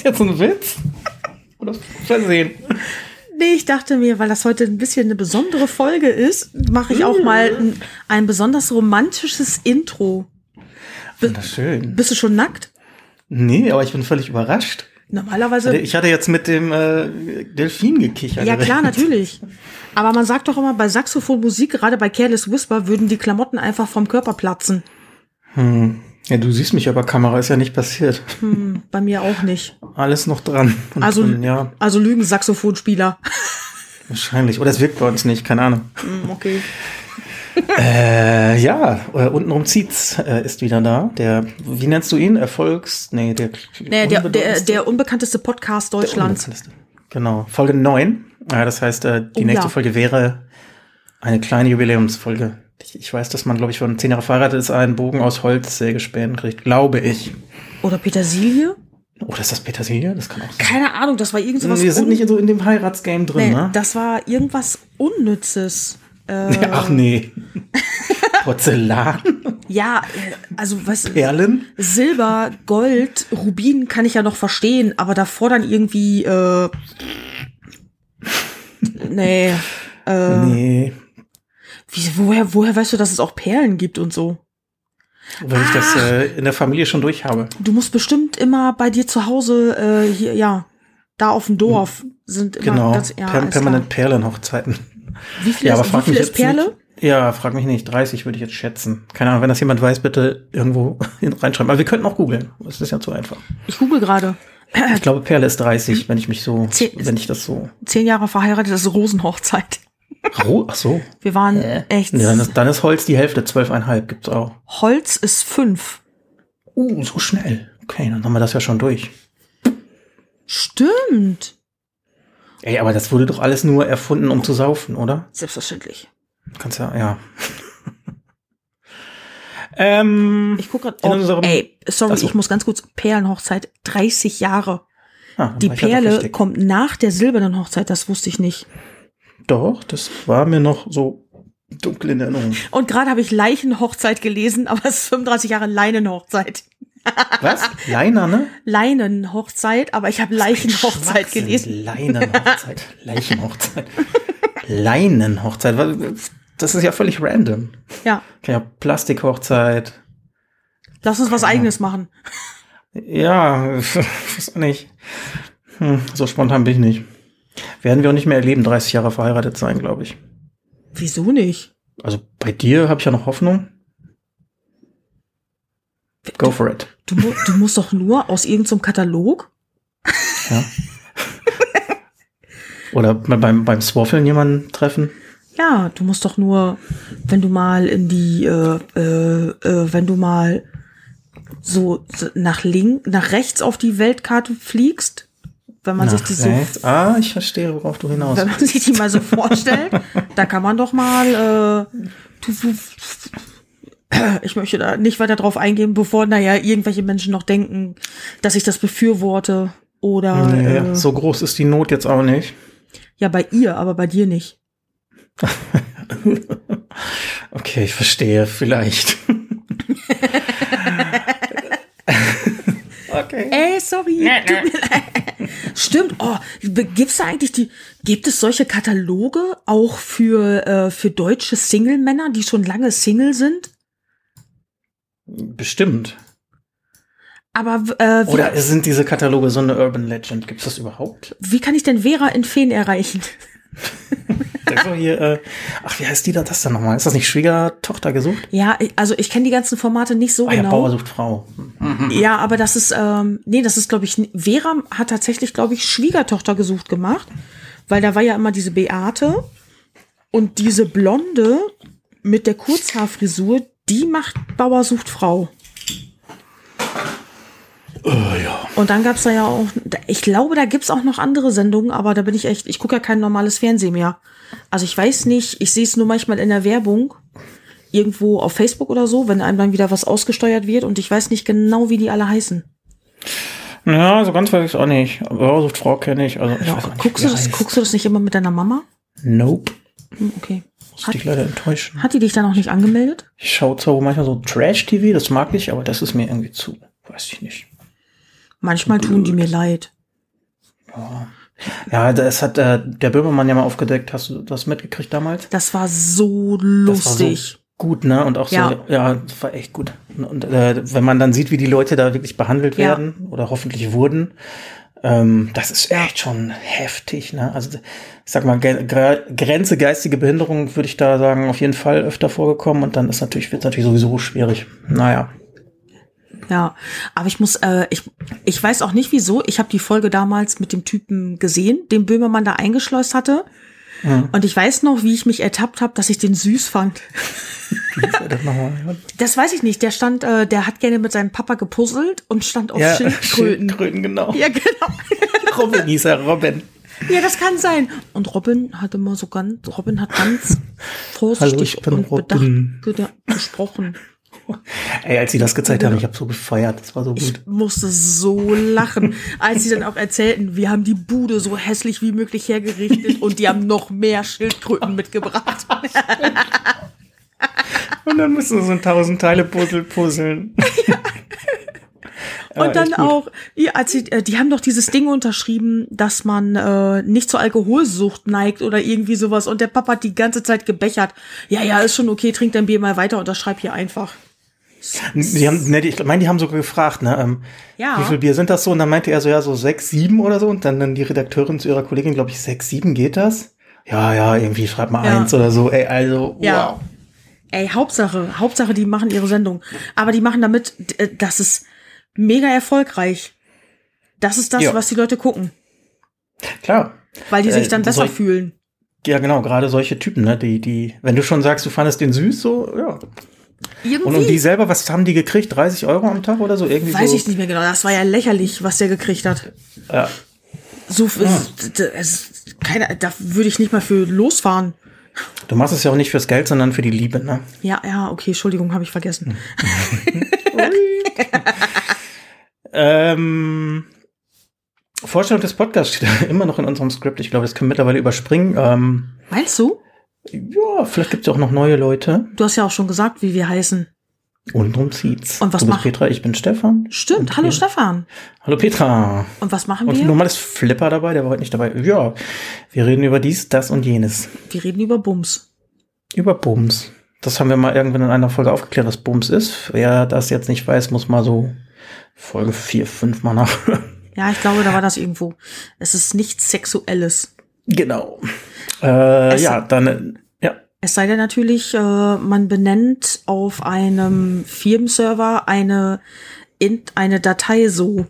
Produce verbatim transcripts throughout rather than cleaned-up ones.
jetzt ein Witz? Oder Versehen? Nee, ich dachte mir, weil das heute ein bisschen eine besondere Folge ist, mache ich auch mal ein, ein besonders romantisches Intro. Wunderschön. Bist du schon nackt? Nee, aber ich bin völlig überrascht. Normalerweise. Ich hatte jetzt mit dem äh, Delfin gekichert. Ja, klar, natürlich. Aber man sagt doch immer, bei Saxophonmusik, gerade bei Careless Whisper, würden die Klamotten einfach vom Körper platzen. Hm. Ja, du siehst mich aber, Kamera ist ja nicht passiert. Hm, bei mir auch nicht. Alles noch dran. Und also, drin, ja. also lügen Saxophonspieler. Wahrscheinlich. Oder es wirkt bei uns nicht, keine Ahnung. Hm, okay. äh, ja, äh, untenrum zieht's, äh, ist wieder da. Der, wie nennst du ihn? Erfolgs... Nee, der... Nee, der, der, der unbekannteste Podcast Deutschlands. Unbekannteste. Genau. Folge neun. Ja, das heißt, äh, die oh, nächste ja. Folge wäre eine kleine Jubiläumsfolge. Ich, ich weiß, dass man, glaube ich, von zehn Jahre verheiratet ist, einen Bogen aus Holzsägespänen kriegt. Glaube ich. Oder Petersilie? Oder ist das Petersilie? Das kann auch sein. Keine Ahnung, das war irgendwas. Wir sind nicht so in dem Heiratsgame drin, nee, ne? Das war irgendwas Unnützes. Äh, Ach nee. Porzellan? Ja, also was. Perlen? Silber, Gold, Rubin kann ich ja noch verstehen, aber davor dann irgendwie. Äh, nee. Äh, nee. Wie, woher, woher weißt du, dass es auch Perlen gibt und so? Weil ich das äh, in der Familie schon durch habe. Du musst bestimmt immer bei dir zu Hause, äh, hier, ja, da auf dem Dorf sind immer genau. ganz, ja, per permanent Perlenhochzeiten. Wie viel ja, ist, aber frag wie viel mich ist Perle? Nicht, ja, frag mich nicht. dreißig würde ich jetzt schätzen. Keine Ahnung, wenn das jemand weiß, bitte irgendwo reinschreiben. Aber wir könnten auch googeln. Das ist ja zu einfach. Ich google gerade. Ich glaube, Perle ist dreißig, wenn ich mich so, Zehn, wenn ich das so. Zehn Jahre verheiratet, das ist Rosenhochzeit. Oh, ach so. Wir waren äh. echt. Ja, dann, ist, dann ist Holz die Hälfte, zwölf Komma fünf gibt's auch. Holz ist fünf. Uh, so schnell. Okay, dann haben wir das ja schon durch. Stimmt. Ey, aber das wurde doch alles nur erfunden, um zu saufen, oder? Selbstverständlich. Kannst ja, ja. ähm, ich gucke gerade. Oh, ey, sorry, also. ich muss ganz kurz. Perlenhochzeit, dreißig Jahre. Ah, die Perle kommt nach der silbernen Hochzeit, das wusste ich nicht. Doch, das war mir noch so dunkel in Erinnerung. Und gerade habe ich Leichenhochzeit gelesen, aber es ist fünfunddreißig Jahre Leinenhochzeit. Was? Leiner, ne? Leinenhochzeit, aber ich habe Leichenhochzeit gelesen. Leinenhochzeit, Leichenhochzeit. Leinenhochzeit, das ist ja völlig random. Ja. Okay, ja, Plastikhochzeit. Lass uns was ja. Eigenes machen. Ja, weiß nicht. Hm, so spontan bin ich nicht. Werden wir auch nicht mehr erleben, dreißig Jahre verheiratet sein, glaube ich. Wieso nicht? Also bei dir habe ich ja noch Hoffnung. Go du, for it. Du, du musst doch nur aus irgendeinem Katalog. Ja. Oder beim, beim Swaffeln jemanden treffen. Ja, du musst doch nur, wenn du mal in die, äh, äh, äh, wenn du mal so nach links, nach rechts auf die Weltkarte fliegst, wenn man nach sich die so, rechts. Ah, ich verstehe, worauf du hinaus. Wenn man sich die mal so vorstellt, da kann man doch mal, äh, ich möchte da nicht weiter drauf eingehen, bevor, naja, irgendwelche Menschen noch denken, dass ich das befürworte oder. Nee, äh, so groß ist die Not jetzt auch nicht. Ja, bei ihr, aber bei dir nicht. Okay, ich verstehe, vielleicht. Okay. Ey, sorry. Stimmt. Oh, gibt's da eigentlich die, gibt es solche Kataloge auch für, äh, für deutsche Single-Männer, die schon lange Single sind? Bestimmt. Aber, äh, wie, Oder sind diese Kataloge so eine Urban Legend? Gibt's das überhaupt? Wie kann ich denn Vera in Feen erreichen? Das ist doch hier, äh, ach, wie heißt die da das dann nochmal? Ist das nicht Schwiegertochter gesucht? Ja, also ich kenne die ganzen Formate nicht so ah, genau. Ja, Bauer sucht Frau. Mhm. Ja, aber das ist, ähm, nee, das ist, glaube ich, Vera hat tatsächlich, glaube ich, Schwiegertochter gesucht gemacht, weil da war ja immer diese Beate und diese Blonde mit der Kurzhaarfrisur, die macht Bauer sucht Frau. Oh, ja. Und dann gab's da ja auch, ich glaube, da gibt's auch noch andere Sendungen, aber da bin ich echt, ich gucke ja kein normales Fernsehen mehr. Also ich weiß nicht, ich sehe es nur manchmal in der Werbung, irgendwo auf Facebook oder so, wenn einem dann wieder was ausgesteuert wird und ich weiß nicht genau, wie die alle heißen. Ja, so ganz weiß ich es auch nicht. Aber sucht Frau kenne ich. Also ich ja, weiß nicht, guckst, du das, guckst du das nicht immer mit deiner Mama? Nope. Hm, okay. Muss dich leider enttäuschen. Hat die dich dann auch nicht angemeldet? Ich schaue zwar manchmal so Trash-T V, das mag ich, aber das ist mir irgendwie zu, weiß ich nicht. Manchmal tun die mir leid. Ja, das hat äh, der Böhmermann ja mal aufgedeckt. Hast du das mitgekriegt damals? Das war so lustig. Das war so gut, ne? Und auch so, ja, ja das war echt gut. Und äh, wenn man dann sieht, wie die Leute da wirklich behandelt ja. werden oder hoffentlich wurden, ähm, das ist echt schon heftig, ne? Also ich sag mal, Ge- Grenze geistige Behinderung würde ich da sagen, auf jeden Fall öfter vorgekommen. Und dann ist natürlich, wird es natürlich sowieso schwierig. Naja. Ja, aber ich muss, äh, ich, ich weiß auch nicht wieso. Ich habe die Folge damals mit dem Typen gesehen, den Böhmermann da eingeschleust hatte. Mhm. Und ich weiß noch, wie ich mich ertappt habe, dass ich den süß fand. Das, das weiß ich nicht. Der stand, äh, der hat gerne mit seinem Papa gepuzzelt und stand auf ja, Schildkröten. Schildkröten, genau. Ja, genau. Robin hieß er, Robin. Ja, das kann sein. Und Robin hat immer so ganz, Robin hat ganz vorsichtig Hallo, und Robin. bedacht gesprochen. Ey, als sie das gezeigt haben, ich habe so gefeiert, das war so gut. Ich musste so lachen, als sie dann auch erzählten, wir haben die Bude so hässlich wie möglich hergerichtet und die haben noch mehr Schildkröten mitgebracht. Und dann müssen sie so ein tausend Teile Puzzle puzzeln. Ja. Und dann auch, ja, als sie, die haben doch dieses Ding unterschrieben, dass man äh, nicht zur Alkoholsucht neigt oder irgendwie sowas. Und der Papa hat die ganze Zeit gebechert. Ja, ja, ist schon okay, trink dein Bier mal weiter, unterschreib hier einfach. Die haben, ne, die, ich meine, die haben sogar gefragt, ne, ähm, ja. wie viel Bier sind das so? Und dann meinte er so, ja, so sechs, sieben oder so. Und dann, dann die Redakteurin zu ihrer Kollegin, glaube ich, sechs, sieben, geht das? Ja, ja, irgendwie schreib mal ja. eins oder so. Ey, also, ja. wow. Ey, Hauptsache, Hauptsache, die machen ihre Sendung. Aber die machen damit, das ist mega erfolgreich. Das ist das, ja. was die Leute gucken. Klar. Weil die sich dann äh, besser soll, fühlen. Ja, genau, gerade solche Typen, ne, die, die, wenn du schon sagst, du fandest den süß, so, ja. Irgendwie. Und um die selber, was haben die gekriegt? dreißig Euro am Tag oder so? Irgendwie Weiß so? ich nicht mehr genau. Das war ja lächerlich, was der gekriegt hat. Ja. So, ja. Es, keine, da würde ich nicht mal für losfahren. Du machst es ja auch nicht fürs Geld, sondern für die Liebe, ne? Ja, ja, okay, Entschuldigung, habe ich vergessen. ähm, Vorstellung des Podcasts steht immer noch in unserem Skript. Ich glaube, das können wir mittlerweile überspringen. Ähm, Meinst du? Ja, vielleicht gibt es ja auch noch neue Leute. Du hast ja auch schon gesagt, wie wir heißen. Und drum zieht's. Und was du bist machen? Petra, ich bin Stefan. Stimmt, hallo Stefan. Hallo Petra. Und was machen und wir? Und normal ist Flipper dabei, der war heute nicht dabei. Ja, wir reden über dies, das und jenes. Wir reden über Bums. Über Bums. Das haben wir mal irgendwann in einer Folge aufgeklärt, was Bums ist. Wer das jetzt nicht weiß, muss mal so Folge vier, fünf mal nachhören. Ja, ich glaube, da war das irgendwo. Es ist nichts Sexuelles. Genau. Äh, ja, dann... Es sei denn natürlich, äh, man benennt auf einem Firmenserver eine, eine Datei so.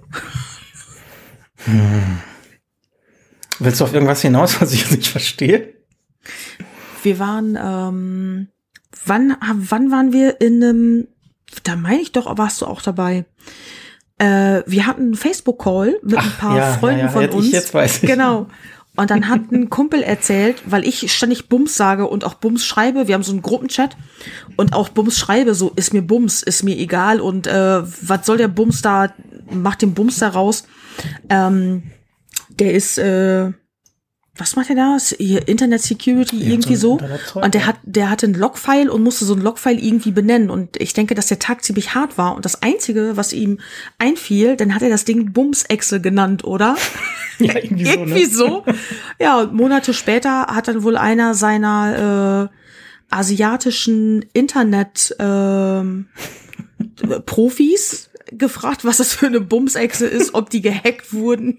Hm. Willst du auf irgendwas hinaus, was ich jetzt nicht verstehe? Wir waren, ähm, wann, wann waren wir in einem, da meine ich doch, warst du auch dabei. Äh, wir hatten einen Facebook-Call mit Ach, ein paar ja, Freunden ja, ja. von jetzt, uns. Ich jetzt weiß ich. Genau. Und dann hat ein Kumpel erzählt, weil ich ständig Bums sage und auch Bums schreibe. Wir haben so einen Gruppenchat und auch Bums schreibe, so ist mir Bums, ist mir egal. Und äh, was soll der Bums da, macht den Bums da raus. Ähm, der ist, äh, was macht er da? Hier, Internet Security, ja, irgendwie so. Und der hat, der hatte ein Logfile und musste so ein Logfile irgendwie benennen. Und ich denke, dass der Tag ziemlich hart war. Und das Einzige, was ihm einfiel, dann hat er das Ding Bums-Excel genannt, oder? Ja, irgendwie, irgendwie so, ne? so. Ja, und Monate später hat dann wohl einer seiner äh, asiatischen Internet ähm, Profis gefragt, was das für eine Bums-Excel ist, ob die gehackt wurden.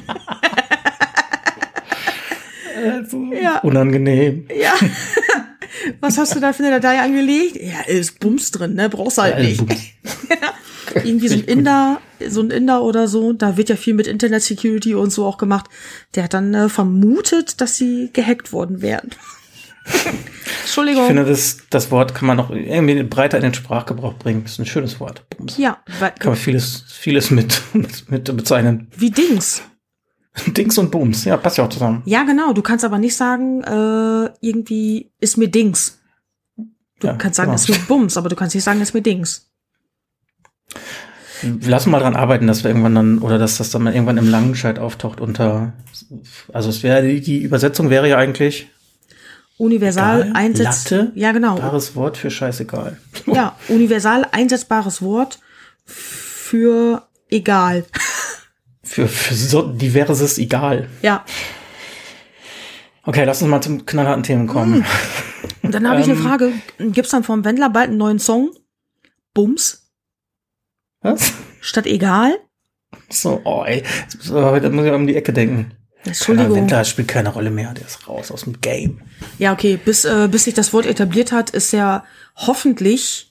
Also, ja. Unangenehm. Ja. Was hast du da für eine Datei angelegt? Ja, ist Bums drin, ne? Brauchst halt nicht. Ja. Irgendwie so ein Inder, so ein Inder oder so. Da wird ja viel mit Internet Security und so auch gemacht. Der hat dann äh, vermutet, dass sie gehackt worden wären. Entschuldigung. Ich finde, das, das Wort kann man noch irgendwie breiter in den Sprachgebrauch bringen. Das ist ein schönes Wort. Bums. Ja. Weil, kann man vieles, vieles mit, mit, mit bezeichnen. Wie Dings. Dings und Bums, ja, passt ja auch zusammen. Ja, genau. Du kannst aber nicht sagen, äh, irgendwie ist mir Dings. Du ja, kannst sagen, genau. Ist mir Bums, aber du kannst nicht sagen, ist mir Dings. Lass uns mal dran arbeiten, dass wir irgendwann dann, oder dass das dann mal irgendwann im Langenscheid auftaucht unter, also es wäre, die, die Übersetzung wäre ja eigentlich universal egal, einsetz, Latte, ja genau. Bares Wort für scheißegal. Ja, universal einsetzbares Wort für egal. Für, für so diverses egal. Ja. Okay, lass uns mal zum knallharten Themen kommen. Und dann habe ich eine Ähm. Frage. Gibt's dann vom Wendler bald einen neuen Song? Bums? Was? Statt egal? So, oh ey, heute muss ich um die Ecke denken. Entschuldigung. Keiner, Wendler spielt keine Rolle mehr, der ist raus aus dem Game. Ja, okay, bis, äh, bis sich das Wort etabliert hat, ist er hoffentlich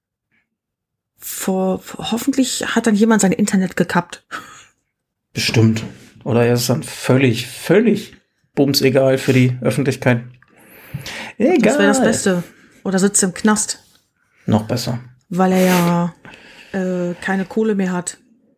vor, hoffentlich hat dann jemand sein Internet gekappt. Bestimmt. Oder er ist dann völlig, völlig bumsegal für die Öffentlichkeit. Egal. Das wäre das Beste. Oder sitzt im Knast. Noch besser. Weil er ja äh, keine Kohle mehr hat.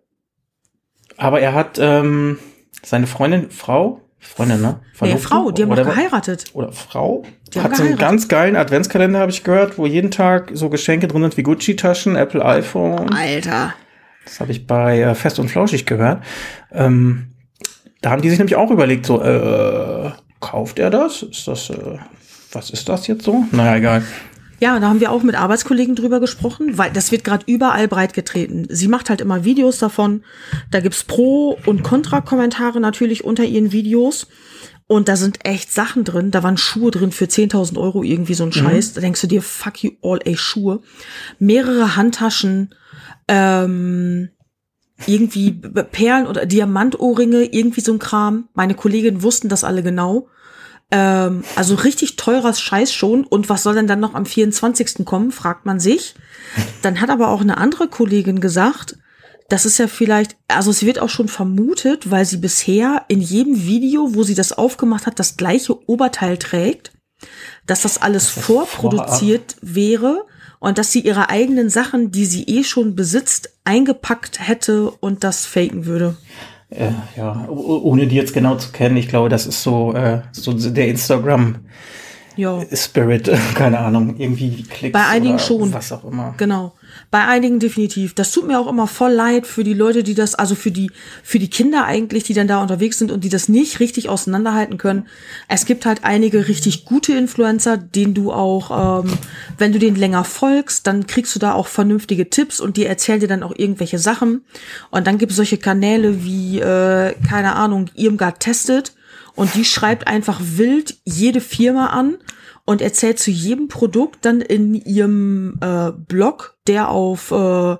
Aber er hat ähm, seine Freundin, Frau, Freundin, ne? Nee, Verlobte? Frau, die haben oder, doch geheiratet. Oder Frau. Die haben hat so einen geheiratet. ganz geilen Adventskalender, habe ich gehört, wo jeden Tag so Geschenke drin sind wie Gucci-Taschen, Apple iPhone. Alter. Das habe ich bei äh, Fest und Flauschig gehört. Ähm, da haben die sich nämlich auch überlegt, so, äh, kauft er das? Ist das, äh, was ist das jetzt so? Naja, egal. Ja, da haben wir auch mit Arbeitskollegen drüber gesprochen, weil das wird gerade überall breitgetreten. Sie macht halt immer Videos davon. Da gibt's Pro- und Kontra-Kommentare natürlich unter ihren Videos. Und da sind echt Sachen drin. Da waren Schuhe drin für zehntausend Euro, irgendwie so ein Scheiß. Da denkst du dir, fuck you all, ey, Schuhe. Mehrere Handtaschen, ähm, irgendwie Perlen oder Diamantohrringe, irgendwie so ein Kram. Meine Kolleginnen wussten das alle genau. Ähm, also richtig teurer Scheiß schon. Und was soll denn dann noch am vierundzwanzigsten kommen, fragt man sich. Dann hat aber auch eine andere Kollegin gesagt, das ist ja vielleicht, also es wird auch schon vermutet, weil sie bisher in jedem Video, wo sie das aufgemacht hat, das gleiche Oberteil trägt, dass das alles Das ist vorproduziert wäre und dass sie ihre eigenen Sachen, die sie eh schon besitzt, eingepackt hätte und das faken würde. Äh, ja, o- ohne die jetzt genau zu kennen, ich glaube, das ist so, äh, so der Instagram-Spirit, Ja, keine Ahnung, irgendwie Klicks Bei einigen oder schon. was auch immer. genau. Bei einigen definitiv. Das tut mir auch immer voll leid für die Leute, die das, also für die, für die Kinder eigentlich, die dann da unterwegs sind und die das nicht richtig auseinanderhalten können. Es gibt halt einige richtig gute Influencer, denen du auch, ähm, wenn du denen länger folgst, dann kriegst du da auch vernünftige Tipps und die erzählen dir dann auch irgendwelche Sachen. Und dann gibt es solche Kanäle wie, äh, keine Ahnung, Irmgard testet und die schreibt einfach wild jede Firma an und erzählt zu jedem Produkt dann in ihrem äh, Blog, der auf, äh,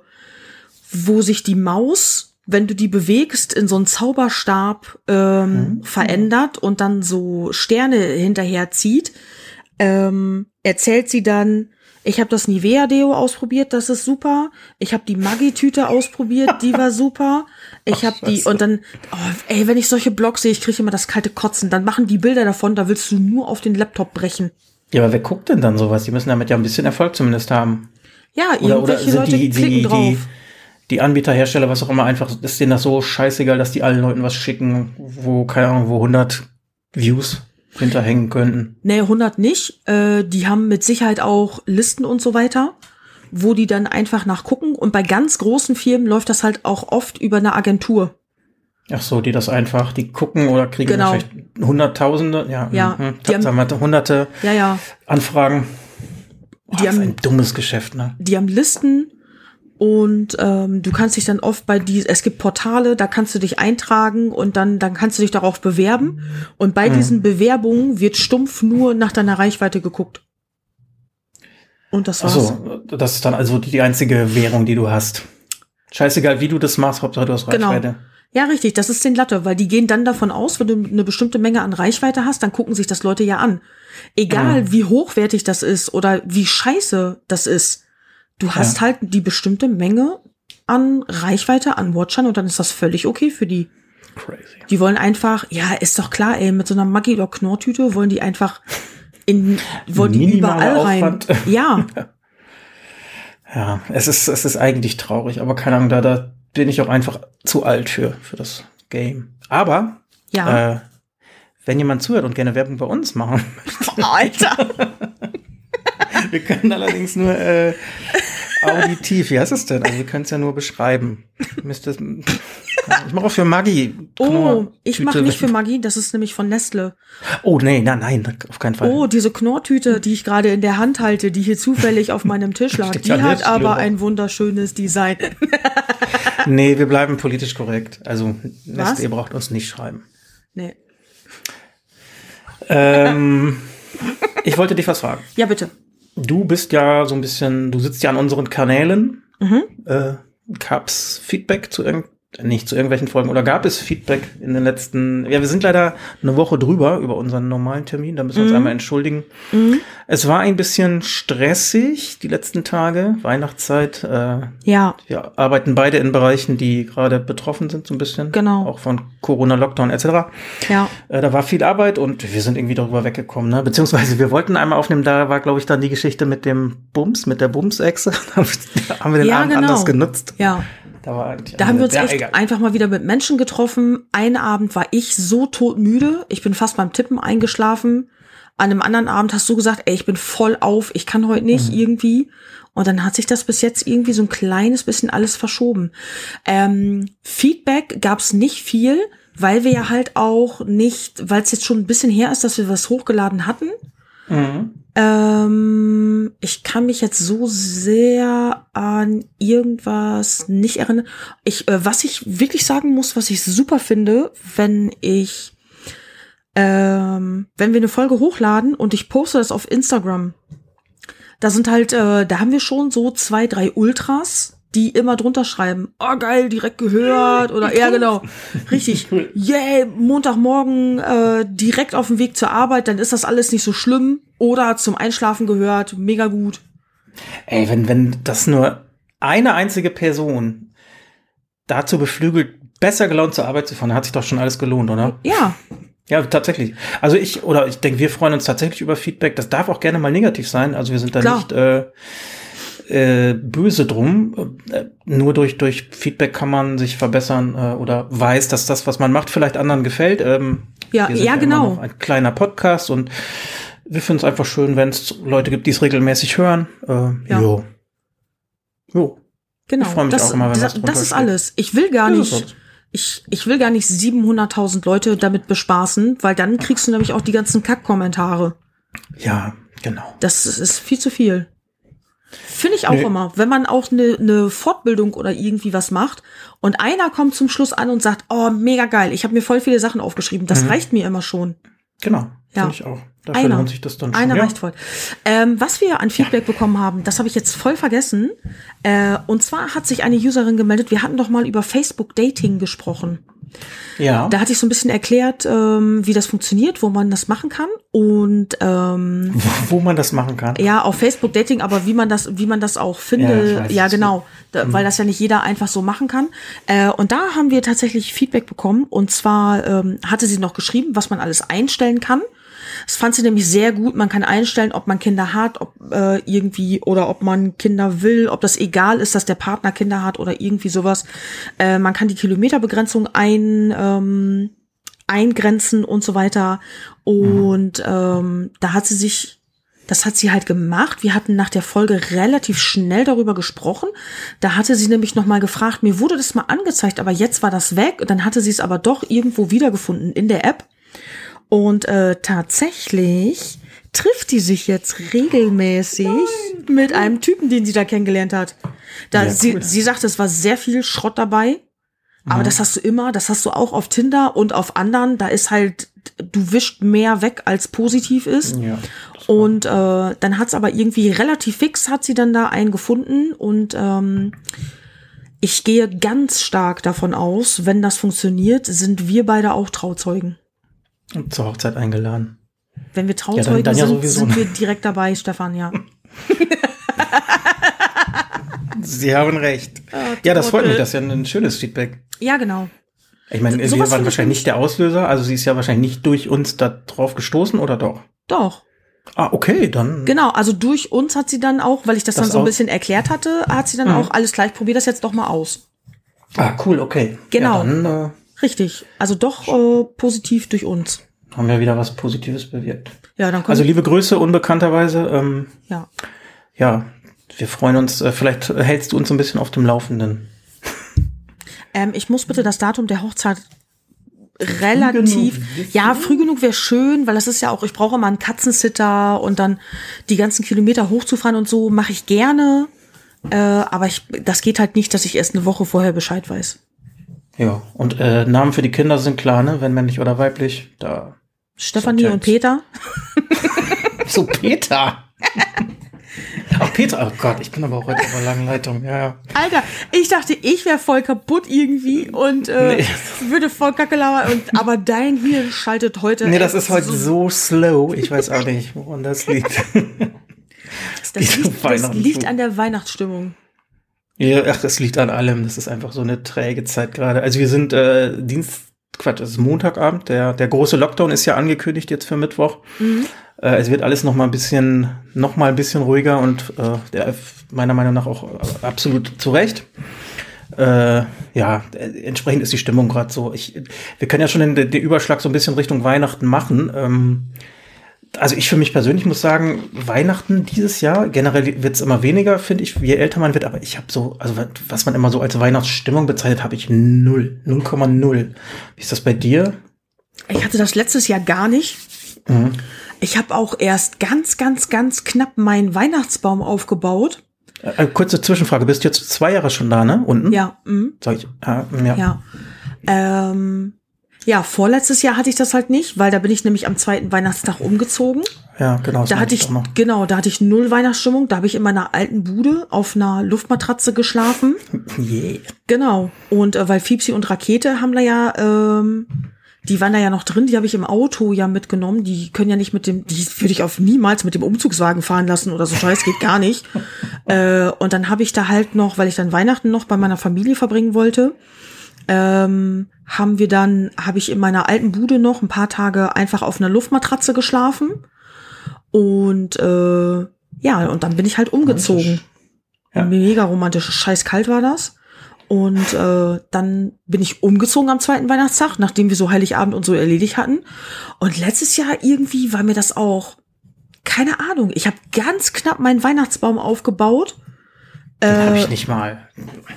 wo sich die Maus, wenn du die bewegst, in so einen Zauberstab ähm, mhm. verändert und dann so Sterne hinterher zieht, ähm, erzählt sie dann, ich habe das Nivea-Deo ausprobiert, das ist super. Ich habe die Maggi-Tüte ausprobiert, die war super. Ich habe die, und dann, oh, ey, wenn ich solche Blogs sehe, ich kriege immer das kalte Kotzen. Dann machen die Bilder davon, da willst du nur auf den Laptop brechen. Ja, aber wer guckt denn dann sowas? Die müssen damit ja ein bisschen Erfolg zumindest haben. Ja, Oder, oder irgendwelche sind Leute die, klicken die, drauf. die, die Anbieter, Hersteller, was auch immer, einfach, ist denen das so scheißegal, dass die allen Leuten was schicken, wo, keine Ahnung, wo hundert Views hinterhängen könnten? Nee, hundert nicht. Äh, die haben mit Sicherheit auch Listen und so weiter, wo die dann einfach nachgucken. Und bei ganz großen Firmen läuft das halt auch oft über eine Agentur. Ach so, die das einfach, die gucken oder kriegen Genau. vielleicht Hunderttausende, ja, Ja, mh, die haben- sagen wir, hunderte Ja, ja. Anfragen. Oh, Die das ist haben- ein dummes Geschäft, ne? Die haben Listen und ähm, du kannst dich dann oft bei die, es gibt Portale, da kannst du dich eintragen und dann, dann kannst du dich darauf bewerben. Und bei Mhm. diesen Bewerbungen wird stumpf nur nach deiner Reichweite geguckt. Und das Ach war's. so, das ist dann also die einzige Währung, die du hast. Scheißegal, wie du das machst, Hauptsache du hast Genau. Reichweite. Ja, richtig, das ist den Latte, weil die gehen dann davon aus, wenn du eine bestimmte Menge an Reichweite hast, dann gucken sich das Leute ja an. Egal, Mhm. wie hochwertig das ist oder wie scheiße das ist. Du hast Ja. halt die bestimmte Menge an Reichweite, an Watchern und dann ist das völlig okay für die. Crazy. Die wollen einfach, ja, ist doch klar, ey, mit so einer Maggi- oder Knorrtüte wollen die einfach in, wollen die Minimaler überall rein. Aufwand. Ja, Ja, es ist, es ist eigentlich traurig, aber keine Ahnung, da, da bin ich auch einfach zu alt für, für das Game. Aber, ja. äh, wenn jemand zuhört und gerne Werbung bei uns machen Alter. wir können allerdings nur äh, auditiv, wie heißt es denn? Also wir können es ja nur beschreiben. Müsste es Ich mache auch für Maggi. Oh, ich mache nicht für Maggi, das ist nämlich von Nestle. Oh, nee, nein, nein, auf keinen Fall. Oh, diese Knorrtüte, die ich gerade in der Hand halte, die hier zufällig auf meinem Tisch lag, die hat aber ein wunderschönes Design. Nee, wir bleiben politisch korrekt. Also, Nestle, Was? ihr braucht uns nicht schreiben. Nee. Ähm, ich wollte dich was fragen. Ja, bitte. Du bist ja so ein bisschen, du sitzt ja an unseren Kanälen. Mhm. Äh, gab's Feedback zu irgend, nicht zu irgendwelchen Folgen, oder gab es Feedback in den letzten, ja, wir sind leider eine Woche drüber über unseren normalen Termin, da müssen wir uns Mhm. einmal entschuldigen. Mhm. Es war ein bisschen stressig die letzten Tage, Weihnachtszeit. Äh, Ja. wir arbeiten beide in Bereichen, die gerade betroffen sind, so ein bisschen. Genau. Auch von Corona, Lockdown et cetera. Ja. Äh, da war viel Arbeit und wir sind irgendwie darüber weggekommen, ne? Beziehungsweise wir wollten einmal aufnehmen, da war, glaube ich, dann die Geschichte mit dem Bums, mit der Bumsechse. Da haben wir den Ja, Abend genau. anders genutzt. Ja. Da war eigentlich Da haben wir uns ja, echt egal. einfach mal wieder mit Menschen getroffen. Einen Abend war ich so todmüde. Ich bin fast beim Tippen eingeschlafen. An einem anderen Abend hast du gesagt, ey, ich bin voll auf, ich kann heute nicht Mhm. irgendwie. Und dann hat sich das bis jetzt irgendwie so ein kleines bisschen alles verschoben. Ähm, Feedback gab's nicht viel, weil wir ja halt auch nicht, weil es jetzt schon ein bisschen her ist, dass wir was hochgeladen hatten. Mhm. Ähm, ich kann mich jetzt so sehr an irgendwas nicht erinnern. Ich, äh, was ich wirklich sagen muss, was ich super finde, wenn ich, ähm, wenn wir eine Folge hochladen und ich poste das auf Instagram, da sind halt, äh, da haben wir schon so zwei, drei Ultras, die immer drunter schreiben, oh geil, direkt gehört, oder ja genau, richtig, yeah, Montagmorgen äh, direkt auf dem Weg zur Arbeit, dann ist das alles nicht so schlimm, oder zum Einschlafen gehört, mega gut. Ey, wenn, wenn das nur eine einzige Person dazu beflügelt, besser gelaunt zur Arbeit zu fahren, dann hat sich doch schon alles gelohnt, oder? Ja, Ja, tatsächlich. Also ich, oder ich denke, wir freuen uns tatsächlich über Feedback. Das darf auch gerne mal negativ sein. Also wir sind da Klar. nicht äh, äh, böse drum. Äh, nur durch durch Feedback kann man sich verbessern äh, oder weiß, dass das, was man macht, vielleicht anderen gefällt. Ähm, Ja, wir sind ja, immer genau. noch ein kleiner Podcast und wir finden es einfach schön, wenn es Leute gibt, die es regelmäßig hören. Äh, Ja. Jo. Jo. genau. Ich freu mich das, auch immer, wenn das, was das ist drunter alles. Ich will gar Das ist nicht, alles. ich, ich will gar nicht siebenhunderttausend Leute damit bespaßen, weil dann kriegst du nämlich auch die ganzen Kack-Kommentare. Ja, genau. Das ist viel zu viel. Finde ich auch Nee. immer. Wenn man auch eine ne Fortbildung oder irgendwie was macht und einer kommt zum Schluss an und sagt, oh, mega geil, ich habe mir voll viele Sachen aufgeschrieben. Das Mhm. reicht mir immer schon. Genau. Ja. Finde ich auch. Dafür Einer. lohnt sich das dann schon. Einer ja. reicht voll. Ähm, was wir an Feedback bekommen haben, das habe ich jetzt voll vergessen. Äh, und zwar hat sich eine Userin gemeldet, wir hatten doch mal über Facebook-Dating gesprochen. Ja. Da hatte ich so ein bisschen erklärt, ähm, wie das funktioniert, wo man das machen kann. Und ähm, Wo, wo man das machen kann. ja, auf Facebook Dating, aber wie man das, wie man das auch Ja, ich findet, weiß, ja, es genau, da, weil das ja nicht jeder einfach so machen kann. Äh, und da haben wir tatsächlich Feedback bekommen. Und zwar ähm, hatte sie noch geschrieben, was man alles einstellen kann. Das fand sie nämlich sehr gut. Man kann einstellen, ob man Kinder hat, ob äh, irgendwie oder ob man Kinder will, ob das egal ist, dass der Partner Kinder hat oder irgendwie sowas. Äh, man kann die Kilometerbegrenzung ein ähm, eingrenzen und so weiter. Und ähm, da hat sie sich, das hat sie halt gemacht. Wir hatten nach der Folge relativ schnell darüber gesprochen. Da hatte sie nämlich noch mal gefragt, mir wurde das mal angezeigt, aber jetzt war das weg. Und dann hatte sie es aber doch irgendwo wiedergefunden in der App. Und äh, tatsächlich trifft die sich jetzt regelmäßig mit einem Typen, den sie da kennengelernt hat. Da Ja, sie, cool. sie sagt, es war sehr viel Schrott dabei. Aber das hast du immer, das hast du auch auf Tinder und auf anderen. Da ist halt, du wischt mehr weg, als positiv ist. Ja. Und äh, dann hat's aber irgendwie relativ fix, hat sie dann da einen gefunden. Und ähm, ich gehe ganz stark davon aus, wenn das funktioniert, sind wir beide auch Trauzeugen. Und zur Hochzeit eingeladen. Wenn wir Trauzeugen Ja, dann- dann ja sind, sowieso. sind wir direkt dabei, Stefan, ja. Sie haben recht. Ja, das freut mich. Das ist ja ein schönes Feedback. Ja, genau. Ich meine, Sowas wir finde waren ich wahrscheinlich nicht der Auslöser. Also sie ist ja wahrscheinlich nicht durch uns da drauf gestoßen, oder doch? Doch. Ah, okay, dann. Genau, also durch uns hat sie dann auch, weil ich das, Das dann so ein auch- bisschen erklärt hatte, hat sie dann Mhm. auch alles gleich, probier das jetzt doch mal aus. Ah, cool, okay. Genau. Ja, dann äh, Richtig. Also doch äh, positiv durch uns. haben wir wieder was Positives bewirkt. Ja, dann können Also liebe Grüße, unbekannterweise. Ähm, ja. ja, wir freuen uns. Äh, vielleicht hältst du uns ein bisschen auf dem Laufenden. Ähm, ich muss bitte das Datum der Hochzeit relativ, früh genug, ja, früh genug wäre schön, weil das ist ja auch, ich brauche immer einen Katzensitter und dann die ganzen Kilometer hochzufahren und so mache ich gerne, äh, aber ich, das geht halt nicht, dass ich erst eine Woche vorher Bescheid weiß. Ja, und äh, Namen für die Kinder sind klar, ne, wenn männlich oder weiblich, da. Stefanie und Peter. So, Peter. Ach, Peter, oh Gott, ich bin aber auch heute auf einer langen Leitung, ja, ja. Alter, ich dachte, ich wäre voll kaputt irgendwie und äh, nee. würde voll Kacke labern, und aber dein Hirn schaltet heute. Nee, das ist heute so, so slow, ich weiß auch nicht, woran das liegt. Das liegt, das liegt an der Weihnachtsstimmung. Ja, ach, das liegt an allem, das ist einfach so eine träge Zeit gerade. Also wir sind äh, Dienst, Quatsch, es ist Montagabend, der, der große Lockdown ist ja angekündigt jetzt für Mittwoch. Mhm. Äh, es wird alles noch mal ein bisschen, noch mal ein bisschen ruhiger und äh, der, meiner Meinung nach auch absolut zu Recht. Äh, ja, entsprechend ist die Stimmung gerade so. Ich, wir können ja schon den, den Überschlag so ein bisschen Richtung Weihnachten machen. Ähm, also ich für mich persönlich muss sagen, Weihnachten dieses Jahr, generell wird es immer weniger, finde ich, je älter man wird, aber ich habe so, also was man immer so als Weihnachtsstimmung bezeichnet, habe ich null, null Komma null. Wie ist das bei dir? Ich hatte das letztes Jahr gar nicht. Mhm. Ich habe auch erst ganz, ganz, ganz knapp meinen Weihnachtsbaum aufgebaut. Äh, kurze Zwischenfrage, bist du jetzt zwei Jahre schon da, ne? Unten? Ja. Mhm. Sag ich, ah, ja. Ja. Ähm, ja, vorletztes Jahr hatte ich das halt nicht, weil da bin ich nämlich am zweiten Weihnachtstag umgezogen. Ja, genau. Da hatte ich, genau, da hatte ich null Weihnachtsstimmung. Da habe ich in meiner alten Bude auf einer Luftmatratze geschlafen. Yeah. Genau. Und äh, weil Fiepsi und Rakete haben da ja, ähm, die waren da ja noch drin, die habe ich im Auto ja mitgenommen. Die können ja nicht mit dem, die würde ich auf niemals mit dem Umzugswagen fahren lassen oder so Scheiß, geht gar nicht. äh, und dann habe ich da halt noch, weil ich dann Weihnachten noch bei meiner Familie verbringen wollte, ähm, haben wir dann, habe ich in meiner alten Bude noch ein paar Tage einfach auf einer Luftmatratze geschlafen. Und äh, ja, und dann bin ich halt umgezogen. Ja. Mega romantisch. Scheiß kalt war das. Und äh, dann bin ich umgezogen am zweiten Weihnachtstag, nachdem wir so Heiligabend und so erledigt hatten. Und letztes Jahr irgendwie war mir das auch, keine Ahnung, ich habe ganz knapp meinen Weihnachtsbaum aufgebaut. Den äh, habe ich nicht mal.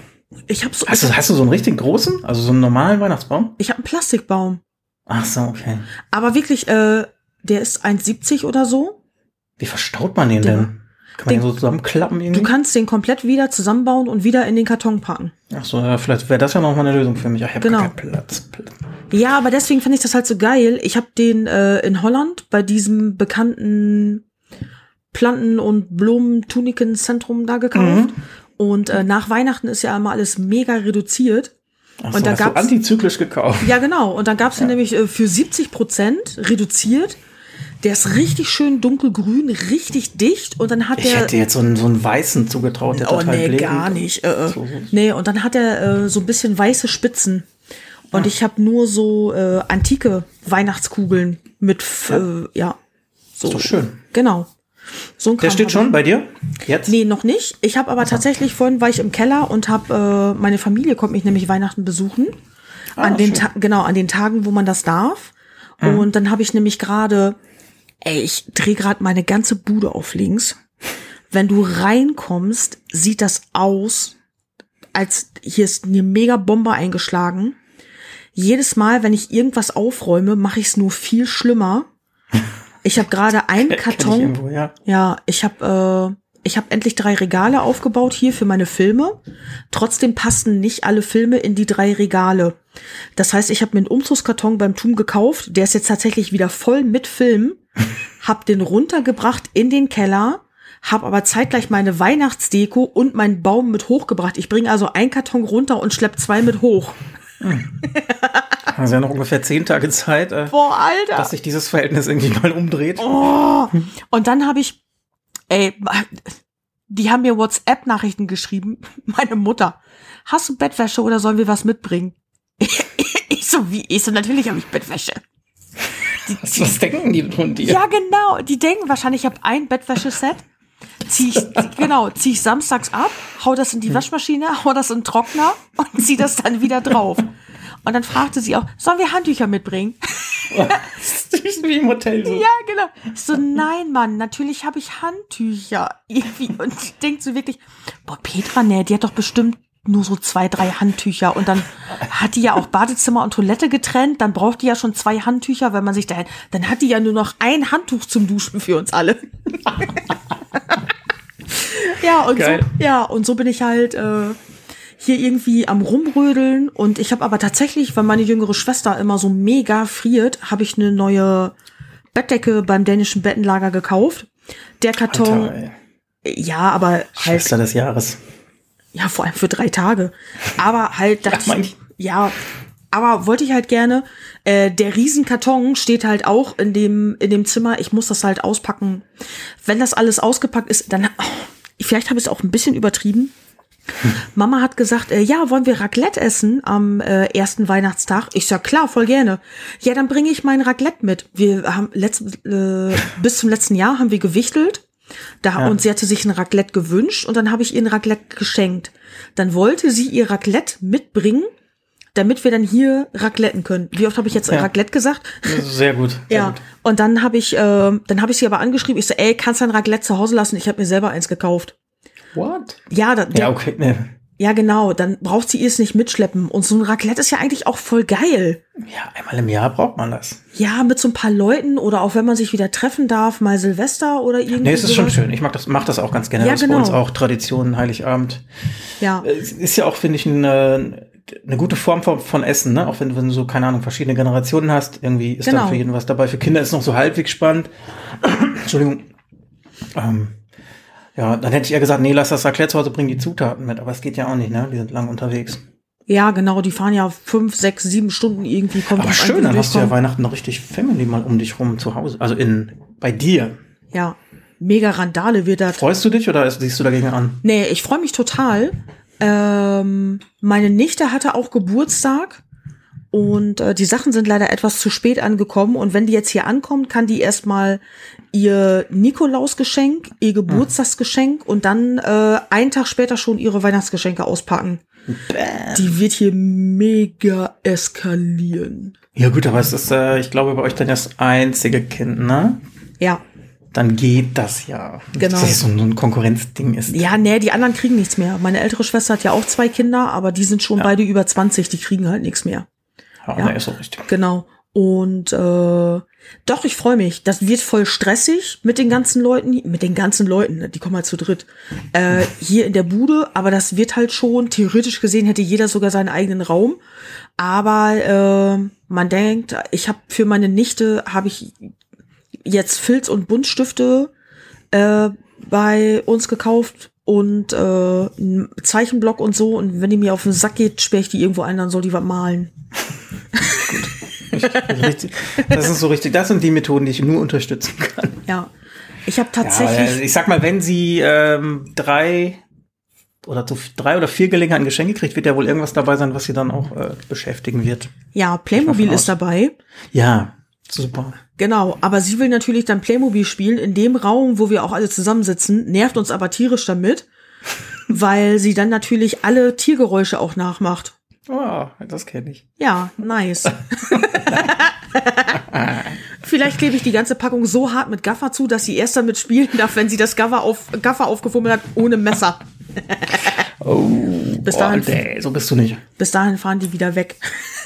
Ich hab so, hast, du, hast du so einen richtig großen, also so einen normalen Weihnachtsbaum? Ich habe einen Plastikbaum. Ach so, okay. Aber wirklich, äh, der ist eins siebzig oder so. Wie verstaut man den, den denn? Kann man den, den so zusammenklappen irgendwie? Du kannst den komplett wieder zusammenbauen und wieder in den Karton packen. Ach so, ja, vielleicht wäre das ja noch mal eine Lösung für mich. Ich habe genau. keinen Platz, Platz. Ja, aber deswegen finde ich das halt so geil. Ich habe den äh, in Holland bei diesem bekannten Planten- und Blumentuniken-Zentrum da gekauft. Mhm. Und äh, nach Weihnachten ist ja immer alles mega reduziert. Ach so, und da hast gab's, du antizyklisch gekauft. Ja, genau. Und dann gab es ja. den nämlich äh, für siebzig Prozent reduziert. Der ist richtig schön dunkelgrün, richtig dicht. Und dann hat ich der. Ich hätte jetzt so einen, so einen weißen zugetraut. Der oh, total nee, bläht. gar nicht. Äh, so. Nee, und dann hat er äh, so ein bisschen weiße Spitzen. Und ah. ich habe nur so äh, antike Weihnachtskugeln mit, ja. Äh, ja so. Ist doch schön. Genau. So ein Der steht schon bei dir? Jetzt? Nee, noch nicht. Ich habe aber tatsächlich, vorhin war ich im Keller und habe, äh, meine Familie kommt mich nämlich Weihnachten besuchen. Ah, an den Ta- genau, an den Tagen, wo man das darf. Mhm. Und dann habe ich nämlich gerade, ey, ich drehe gerade meine ganze Bude auf links. Wenn du reinkommst, sieht das aus, als hier ist eine mega Bombe eingeschlagen. Jedes Mal, wenn ich irgendwas aufräume, mache ich es nur viel schlimmer. Ich habe gerade einen Karton. Ich irgendwo, ja. ja, ich habe äh, ich habe endlich drei Regale aufgebaut hier für meine Filme. Trotzdem passen nicht alle Filme in die drei Regale. Das heißt, ich habe mir einen Umzugskarton beim Tum gekauft. Der ist jetzt tatsächlich wieder voll mit Filmen. Hab den runtergebracht in den Keller. Hab aber zeitgleich meine Weihnachtsdeko und meinen Baum mit hochgebracht. Ich bringe also einen Karton runter und schlepp zwei mit hoch. Hm. Also ja noch ungefähr zehn Tage Zeit, äh, Boah, Alter. dass sich dieses Verhältnis irgendwie mal umdreht. Oh. Und dann habe ich, ey, die haben mir WhatsApp-Nachrichten geschrieben, meine Mutter. Hast du Bettwäsche oder sollen wir was mitbringen? Ich so, wie? Ich so, natürlich habe ich Bettwäsche. Die, was, was denken die von dir? Ja, genau. Die denken wahrscheinlich, ich habe ein Bettwäscheset. Zieh ich, genau, zieh ich samstags ab, hau das in die Waschmaschine, hau das in den Trockner und zieh das dann wieder drauf. Und dann fragte sie auch, sollen wir Handtücher mitbringen? Das ist wie im Hotel so. Ja, genau. Ich so, nein, Mann, natürlich habe ich Handtücher. Irgendwie. Und ich denke so wirklich, boah, Petra, ne, die hat doch bestimmt nur so zwei, drei Handtücher. Und dann hat die ja auch Badezimmer und Toilette getrennt. Dann braucht die ja schon zwei Handtücher, weil man sich da, dann hat die ja nur noch ein Handtuch zum Duschen für uns alle. ja, und Geil. so, ja, und so bin ich halt äh, hier irgendwie am Rumrödeln. Und ich habe aber tatsächlich, weil meine jüngere Schwester immer so mega friert, habe ich eine neue Bettdecke beim dänischen Bettenlager gekauft. Der Karton, Alter, ja, aber halt. Schwester des Jahres. Ja, vor allem für drei Tage. Aber halt dachte ja, ich, ja, aber wollte ich halt gerne. Äh, der Riesenkarton steht halt auch in dem in dem Zimmer. Ich muss das halt auspacken. Wenn das alles ausgepackt ist, dann, oh, vielleicht habe ich es auch ein bisschen übertrieben. Hm. Mama hat gesagt, äh, ja, wollen wir Raclette essen am äh, ersten Weihnachtstag? Ich sag, klar, voll gerne. Ja, dann bringe ich mein Raclette mit. Wir haben letzt, äh, bis zum letzten Jahr haben wir gewichtelt. Da, ja. Und sie hatte sich ein Raclette gewünscht und dann habe ich ihr ein Raclette geschenkt. Dann wollte sie ihr Raclette mitbringen, damit wir dann hier racletten können. Wie oft habe ich jetzt ja. Raclette gesagt? Sehr gut. Sehr ja. Gut. Und dann habe ich, äh, dann habe ich sie aber angeschrieben. Ich so, ey, kannst du ein Raclette zu Hause lassen? Ich habe mir selber eins gekauft. What? Ja, da, der, ja, okay. Nee. Ja, genau. Dann braucht sie es nicht mitschleppen. Und so ein Raclette ist ja eigentlich auch voll geil. Ja, einmal im Jahr braucht man das. Ja, mit so ein paar Leuten oder auch wenn man sich wieder treffen darf, mal Silvester oder irgendwie. Nee, es ist sowas. Schon schön. Ich mag das, mach das auch ganz gerne. Ja, das genau. ist bei uns auch Tradition, Heiligabend. Ja. Es ist ja auch, finde ich, eine, eine gute Form von, von Essen, ne? Auch wenn, wenn du so, keine Ahnung, verschiedene Generationen hast. Irgendwie ist genau. da für jeden was dabei. Für Kinder ist es noch so halbwegs spannend. Entschuldigung. Ähm. Ja, dann hätte ich eher gesagt, nee, lass das Raclette zu Hause, bring die Zutaten mit. Aber es geht ja auch nicht, ne? Die sind lang unterwegs. Ja, genau, die fahren ja fünf, sechs, sieben Stunden irgendwie. Kommt aber schön, dann hast du ja Weihnachten noch richtig Family mal um dich rum zu Hause. Also in bei dir. Ja, mega Randale wird das. Freust du dich oder siehst du dagegen an? Nee, ich freue mich total. Ähm, meine Nichte hatte auch Geburtstag. Und äh, die Sachen sind leider etwas zu spät angekommen. Und wenn die jetzt hier ankommt, kann die erstmal ihr Nikolausgeschenk, ihr Geburtstagsgeschenk und dann äh, einen Tag später schon ihre Weihnachtsgeschenke auspacken. Bam. Die wird hier mega eskalieren. Ja gut, aber es ist, äh, ich glaube, bei euch dann das einzige Kind, ne? Ja. Dann geht das ja. Genau. Dass das so ein Konkurrenzding ist. Ja, nee, die anderen kriegen nichts mehr. Meine ältere Schwester hat ja auch zwei Kinder, aber die sind schon ja. beide über zwanzig, die kriegen halt nichts mehr. Ja, ja. ist so richtig. Genau. Und äh, doch, ich freue mich. Das wird voll stressig mit den ganzen Leuten, mit den ganzen Leuten, die kommen halt zu dritt, äh, hier in der Bude. Aber das wird halt schon, theoretisch gesehen hätte jeder sogar seinen eigenen Raum. Aber äh, man denkt, ich habe für meine Nichte, habe ich jetzt Filz- und Buntstifte äh, bei uns gekauft und äh, einen Zeichenblock und so. Und wenn die mir auf den Sack geht, sperre ich die irgendwo ein, dann soll die was malen. Richtig, das ist so richtig. Das sind die Methoden, die ich nur unterstützen kann. Ja, ich habe tatsächlich. Ja, ich sag mal, wenn sie ähm, drei oder so drei oder vier Gelegenheiten Geschenke kriegt, wird ja wohl irgendwas dabei sein, was sie dann auch äh, beschäftigen wird. Ja, Playmobil ist dabei. Ja, super. Genau, aber sie will natürlich dann Playmobil spielen in dem Raum, wo wir auch alle zusammensitzen, nervt uns aber tierisch damit, weil sie dann natürlich alle Tiergeräusche auch nachmacht. Oh, das kenne ich. Ja, nice. Vielleicht klebe ich die ganze Packung so hart mit Gaffer zu, dass sie erst damit spielen darf, wenn sie das Gaffer, auf, Gaffer aufgefummelt hat, ohne Messer. Oh, bis dahin, oh, nee, so bist du nicht. Bis dahin fahren die wieder weg.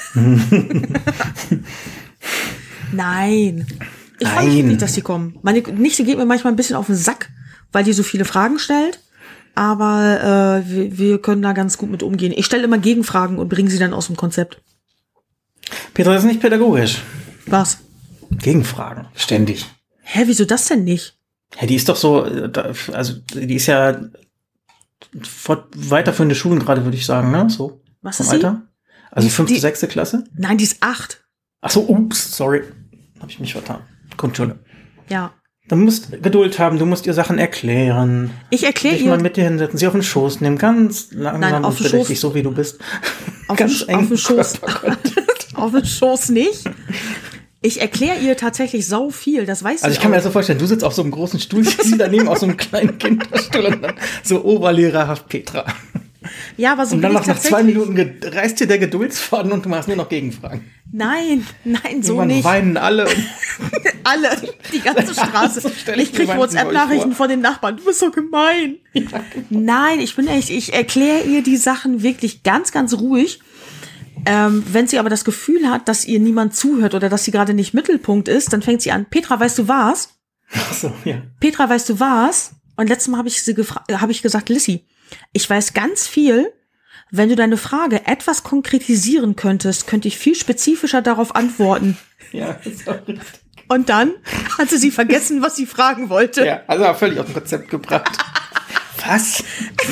Nein. Ich freue mich nicht, dass die kommen. Meine Nichte geht mir manchmal ein bisschen auf den Sack, weil die so viele Fragen stellt. Aber äh, wir, wir können da ganz gut mit umgehen. Ich stelle immer Gegenfragen und bringe sie dann aus dem Konzept. Petra, das ist nicht pädagogisch. Was? Gegenfragen, ständig. Hä, wieso das denn nicht? Hä, die ist doch so, also die ist ja weiterführende Schulen gerade, würde ich sagen, ne? So. Was ist sie? Also fünfte, sechste Klasse? Nein, die ist acht. Ach so, ups, sorry. Habe ich mich vertan. Grundschule. Ja. Du musst Geduld haben, du musst ihr Sachen erklären. Ich erkläre ihr. Dich mal mit dir hinsetzen, sie auf den Schoß nehmen, ganz langsam Nein, auf und bedächtig, so wie du bist. Auf ganz eng. Auf den Schoß. Auf den Schoß nicht. Ich erkläre ihr tatsächlich sau viel, das weiß ich. Also ich kann auch. Mir das so vorstellen, du sitzt auf so einem großen Stuhl, sie daneben auf so einem kleinen Kinderstuhl und dann so oberlehrerhaft Petra. Ja, aber so und dann noch nach zwei Minuten reißt dir der Geduldsfaden und du machst nur noch Gegenfragen. Nein, nein, so Irgendwann nicht. weinen alle. Alle, die ganze Straße. So stell ich krieg WhatsApp-Nachrichten von den Nachbarn. Du bist so gemein. Ja, genau. Nein, ich bin echt, ich erkläre ihr die Sachen wirklich ganz, ganz ruhig. Ähm, wenn sie aber das Gefühl hat, dass ihr niemand zuhört oder dass sie gerade nicht Mittelpunkt ist, dann fängt sie an, Petra, weißt du was? Ach so, ja. Petra, weißt du was? Und letztes Mal habe ich sie gefra- habe ich gesagt, Lissy, ich weiß ganz viel. Wenn du deine Frage etwas konkretisieren könntest, könnte ich viel spezifischer darauf antworten. Ja, das ist auch richtig. Und dann hatte sie vergessen, was sie fragen wollte. Ja, also völlig auf dem Konzept gebracht. Was?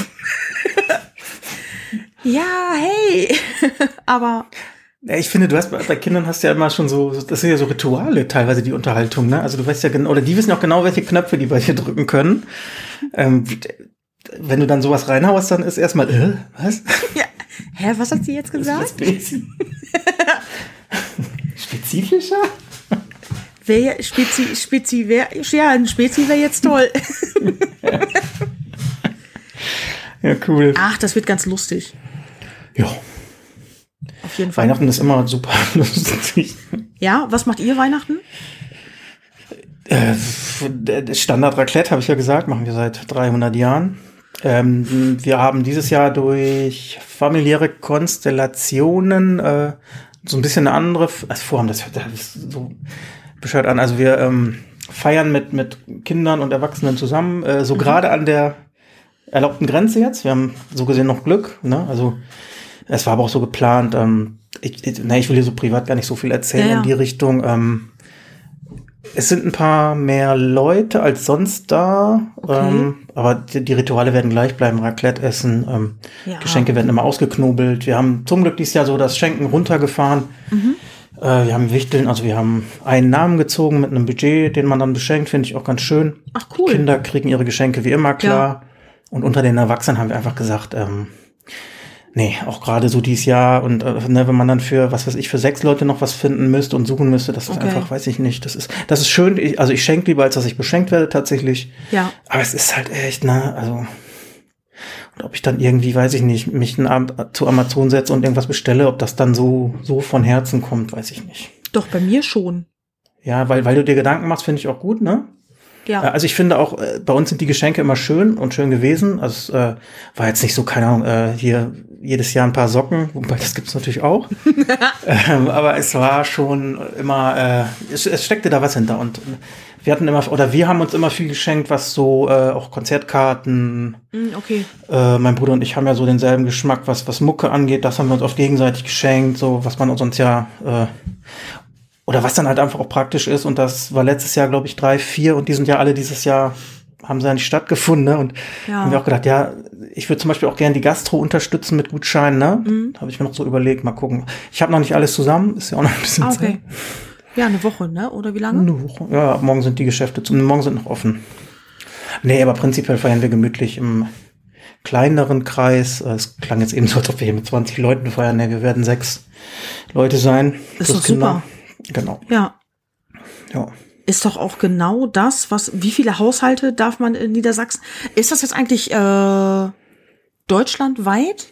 Ja, hey. Aber ja, ich finde, du hast bei Kindern hast ja immer schon so, das sind ja so Rituale teilweise, die Unterhaltung, ne? Also du weißt ja genau, oder die wissen auch genau, welche Knöpfe die bei dir drücken können. Ähm, wenn du dann sowas reinhaust, dann ist erstmal, äh, was? Ja. Hä, was hat sie jetzt gesagt? Spezifischer? Wer Spezi, Spezi, wer, ja, ein Spezi wäre jetzt toll. Ja. Ja, cool. Ach, das wird ganz lustig. Ja. Auf jeden Fall. Weihnachten ist immer super lustig. Ja, was macht ihr Weihnachten? Äh, Standard Raclette, habe ich ja gesagt, machen wir seit dreihundert Jahren. Ähm, wir haben dieses Jahr durch familiäre Konstellationen äh, so ein bisschen eine andere, also vorhaben, das hört das so bescheuert an, also wir ähm, feiern mit mit Kindern und Erwachsenen zusammen, äh, so mhm. gerade an der erlaubten Grenze jetzt. Wir haben so gesehen noch Glück, ne? Also es war aber auch so geplant. Ähm, ich, ich, ne, ich will hier so privat gar nicht so viel erzählen ja, ja. in die Richtung. Ähm, es sind ein paar mehr Leute als sonst da, okay. ähm, aber die, die Rituale werden gleich bleiben. Raclette essen, ähm, ja. Geschenke werden immer ausgeknobelt. Wir haben zum Glück dieses Jahr so das Schenken runtergefahren. Mhm. Äh, wir haben Wichteln, also wir haben einen Namen gezogen mit einem Budget, den man dann beschenkt, finde ich auch ganz schön. Ach cool. Die Kinder kriegen ihre Geschenke wie immer, klar. Ja. Und unter den Erwachsenen haben wir einfach gesagt, ähm, nee, auch gerade so dieses Jahr und äh, ne, wenn man dann für, was weiß ich, für sechs Leute noch was finden müsste und suchen müsste, das ist okay. einfach, weiß ich nicht, das ist, das ist schön, ich, also ich schenke lieber, als dass ich beschenkt werde tatsächlich. Ja. Aber es ist halt echt, ne, also, und ob ich dann irgendwie, weiß ich nicht, mich einen Abend zu Amazon setze und irgendwas bestelle, ob das dann so, so von Herzen kommt, weiß ich nicht. Doch, bei mir schon. Ja, weil, weil du dir Gedanken machst, finde ich auch gut, ne? Ja. Also ich finde auch, äh, bei uns sind die Geschenke immer schön und schön gewesen. Also es äh, war jetzt nicht so, keine Ahnung, äh, hier jedes Jahr ein paar Socken, wobei das gibt's natürlich auch. ähm, aber es war schon immer, äh, es, es steckte da was hinter. Und wir hatten immer, oder wir haben uns immer viel geschenkt, was so äh, auch Konzertkarten. Okay. Äh, mein Bruder und ich haben ja so denselben Geschmack, was was Mucke angeht. Das haben wir uns oft gegenseitig geschenkt, so was man uns sonst ja äh, oder was dann halt einfach auch praktisch ist. Und das war letztes Jahr, glaube ich, drei, vier. Und die sind ja alle dieses Jahr, haben sie ja nicht stattgefunden. Ne? Und ja. haben wir auch gedacht, ja, ich würde zum Beispiel auch gerne die Gastro unterstützen mit Gutscheinen. Ne? Mhm. Da habe ich mir noch so überlegt, mal gucken. Ich habe noch nicht alles zusammen. Ist ja auch noch ein bisschen ah, okay. Zeit. Ja, eine Woche, ne? Oder wie lange? Eine Woche. Ja, morgen sind die Geschäfte zu. Morgen sind noch offen. Nee, aber prinzipiell feiern wir gemütlich im kleineren Kreis. Es klang jetzt eben so, als ob wir hier mit zwanzig Leuten feiern. Nee, wir werden sechs Leute sein. Das ist doch super. Genau. Ja. Ja. Ist doch auch genau das, was, wie viele Haushalte darf man in Niedersachsen? Ist das jetzt eigentlich äh, deutschlandweit?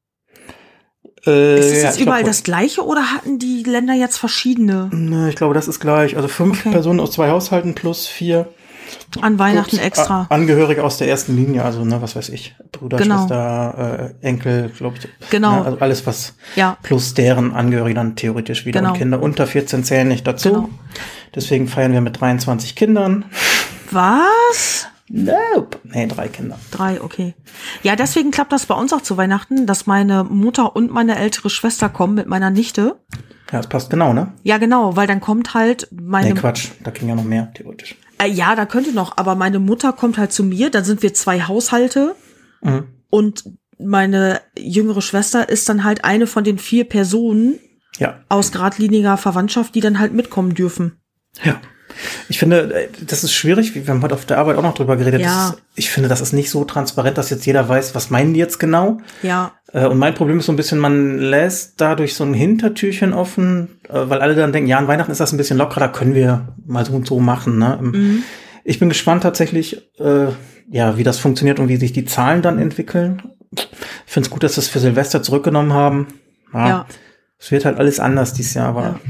Äh, ist das ja, jetzt überall glaub, das Gleiche oder hatten die Länder jetzt verschiedene? Ne, ich glaube, das ist gleich. Also fünf okay. Personen aus zwei Haushalten plus vier. An Weihnachten plus, extra. A- Angehörige aus der ersten Linie, also ne, was weiß ich, Bruder, genau. Schwester, äh, Enkel, glaube ich. Genau. Ne, also alles, was ja. plus deren Angehörige dann theoretisch wieder. Genau. Und Kinder unter vierzehn zählen nicht dazu. Genau. Deswegen feiern wir mit dreiundzwanzig Kindern. Was? Nope. Nee, drei Kinder. Drei, okay. Ja, deswegen klappt das bei uns auch zu Weihnachten, dass meine Mutter und meine ältere Schwester kommen mit meiner Nichte. Ja, das passt genau, ne? Ja, genau, weil dann kommt halt meine... Nee, Quatsch, da ging ja noch mehr, theoretisch. Äh, ja, da könnte noch, aber meine Mutter kommt halt zu mir, dann sind wir zwei Haushalte mhm. und meine jüngere Schwester ist dann halt eine von den vier Personen ja. aus geradliniger Verwandtschaft, die dann halt mitkommen dürfen. Ja. Ich finde, das ist schwierig, wir haben heute auf der Arbeit auch noch drüber geredet. Ja. Das ist, ich finde, das ist nicht so transparent, dass jetzt jeder weiß, was meinen die jetzt genau. Ja. Und mein Problem ist so ein bisschen, man lässt dadurch so ein Hintertürchen offen, weil alle dann denken, ja, an Weihnachten ist das ein bisschen lockerer, da können wir mal so und so machen. Ne? Mhm. Ich bin gespannt tatsächlich, äh, ja, wie das funktioniert und wie sich die Zahlen dann entwickeln. Ich finde es gut, dass sie es für Silvester zurückgenommen haben. Ja. ja. Es wird halt alles anders dieses Jahr, aber... Ja.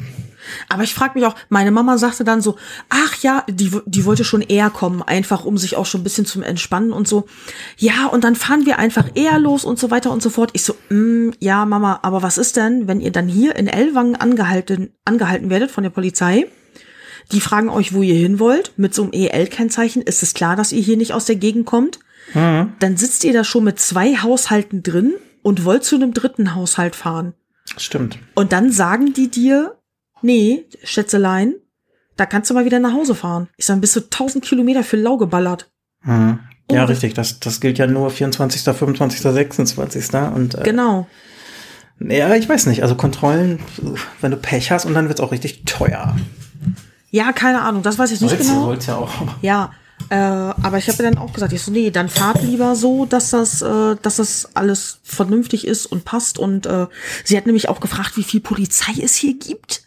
Aber ich frage mich auch, meine Mama sagte dann so, ach ja, die, die wollte schon eher kommen, einfach um sich auch schon ein bisschen zu entspannen und so. Ja, und dann fahren wir einfach eher los und so weiter und so fort. Ich so, mm, ja, Mama, aber was ist denn, wenn ihr dann hier in Ellwangen angehalten, angehalten werdet von der Polizei? Die fragen euch, wo ihr hin wollt, mit so einem E L-Kennzeichen. Ist es klar, dass ihr hier nicht aus der Gegend kommt? Mhm. Dann sitzt ihr da schon mit zwei Haushalten drin und wollt zu einem dritten Haushalt fahren. Stimmt. Und dann sagen die dir, nee, Schätzelein, da kannst du mal wieder nach Hause fahren. Ich sag, bist du tausend Kilometer für lau geballert. Mhm. Ja, richtig. Das, das gilt ja nur vierundzwanzigsten, fünfundzwanzigsten, sechsundzwanzigsten Und, äh, genau. Ja, ich weiß nicht. Also Kontrollen, wenn du Pech hast und dann wird's auch richtig teuer. Ja, keine Ahnung. Das weiß ich nicht soll's, genau. Soll's ja auch. Ja, äh, aber ich habe dann auch gesagt, ich so, nee, dann fahrt lieber so, dass das, äh, dass das alles vernünftig ist und passt. Und äh, sie hat nämlich auch gefragt, wie viel Polizei es hier gibt.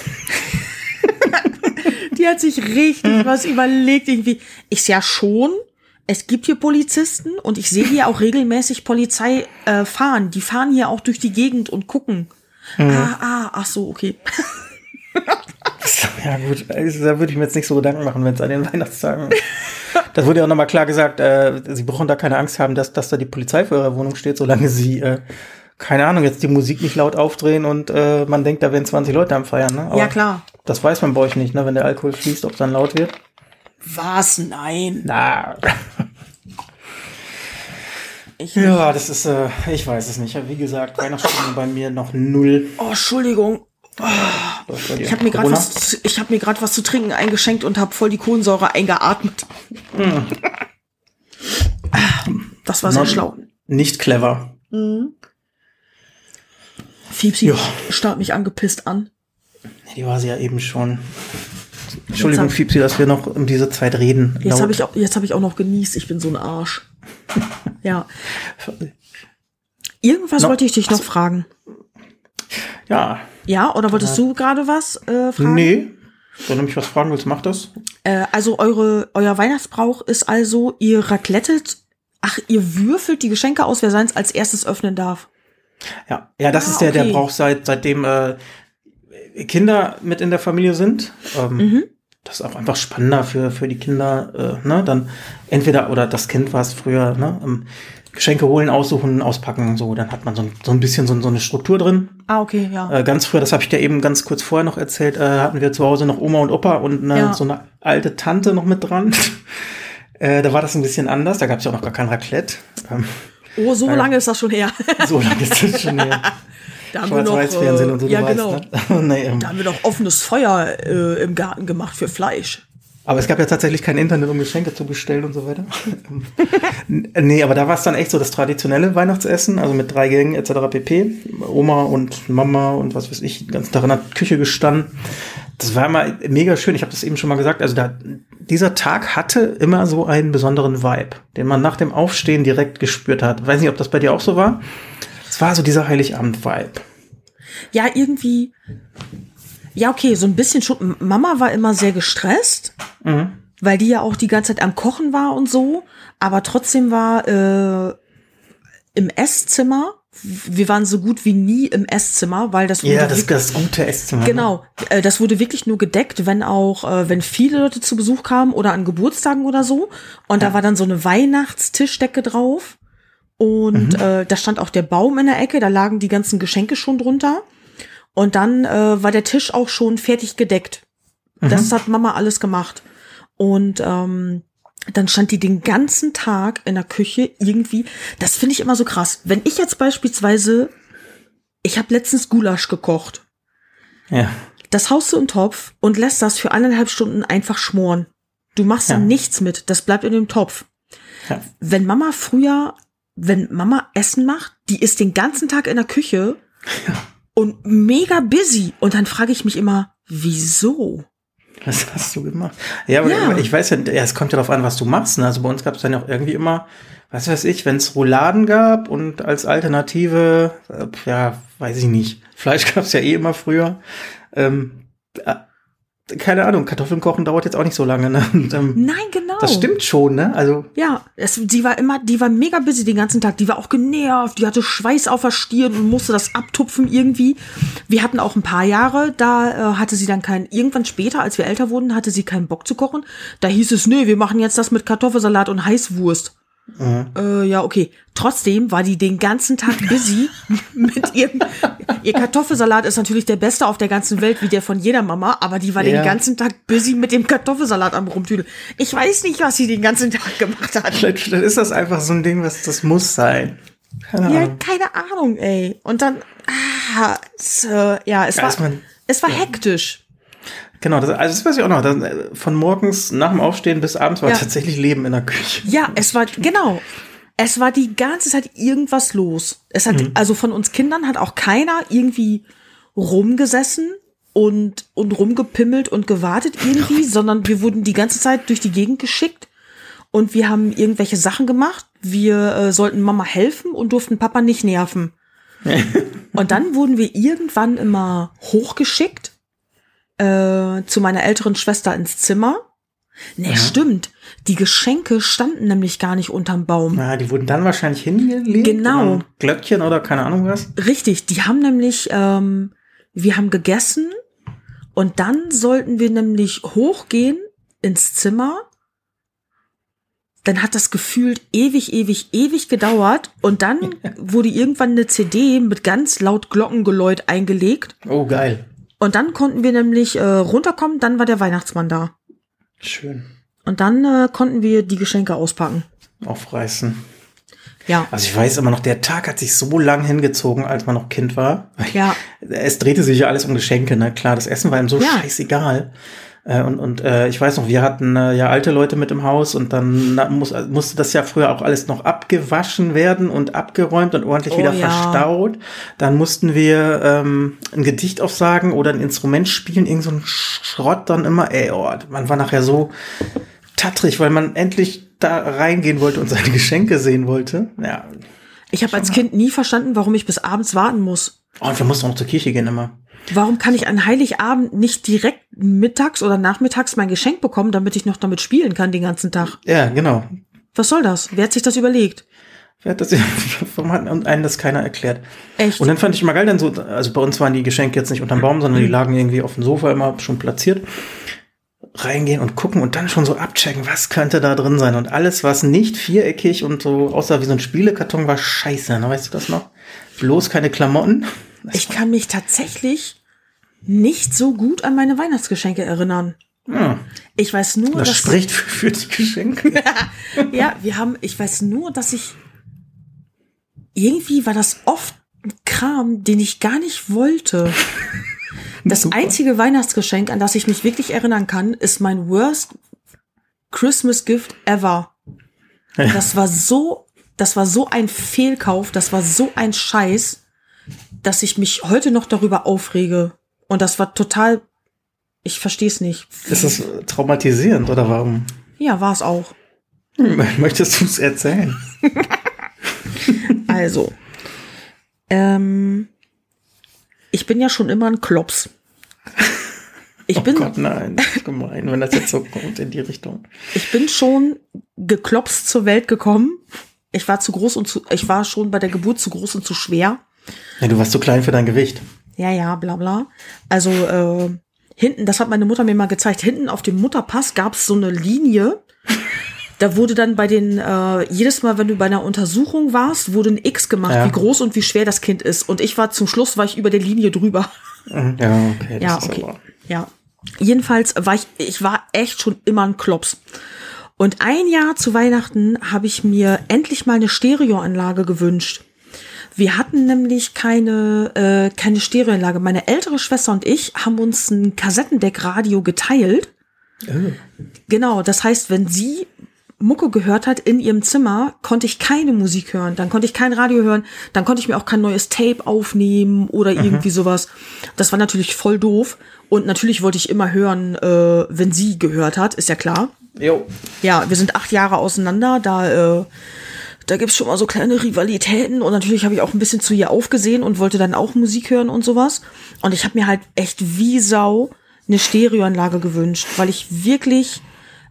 Die hat sich richtig was überlegt irgendwie. Ich ja schon, es gibt hier Polizisten und ich sehe hier auch regelmäßig Polizei äh, fahren. Die fahren hier auch durch die Gegend und gucken. Mhm. Ah, ah, ach so, okay. Ja gut, also, da würde ich mir jetzt nicht so Gedanken machen, wenn es an den Weihnachtstagen. Das wurde ja auch nochmal klar gesagt, äh, sie brauchen da keine Angst haben, dass, dass da die Polizei vor ihrer Wohnung steht, solange sie, äh, keine Ahnung, jetzt die Musik nicht laut aufdrehen und äh, man denkt, da wären zwanzig Leute am Feiern. Ne? Aber ja, klar. Das weiß man bei euch nicht, ne? Wenn der Alkohol fließt, ob es dann laut wird. Was? Nein. Na. Ich ja, das ist, äh, ich weiß es nicht. Wie gesagt, Weihnachtsstimmung bei mir noch null. Oh, Entschuldigung. Oh, ich habe mir gerade was, ich habe mir gerade was zu trinken eingeschenkt und habe voll die Kohlensäure eingeatmet. Hm. Das war sehr Not, schlau. Nicht clever. Mhm. Fiepsi starrt mich angepisst an. Die war sie ja eben schon. Entschuldigung, hab, Fiepsi, dass wir noch um diese Zeit reden. Jetzt habe ich auch, jetzt habe ich auch noch genießt. Ich bin so ein Arsch. Ja. Irgendwas no, wollte ich dich noch also, fragen. Ja. Ja, oder wolltest ja. du gerade was äh, fragen? Nee. Wenn du mich was fragen willst, mach das. Äh, also eure, euer Weihnachtsbrauch ist also, ihr raclettet, ach, ihr würfelt die Geschenke aus, wer seins als erstes öffnen darf. Ja, ja, das ah, ist der, okay. der Brauch seit seitdem äh, Kinder mit in der Familie sind. Ähm, mhm. Das ist auch einfach spannender für für die Kinder. Äh, ne, dann entweder oder das Kind war es früher. Ne, ähm, Geschenke holen, aussuchen, auspacken, so, dann hat man so, so ein bisschen so, so eine Struktur drin. Ah, okay, ja. Äh, ganz früher, das habe ich dir eben ganz kurz vorher noch erzählt, äh, hatten wir zu Hause noch Oma und Opa und eine, ja. so eine alte Tante noch mit dran. äh, da war das ein bisschen anders, da gab es ja auch noch gar kein Raclette. Ähm, oh, so äh, lange ist das schon her. So lange ist das schon her. Da haben wir noch, äh, und so, ja, weißt, genau. Ne? nee, ähm. Da haben wir noch offenes Feuer äh, im Garten gemacht für Fleisch. Aber es gab ja tatsächlich kein Internet, um Geschenke zu bestellen und so weiter. Nee, aber da war es dann echt so das traditionelle Weihnachtsessen, also mit drei Gängen et cetera pp. Oma und Mama und was weiß ich, den ganzen Tag in der Küche gestanden. Das war immer mega schön. Ich habe das eben schon mal gesagt. Also da, dieser Tag hatte immer so einen besonderen Vibe, den man nach dem Aufstehen direkt gespürt hat. Ich weiß nicht, ob das bei dir auch so war. Es war so dieser Heiligabend-Vibe. Ja, irgendwie... Ja, okay, so ein bisschen schon. Mama war immer sehr gestresst, mhm. weil die ja auch die ganze Zeit am Kochen war und so. Aber trotzdem war äh, im Esszimmer, wir waren so gut wie nie im Esszimmer, weil das wurde ja, das, das gute Esszimmer. Genau, äh, das wurde wirklich nur gedeckt, wenn auch, äh, wenn viele Leute zu Besuch kamen oder an Geburtstagen oder so. Und ja. da war dann so eine Weihnachtstischdecke drauf. Und mhm. äh, da stand auch der Baum in der Ecke, da lagen die ganzen Geschenke schon drunter. Und dann äh, war der Tisch auch schon fertig gedeckt. Mhm. Das hat Mama alles gemacht. Und ähm, dann stand die den ganzen Tag in der Küche irgendwie. Das finde ich immer so krass. Wenn ich jetzt beispielsweise, ich habe letztens Gulasch gekocht. Ja. Das haust du im Topf und lässt das für eineinhalb Stunden einfach schmoren. Du machst ja. dann nichts mit. Das bleibt in dem Topf. Ja. Wenn Mama früher, wenn Mama Essen macht, die ist den ganzen Tag in der Küche. Ja. Und mega busy. Und dann frage ich mich immer, wieso? Was hast du gemacht? Ja, aber ja. ich weiß ja, ja, es kommt ja darauf an, was du machst. Ne? Also bei uns gab es dann auch irgendwie immer, was weiß ich, wenn es Rouladen gab und als Alternative, äh, ja, weiß ich nicht. Fleisch gab es ja eh immer früher. Ähm, äh, keine Ahnung, Kartoffeln kochen dauert jetzt auch nicht so lange. Ne? Und, ähm, Nein, genau. Das stimmt schon, ne? Also ja, es, die war immer, die war mega busy den ganzen Tag. Die war auch genervt, die hatte Schweiß auf der Stirn und musste das abtupfen irgendwie. Wir hatten auch ein paar Jahre, da äh, hatte sie dann keinen, irgendwann später, als wir älter wurden, hatte sie keinen Bock zu kochen. Da hieß es, nee, wir machen jetzt das mit Kartoffelsalat und Heißwurst. Mhm. Äh, ja, okay. Trotzdem war die den ganzen Tag busy mit ihrem, ihr Kartoffelsalat ist natürlich der beste auf der ganzen Welt, wie der von jeder Mama, aber die war ja. den ganzen Tag busy mit dem Kartoffelsalat am Rumtüdeln. Ich weiß nicht, was sie den ganzen Tag gemacht hat. Vielleicht, vielleicht ist das einfach so ein Ding, was das muss sein. Keine ja, Ahnung. keine Ahnung, ey. Und dann, ah, es, äh, ja, es ja, war, man, es war ja. hektisch. Genau, das, also das weiß ich auch noch. Das, von morgens nach dem Aufstehen bis abends war ja. tatsächlich Leben in der Küche. Ja, es war, genau. Es war die ganze Zeit irgendwas los. Es hat, mhm. also von uns Kindern hat auch keiner irgendwie rumgesessen und, und rumgepimmelt und gewartet irgendwie, sondern wir wurden die ganze Zeit durch die Gegend geschickt und wir haben irgendwelche Sachen gemacht. Wir äh, sollten Mama helfen und durften Papa nicht nerven. Und dann wurden wir irgendwann immer hochgeschickt äh, zu meiner älteren Schwester ins Zimmer. Nee, ja. stimmt. Die Geschenke standen nämlich gar nicht unterm Baum. Ja, die wurden dann wahrscheinlich hingelegt. Genau. Glöckchen oder keine Ahnung was. Richtig, die haben nämlich, ähm, wir haben gegessen und dann sollten wir nämlich hochgehen ins Zimmer. Dann hat das gefühlt ewig, ewig, ewig gedauert und dann wurde irgendwann eine C D mit ganz laut Glockengeläut eingelegt. Oh, geil. Und dann konnten wir nämlich äh, runterkommen, dann war der Weihnachtsmann da. Schön. Und dann äh, konnten wir die Geschenke auspacken. Aufreißen. Ja. Also ich weiß immer noch, der Tag hat sich so lang hingezogen, als man noch Kind war. Ja. Es drehte sich ja alles um Geschenke, ne? Klar, das Essen war ihm so ja. scheißegal. Äh, und und äh, ich weiß noch, wir hatten äh, ja alte Leute mit im Haus und dann na, muss, musste das ja früher auch alles noch abgewaschen werden und abgeräumt und ordentlich oh, wieder ja. verstaut. Dann mussten wir ähm, ein Gedicht aufsagen oder ein Instrument spielen, irgend so ein Schrott dann immer. Ey, oh, man war nachher so tattrig, weil man endlich da reingehen wollte und seine Geschenke sehen wollte. Ja. Ich habe als Kind nie verstanden, warum ich bis abends warten muss. Oh, und wir mussten auch noch zur Kirche gehen immer. Warum kann ich an Heiligabend nicht direkt mittags oder nachmittags mein Geschenk bekommen, damit ich noch damit spielen kann den ganzen Tag? Ja, genau. Was soll das? Wer hat sich das überlegt? Wer hat das, warum hat einem das keiner erklärt? Echt? Und dann fand ich immer geil, dann so, also bei uns waren die Geschenke jetzt nicht unterm Baum, sondern die lagen irgendwie auf dem Sofa immer schon platziert. Reingehen und gucken und dann schon so abchecken, was könnte da drin sein. Und alles, was nicht viereckig und so aussah wie so ein Spielekarton, war scheiße. Ne? Weißt du das noch? Bloß keine Klamotten. Das ich kann mich tatsächlich nicht so gut an meine Weihnachtsgeschenke erinnern. Hm. Ich weiß nur, das dass... spricht für, für die Geschenke. Ja, wir haben... Ich weiß nur, dass ich... Irgendwie war das oft ein Kram, den ich gar nicht wollte. Das Super. einzige Weihnachtsgeschenk, an das ich mich wirklich erinnern kann, ist mein worst Christmas Gift ever. Das war so, das war so ein Fehlkauf, das war so ein Scheiß, dass ich mich heute noch darüber aufrege. Und das war total, ich verstehe es nicht. Ist das traumatisierend oder warum? Ja, war es auch. Möchtest du es erzählen? Also, ähm, ich bin ja schon immer ein Klops. Ich oh bin, Gott, nein, das ist gemein, wenn das jetzt so kommt in die Richtung. Ich bin schon geklopst zur Welt gekommen. Ich war zu groß und zu, ich war schon bei der Geburt zu groß und zu schwer. Ja, du warst zu klein für dein Gewicht. Ja, ja, bla bla. Also äh, hinten, das hat meine Mutter mir mal gezeigt, hinten auf dem Mutterpass gab es so eine Linie. Da wurde dann bei den, äh, jedes Mal, wenn du bei einer Untersuchung warst, wurde ein X gemacht, ja. wie groß und wie schwer das Kind ist. Und ich war zum Schluss, war ich über der Linie drüber. Ja, okay. Das ja, ist okay. Aber ja. Jedenfalls war ich, ich war echt schon immer ein Klops. Und ein Jahr zu Weihnachten habe ich mir endlich mal eine Stereoanlage gewünscht. Wir hatten nämlich keine, äh, keine Stereoanlage. Meine ältere Schwester und ich haben uns ein Kassettendeckradio geteilt. Oh. Genau, das heißt, wenn sie Mucke gehört hat in ihrem Zimmer, konnte ich keine Musik hören. Dann konnte ich kein Radio hören. Dann konnte ich mir auch kein neues Tape aufnehmen oder irgendwie mhm. sowas. Das war natürlich voll doof. Und natürlich wollte ich immer hören, äh, wenn sie gehört hat, ist ja klar. Jo. Ja, wir sind acht Jahre auseinander. Da, äh, da gibt's schon mal so kleine Rivalitäten. Und natürlich habe ich auch ein bisschen zu ihr aufgesehen und wollte dann auch Musik hören und sowas. Und ich habe mir halt echt wie Sau eine Stereoanlage gewünscht, weil ich wirklich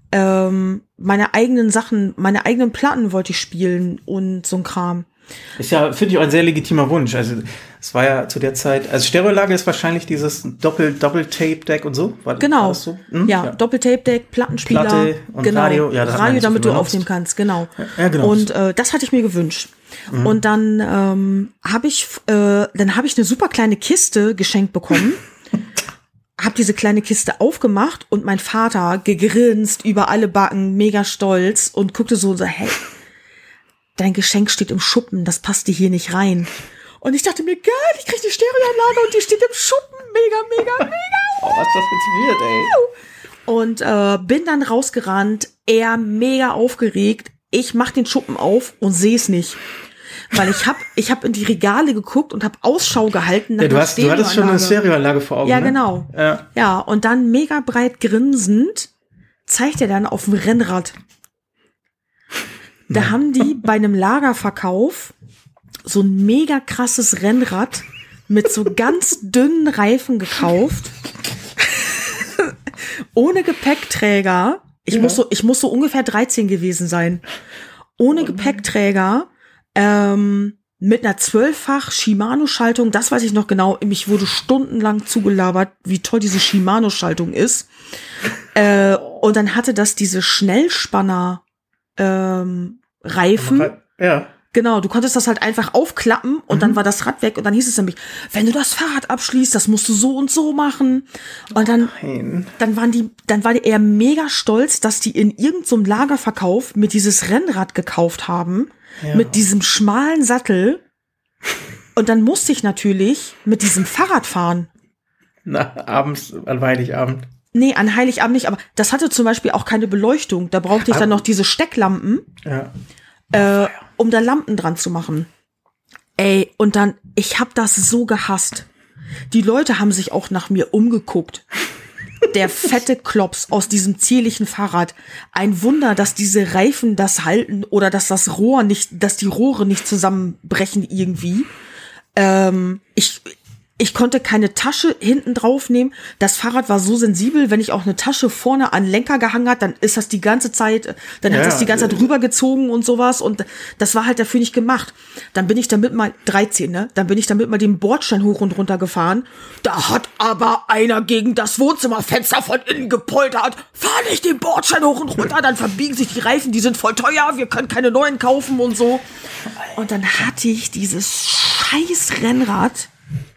ähm, meine eigenen Sachen, meine eigenen Platten wollte ich spielen und so ein Kram. Ist ja, finde ich, auch ein sehr legitimer Wunsch. Also es war ja zu der Zeit, also Stereoanlage ist wahrscheinlich dieses Doppel, Doppel-Tape-Deck und so. War, Genau. War das so? Hm? Ja, ja. Doppel-Tape-Deck, Plattenspieler. Platte und genau. Radio. Ja, das Radio, damit so du aufnehmen kannst, genau. Ja, genau. Und äh, das hatte ich mir gewünscht. Mhm. Und dann ähm, habe ich, äh, dann habe ich eine super kleine Kiste geschenkt bekommen. Hab diese kleine Kiste aufgemacht und mein Vater gegrinst über alle Backen, mega stolz und guckte so und so, hey, dein Geschenk steht im Schuppen, das passt dir hier nicht rein. Und ich dachte mir, geil, ich krieg die Stereoanlage und die steht im Schuppen, mega, mega, mega. Oh, was das jetzt wird, ey. Und äh, bin dann rausgerannt, er mega aufgeregt. Ich mach den Schuppen auf und sehe es nicht. Weil ich hab, ich hab in die Regale geguckt und hab Ausschau gehalten nach ja, du, einer hast, du hattest schon eine Stereoanlage vor Augen, Ja, ne? genau. Ja. ja, und dann mega breit grinsend zeigt er dann auf dem Rennrad. Da haben die bei einem Lagerverkauf so ein mega krasses Rennrad mit so ganz dünnen Reifen gekauft. Ohne Gepäckträger. Ich, ja. muss so, ich muss so ungefähr dreizehn gewesen sein. Ohne oh Gepäckträger. Ähm, mit einer zwölffach Shimano-Schaltung. Das weiß ich noch genau. Mich wurde stundenlang zugelabert, wie toll diese Shimano-Schaltung ist. Äh, und dann hatte das diese Schnellspanner ähm, Reifen. Ja. Genau, du konntest das halt einfach aufklappen und mhm. dann war das Rad weg und dann hieß es nämlich, wenn du das Fahrrad abschließt, das musst du so und so machen. Und dann, Nein. dann waren die, dann war die eher mega stolz, dass die in irgendeinem so Lagerverkauf mit dieses Rennrad gekauft haben, ja. mit diesem schmalen Sattel. Und dann musste ich natürlich mit diesem Fahrrad fahren. Na, abends, an Heiligabend. Nee, an Heiligabend nicht, aber das hatte zum Beispiel auch keine Beleuchtung. Da brauchte ich dann noch diese Stecklampen, ja. äh, um da Lampen dran zu machen. Ey, und dann, ich hab das so gehasst. Die Leute haben sich auch nach mir umgeguckt. Der fette Klops aus diesem zierlichen Fahrrad. Ein Wunder, dass diese Reifen das halten oder dass das Rohr nicht, dass die Rohre nicht zusammenbrechen irgendwie. Ähm, ich... Ich konnte keine Tasche hinten drauf nehmen. Das Fahrrad war so sensibel, wenn ich auch eine Tasche vorne an den Lenker gehangen hat, dann ist das die ganze Zeit, dann hat ja, das die ganze Zeit rübergezogen und sowas. Und das war halt dafür nicht gemacht. Dann bin ich damit mal, dreizehn, ne? Dann bin ich damit mal den Bordstein hoch und runter gefahren. Da hat aber einer gegen das Wohnzimmerfenster von innen gepoltert. Fahr nicht den Bordstein hoch und runter, dann verbiegen sich die Reifen, die sind voll teuer, wir können keine neuen kaufen und so. Und dann hatte ich dieses scheiß Rennrad.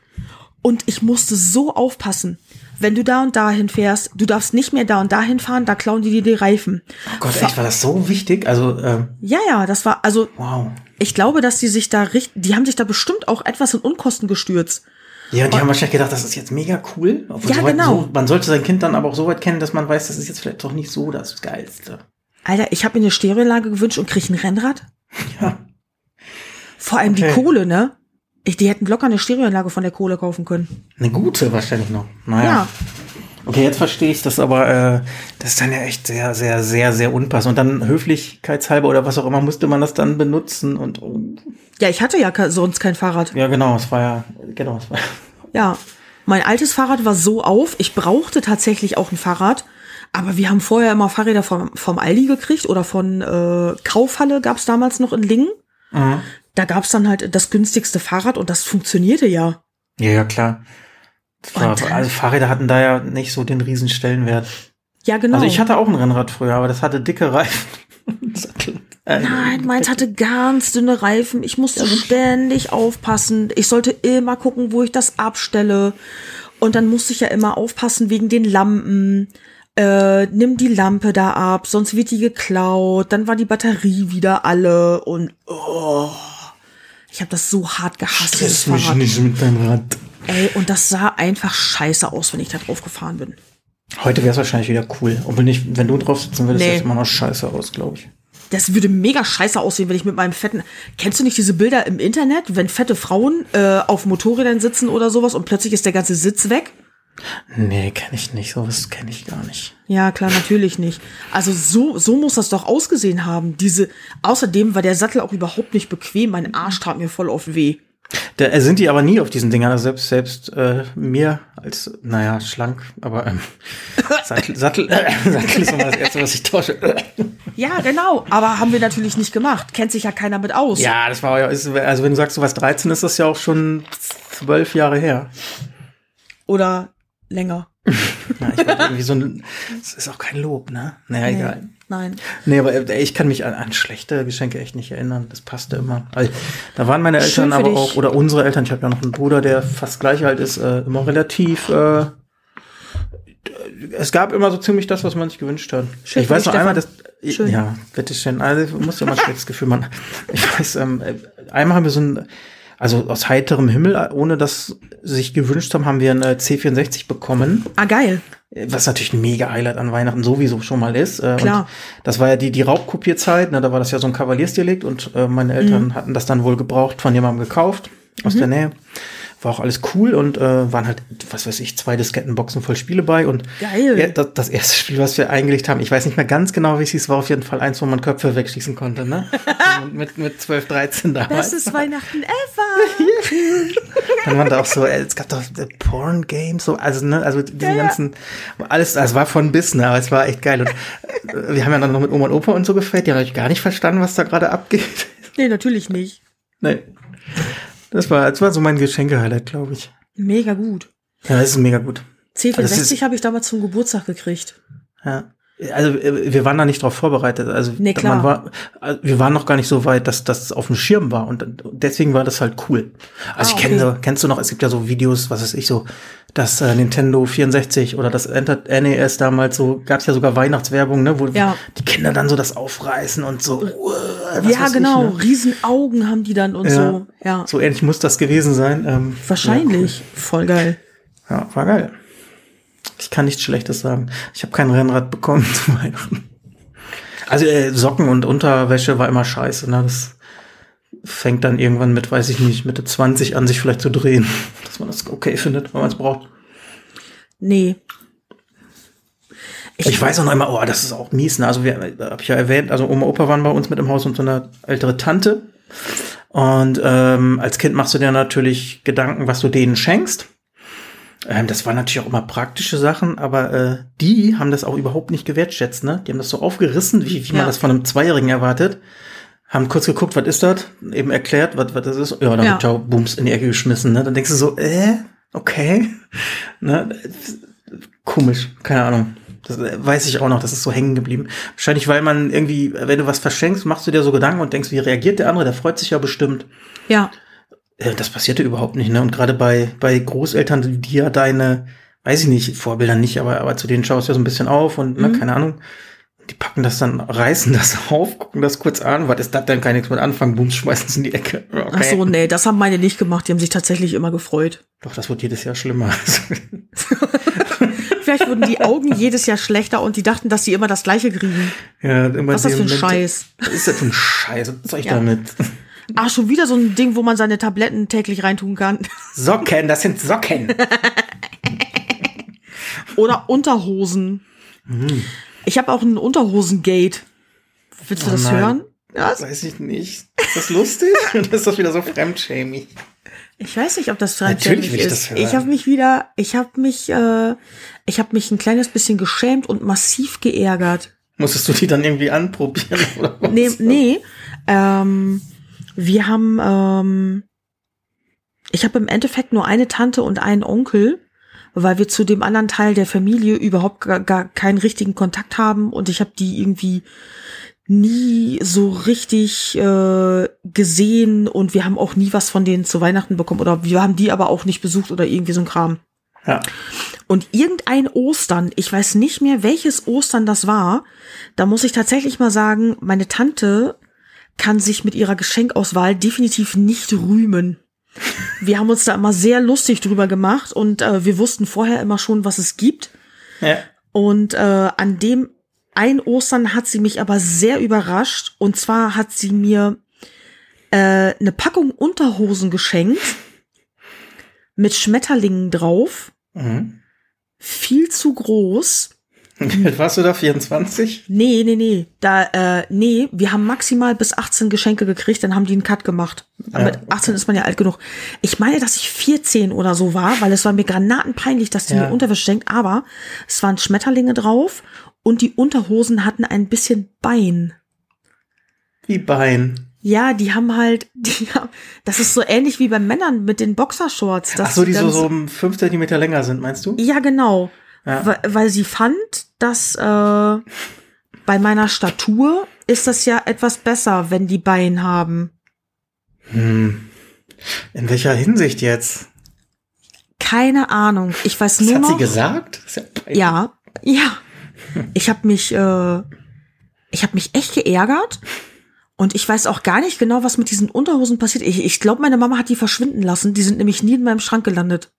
Und ich musste so aufpassen, wenn du da und dahin fährst, du darfst nicht mehr da und dahin fahren, da klauen die dir die Reifen. Oh Gott, echt, war das so wichtig? Also ähm, ja, ja, das war, also wow. Ich glaube, dass die sich da richt, die haben sich da bestimmt auch etwas in Unkosten gestürzt. Ja, und die und, haben wahrscheinlich gedacht, das ist jetzt mega cool. Ja, so weit, genau. So, man sollte sein Kind dann aber auch so weit kennen, dass man weiß, das ist jetzt vielleicht doch nicht so das Geilste. Alter, ich habe mir eine Stereoanlage gewünscht und krieg ein Rennrad. Ja. Vor allem okay. Die Kohle, ne? Ich, die hätten locker eine Stereoanlage von der Kohle kaufen können. Eine gute wahrscheinlich noch. Naja. Ja. Okay, jetzt verstehe ich das, aber äh, das ist dann ja echt sehr, sehr, sehr, sehr unpassend. Und dann höflichkeitshalber oder was auch immer musste man das dann benutzen und. und ja, ich hatte ja sonst kein Fahrrad. Ja, genau, es war ja, genau, es war. Ja, mein altes Fahrrad war so auf. Ich brauchte tatsächlich auch ein Fahrrad, aber wir haben vorher immer Fahrräder vom, vom Aldi gekriegt oder von äh, Kaufhalle gab's damals noch in Lingen. Mhm. Da gab's dann halt das günstigste Fahrrad und das funktionierte ja. Ja, ja, klar. War, also Fahrräder hatten da ja nicht so den riesen Stellenwert. Ja, genau. Also ich hatte auch ein Rennrad früher, aber das hatte dicke Reifen. Nein, meins hatte ganz dünne Reifen. Ich musste ständig aufpassen. Ich sollte immer gucken, wo ich das abstelle. Und dann musste ich ja immer aufpassen wegen den Lampen. Äh, nimm die Lampe da ab, sonst wird die geklaut. Dann war die Batterie wieder alle und oh, ich habe das so hart gehasst. Stress mich nicht mit deinem Rad. Ey, und das sah einfach scheiße aus, wenn ich da drauf gefahren bin. Heute wäre es wahrscheinlich wieder cool. Obwohl nicht, wenn du drauf sitzen würdest, nee. sieht immer noch scheiße aus, glaube ich. Das würde mega scheiße aussehen, wenn ich mit meinem fetten... Kennst du nicht diese Bilder im Internet, wenn fette Frauen äh, auf Motorrädern sitzen oder sowas und plötzlich ist der ganze Sitz weg? Nee, kenne ich nicht. Sowas kenne ich gar nicht. Ja, klar, natürlich nicht. Also so so muss das doch ausgesehen haben. Diese. Außerdem war der Sattel auch überhaupt nicht bequem. Mein Arsch tat mir voll oft weh. Da äh, sind die aber nie auf diesen Dingern. Also selbst selbst äh, mir als, naja, schlank, aber ähm, Sattel, Sattel, äh, Sattel ist immer das Erste, was ich tausche. Ja, genau. Aber haben wir natürlich nicht gemacht. Kennt sich ja keiner mit aus. Ja, das war ja, ist, also wenn du sagst, du warst dreizehn, ist das ja auch schon zwölf Jahre her. Oder länger. Ja, ich war irgendwie so ein, das ist auch kein Lob, ne? Naja, Nee, egal. Nein. Nee, aber äh, ich kann mich an, an schlechte Geschenke echt nicht erinnern. Das passte immer. Also, da waren meine Schön Eltern für aber dich. auch, oder unsere Eltern, ich habe ja noch einen Bruder, der fast gleich alt ist, äh, immer relativ, äh, es gab immer so ziemlich das, was man sich gewünscht hat. Schön ich für weiß dich, noch einmal, Stefan. dass, Schön. ja, bitteschön, also muss ja mal ein schlechtes Gefühl machen. Ich weiß, ähm, einmal haben wir so ein, also aus heiterem Himmel, ohne dass sie sich gewünscht haben, haben wir ein äh, C vierundsechzig bekommen. Ah, geil. Was natürlich ein mega Highlight an Weihnachten sowieso schon mal ist. Äh, Klar. Und das war ja die, die Raubkopierzeit, ne, da war das ja so ein Kavaliersdelikt und äh, meine Eltern Mhm. hatten das dann wohl gebraucht von jemandem gekauft aus der Nähe. War auch alles cool und äh, waren halt, was weiß ich, zwei Diskettenboxen voll Spiele bei und Geil. ja, das, das erste Spiel, was wir eingelegt haben, ich weiß nicht mehr ganz genau, wie es hieß, war auf jeden Fall eins, wo man Köpfe wegschießen konnte, ne? Also mit, mit zwölf, dreizehn damals. Bestes Weihnachten ever. Dann waren da auch so, äh, es gab doch äh, Porn-Games, so, also, ne, also diese Ja, ja. ganzen, alles, das war von bis, ne, aber es war echt geil. Und äh, wir haben ja dann noch mit Oma und Opa und so gefällt, die haben natürlich gar nicht verstanden, was da gerade abgeht. Nee, natürlich nicht. Nee. Das war, das war so mein Geschenke-Highlight, glaube ich. Mega gut. Ja, das ist mega gut. C Das vierundsechzig habe ich damals zum Geburtstag gekriegt. Ja. Also äh, wir waren da nicht drauf vorbereitet. Also Nee, klar. man war, äh, wir waren noch gar nicht so weit, dass das auf dem Schirm war und deswegen war das halt cool. Also Ah, ich kenne, okay. so, kennst du noch? Es gibt ja so Videos, was weiß ich so, das äh, Nintendo vierundsechzig oder das Enter- N E S damals so, gab es ja sogar Weihnachtswerbung, ne, wo Ja. die Kinder dann so das aufreißen und so. Uh, was Ja, weiß genau. Ich, ne? Riesenaugen haben die dann und Ja. so. Ja. So ähnlich muss das gewesen sein. Ähm, Wahrscheinlich. Voll geil. Ja, cool. Ja, war geil. Ich kann nichts Schlechtes sagen. Ich habe kein Rennrad bekommen zu Weihnachten. Also äh, Socken und Unterwäsche war immer scheiße. Ne? Das fängt dann irgendwann mit, weiß ich nicht, Mitte zwanzig an, sich vielleicht zu drehen. Dass man das okay findet, wenn man es braucht. Nee. Ich, ich weiß auch noch immer, oh, das ist auch mies. Ne? Also, wir, habe ich ja erwähnt, also Oma und Opa waren bei uns mit im Haus und so eine ältere Tante. Und ähm, als Kind machst du dir natürlich Gedanken, was du denen schenkst. Ähm, das waren natürlich auch immer praktische Sachen, aber äh, die haben das auch überhaupt nicht gewertschätzt. Ne? Die haben das so aufgerissen, wie, wie man Ja. das von einem Zweijährigen erwartet. Haben kurz geguckt, was ist das? Eben erklärt, was, was das ist. Ja, dann Ja. wird ciao, booms, in die Ecke geschmissen. Ne? Dann denkst du so, äh, okay. Ne? Komisch, keine Ahnung. Das weiß ich auch noch, das ist so hängen geblieben. Wahrscheinlich, weil man irgendwie, wenn du was verschenkst, machst du dir so Gedanken und denkst, wie reagiert der andere? Der freut sich ja bestimmt. Ja. Äh, Das passierte überhaupt nicht, ne? Und gerade bei, bei Großeltern, die ja deine, weiß ich nicht, Vorbilder nicht, aber, aber zu denen schaust du ja so ein bisschen auf und, ne, Mhm. keine Ahnung. Die packen das dann, reißen das auf, gucken das kurz an, was ist das denn? Kann nichts mit anfangen, bums, schmeißen es in die Ecke. Okay. Ach so, nee, das haben meine nicht gemacht. Die haben sich tatsächlich immer gefreut. Doch, das wird jedes Jahr schlimmer. Vielleicht wurden die Augen jedes Jahr schlechter und die dachten, dass sie immer das Gleiche kriegen. Ja, immer Was ist das für ein die- Scheiß? Was ist das für ein Scheiß? Was soll ich Ja. damit? Ah, schon wieder so ein Ding, wo man seine Tabletten täglich reintun kann. Socken, das sind Socken. Oder Unterhosen. Hm. Ich habe auch ein Unterhosengate. Willst du Oh das nein. hören? Ja, Weiß ich nicht. Ist das lustig? Oder ist das wieder so fremdschämig? ich weiß nicht, ob das Natürlich fremdschämig will ich ist. das hören. Ich habe mich wieder, ich habe mich, äh, ich habe mich ein kleines bisschen geschämt und massiv geärgert. Musstest du die dann irgendwie anprobieren? Oder was? Nee, nee. Ähm, wir haben, ähm, ich habe im Endeffekt nur eine Tante und einen Onkel, weil wir zu dem anderen Teil der Familie überhaupt gar, gar keinen richtigen Kontakt haben und ich habe die irgendwie nie so richtig äh, gesehen und wir haben auch nie was von denen zu Weihnachten bekommen oder wir haben die aber auch nicht besucht oder irgendwie so ein Kram. Ja. Und irgendein Ostern, ich weiß nicht mehr, welches Ostern das war, da muss ich tatsächlich mal sagen, meine Tante kann sich mit ihrer Geschenkauswahl definitiv nicht rühmen. Wir haben uns da immer sehr lustig drüber gemacht und äh, wir wussten vorher immer schon, was es gibt. Ja. Und äh, an dem ein Ostern hat sie mich aber sehr überrascht. Und zwar hat sie mir äh, eine Packung Unterhosen geschenkt mit Schmetterlingen drauf. Mhm. Viel zu groß. Wie alt warst du da? vierundzwanzig? Nee, nee, nee. Da, äh, nee, wir haben maximal bis achtzehn Geschenke gekriegt, dann haben die einen Cut gemacht. Ja, mit achtzehn okay. Ist man ja alt genug. Ich meine, dass ich vierzehn oder so war, weil es war mir granatenpeinlich, dass die ja. mir Unterwäsche schenkt, aber es waren Schmetterlinge drauf und die Unterhosen hatten ein bisschen Bein. Wie Bein? Ja, die haben halt, die haben, das ist so ähnlich wie bei Männern mit den Boxershorts. Ach so, die so, so fünf Zentimeter länger sind, meinst du? Ja, genau. Ja. Weil, weil sie fand, dass äh, bei meiner Statur ist das ja etwas besser, wenn die Beine haben. Hm. In welcher Hinsicht jetzt? Keine Ahnung. Ich weiß das nur hat noch. Sie gesagt? Das ist ja, ja, ja. Ich habe mich, äh, ich habe mich echt geärgert. Und ich weiß auch gar nicht genau, was mit diesen Unterhosen passiert. Ich, ich glaube, meine Mama hat die verschwinden lassen. Die sind nämlich nie in meinem Schrank gelandet.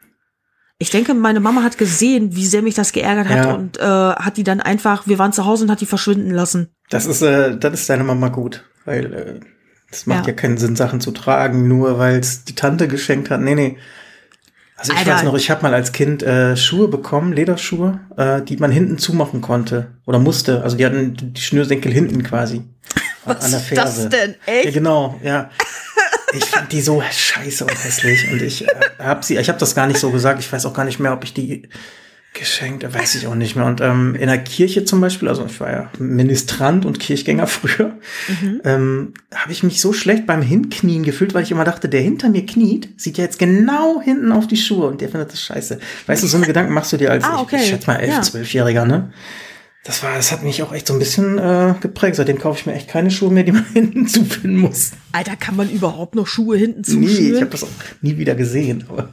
Ich denke, meine Mama hat gesehen, wie sehr mich das geärgert hat ja. und äh, hat die dann einfach, wir waren zu Hause und hat die verschwinden lassen. Das ist, äh, das ist deine Mama gut, weil äh, das macht ja. ja keinen Sinn, Sachen zu tragen, nur weil es die Tante geschenkt hat. Nee, nee. Also ich Alter. weiß noch, ich habe mal als Kind äh, Schuhe bekommen, Lederschuhe, äh, die man hinten zumachen konnte oder musste. Also die hatten die Schnürsenkel hinten quasi. Was an der Ferse. ist das denn? Echt? Ja, genau, ja. Ich fand die so scheiße und hässlich und ich äh, habe sie, ich habe das gar nicht so gesagt, ich weiß auch gar nicht mehr, ob ich die geschenkt, weiß ich auch nicht mehr. Und ähm, in der Kirche zum Beispiel, also ich war ja Ministrant und Kirchgänger früher, mhm. ähm, habe ich mich so schlecht beim Hinknien gefühlt, weil ich immer dachte, der hinter mir kniet, sieht ja jetzt genau hinten auf die Schuhe und der findet das scheiße. Weißt du, so eine Gedanken machst du dir als, ah, okay. ich, ich schätze mal elf-, zwölfjähriger, ne? Das war, das hat mich auch echt so ein bisschen äh, geprägt. Seitdem kaufe ich mir echt keine Schuhe mehr, die man hinten zubinden muss. Alter, kann man überhaupt noch Schuhe hinten zuschnüren? Nee, ich habe das auch nie wieder gesehen. Aber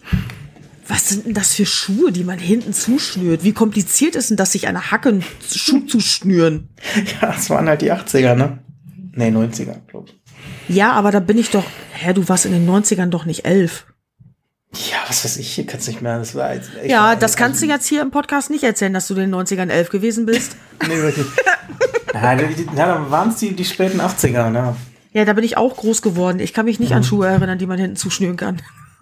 was sind denn das für Schuhe, die man hinten zuschnürt? Wie kompliziert ist denn das, sich eine Hacke einen Schuh zu schnüren? Ja, das waren halt die achtziger, ne? Nee, neunziger, glaube ich. Ja, aber da bin ich doch, hä, du warst in den neunzigern doch nicht elf. Ja, was weiß ich, ich kann es nicht mehr. Das war echt ja, war, das kannst also, du jetzt hier im Podcast nicht erzählen, dass du in den neunzigern elf gewesen bist. Nee, wirklich. Nein, ja, da waren es die, die späten achtziger, ne? Ja, da bin ich auch groß geworden. Ich kann mich nicht mhm. an Schuhe erinnern, die man hinten zuschnüren kann.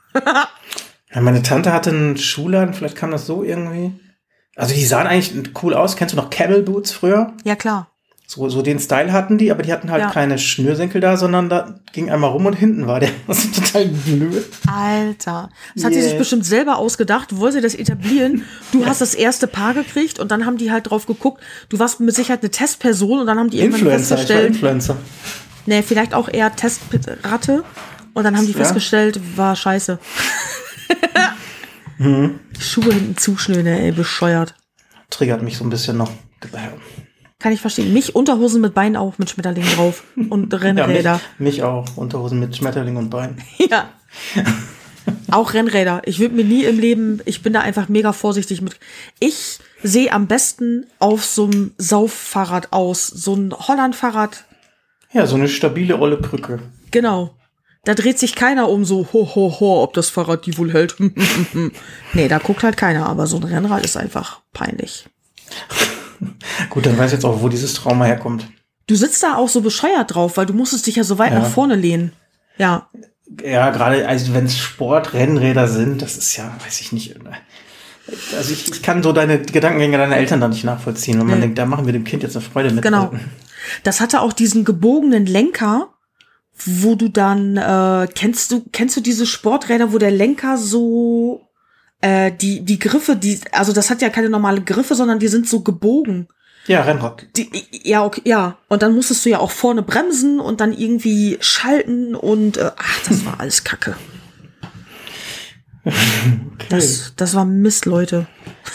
Ja, meine Tante hatte einen Schuhladen, vielleicht kam das so irgendwie. Also die sahen eigentlich cool aus. Kennst du noch Camel Boots früher? Ja, klar. So, so den Style hatten die, aber die hatten halt ja. keine Schnürsenkel da, sondern da ging einmal rum und hinten war der. Das ist total blöd. Alter. Das hat yeah. sie sich bestimmt selber ausgedacht, wollte sie das etablieren. Du hast das erste Paar gekriegt und dann haben die halt drauf geguckt. Du warst mit Sicherheit eine Testperson und dann haben die Influencer, irgendwann festgestellt. Ich war Influencer. Nee, vielleicht auch eher Testratte. Und dann haben die ja. festgestellt, war scheiße. mhm. Schuhe hinten zuschnüren, ey, bescheuert. Triggert mich so ein bisschen noch. Kann ich verstehen. Mich Unterhosen mit Beinen auch, mit Schmetterlingen drauf. Und Rennräder. Ja, mich, mich auch. Unterhosen mit Schmetterlingen und Beinen. Ja. Auch Rennräder. Ich würde mir nie im Leben, ich bin da einfach mega vorsichtig mit. Ich sehe am besten auf so einem Sauffahrrad aus. So ein Holland-Fahrrad. Ja, so eine stabile, olle Krücke. Genau. Da dreht sich keiner um so, ho, ho, ho, ob das Fahrrad die wohl hält. Nee, da guckt halt keiner. Aber so ein Rennrad ist einfach peinlich. Gut, dann weiß ich jetzt auch, wo dieses Trauma herkommt. Du sitzt da auch so bescheuert drauf, weil du musstest dich ja so weit ja. nach vorne lehnen. Ja. Ja, gerade, also wenn es Sportrennräder sind, das ist ja, weiß ich nicht. Also ich, ich kann so deine Gedankengänge deiner Eltern da nicht nachvollziehen. Und man nee. denkt, da machen wir dem Kind jetzt eine Freude mit. Genau. Das hatte auch diesen gebogenen Lenker, wo du dann, äh, kennst du, kennst du diese Sporträder, wo der Lenker so Äh, die, die Griffe, die, also das hat ja keine normale Griffe, sondern die sind so gebogen. Ja, Rennrad. Die, ja, okay, ja. Und dann musstest du ja auch vorne bremsen und dann irgendwie schalten und, äh, ach, das war alles Kacke. Okay. Das, das war Mist, Leute.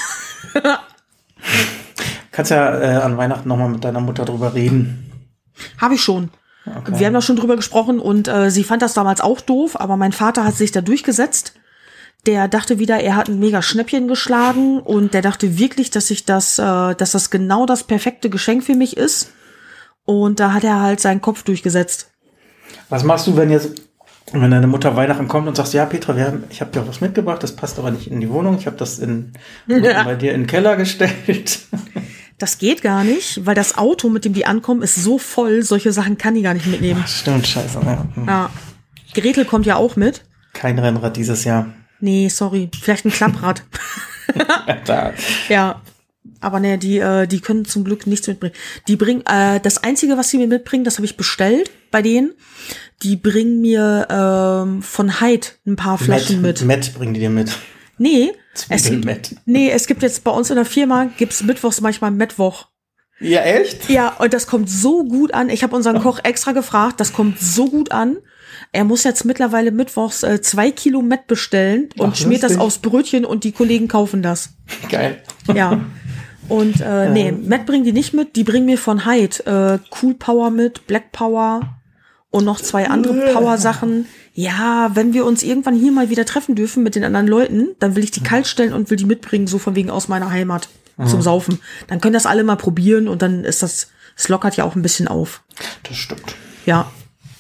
Kannst ja äh, an Weihnachten nochmal mit deiner Mutter drüber reden. Habe ich schon. Okay. Wir haben da schon drüber gesprochen und äh, sie fand das damals auch doof, aber mein Vater hat sich da durchgesetzt. Der dachte wieder, er hat ein mega Schnäppchen geschlagen und der dachte wirklich, dass ich das, äh, dass das genau das perfekte Geschenk für mich ist. Und da hat er halt seinen Kopf durchgesetzt. Was machst du, wenn jetzt, wenn deine Mutter Weihnachten kommt und sagst, ja Petra, wir haben, ich habe dir was mitgebracht, das passt aber nicht in die Wohnung, ich habe das in, ja. bei dir in den Keller gestellt. Das geht gar nicht, weil das Auto, mit dem die ankommen, ist so voll, solche Sachen kann die gar nicht mitnehmen. Ach, stimmt, scheiße. Ja. ja. Gretel kommt ja auch mit. Kein Rennrad dieses Jahr. Nee, sorry. Vielleicht ein Klapprad. ja. ja. Aber ne, die, äh, die können zum Glück nichts mitbringen. Die bringen, äh, das Einzige, was sie mir mitbringen, das habe ich bestellt bei denen. Die bringen mir ähm, von Hyde ein paar Flaschen Met, mit. Met bringen die dir mit. Nee, es, Zwiebelmet. nee, es gibt jetzt bei uns in der Firma, gibt's mittwochs manchmal Mittwoch. Ja, echt? Ja, und das kommt so gut an. Ich habe unseren Koch extra gefragt, das kommt so gut an. Er muss jetzt mittlerweile mittwochs äh, zwei Kilo Met bestellen und Ach, schmiert das lustig. aufs Brötchen und die Kollegen kaufen das. Geil. Ja. Und äh, nee, Met bringen die nicht mit, die bringen mir von Hyde äh, Cool Power mit, Black Power und noch zwei andere Power-Sachen. Ja, wenn wir uns irgendwann hier mal wieder treffen dürfen mit den anderen Leuten, dann will ich die kalt stellen und will die mitbringen, so von wegen aus meiner Heimat zum Saufen. Dann können das alle mal probieren und dann ist das, es lockert ja auch ein bisschen auf. Das stimmt. Ja.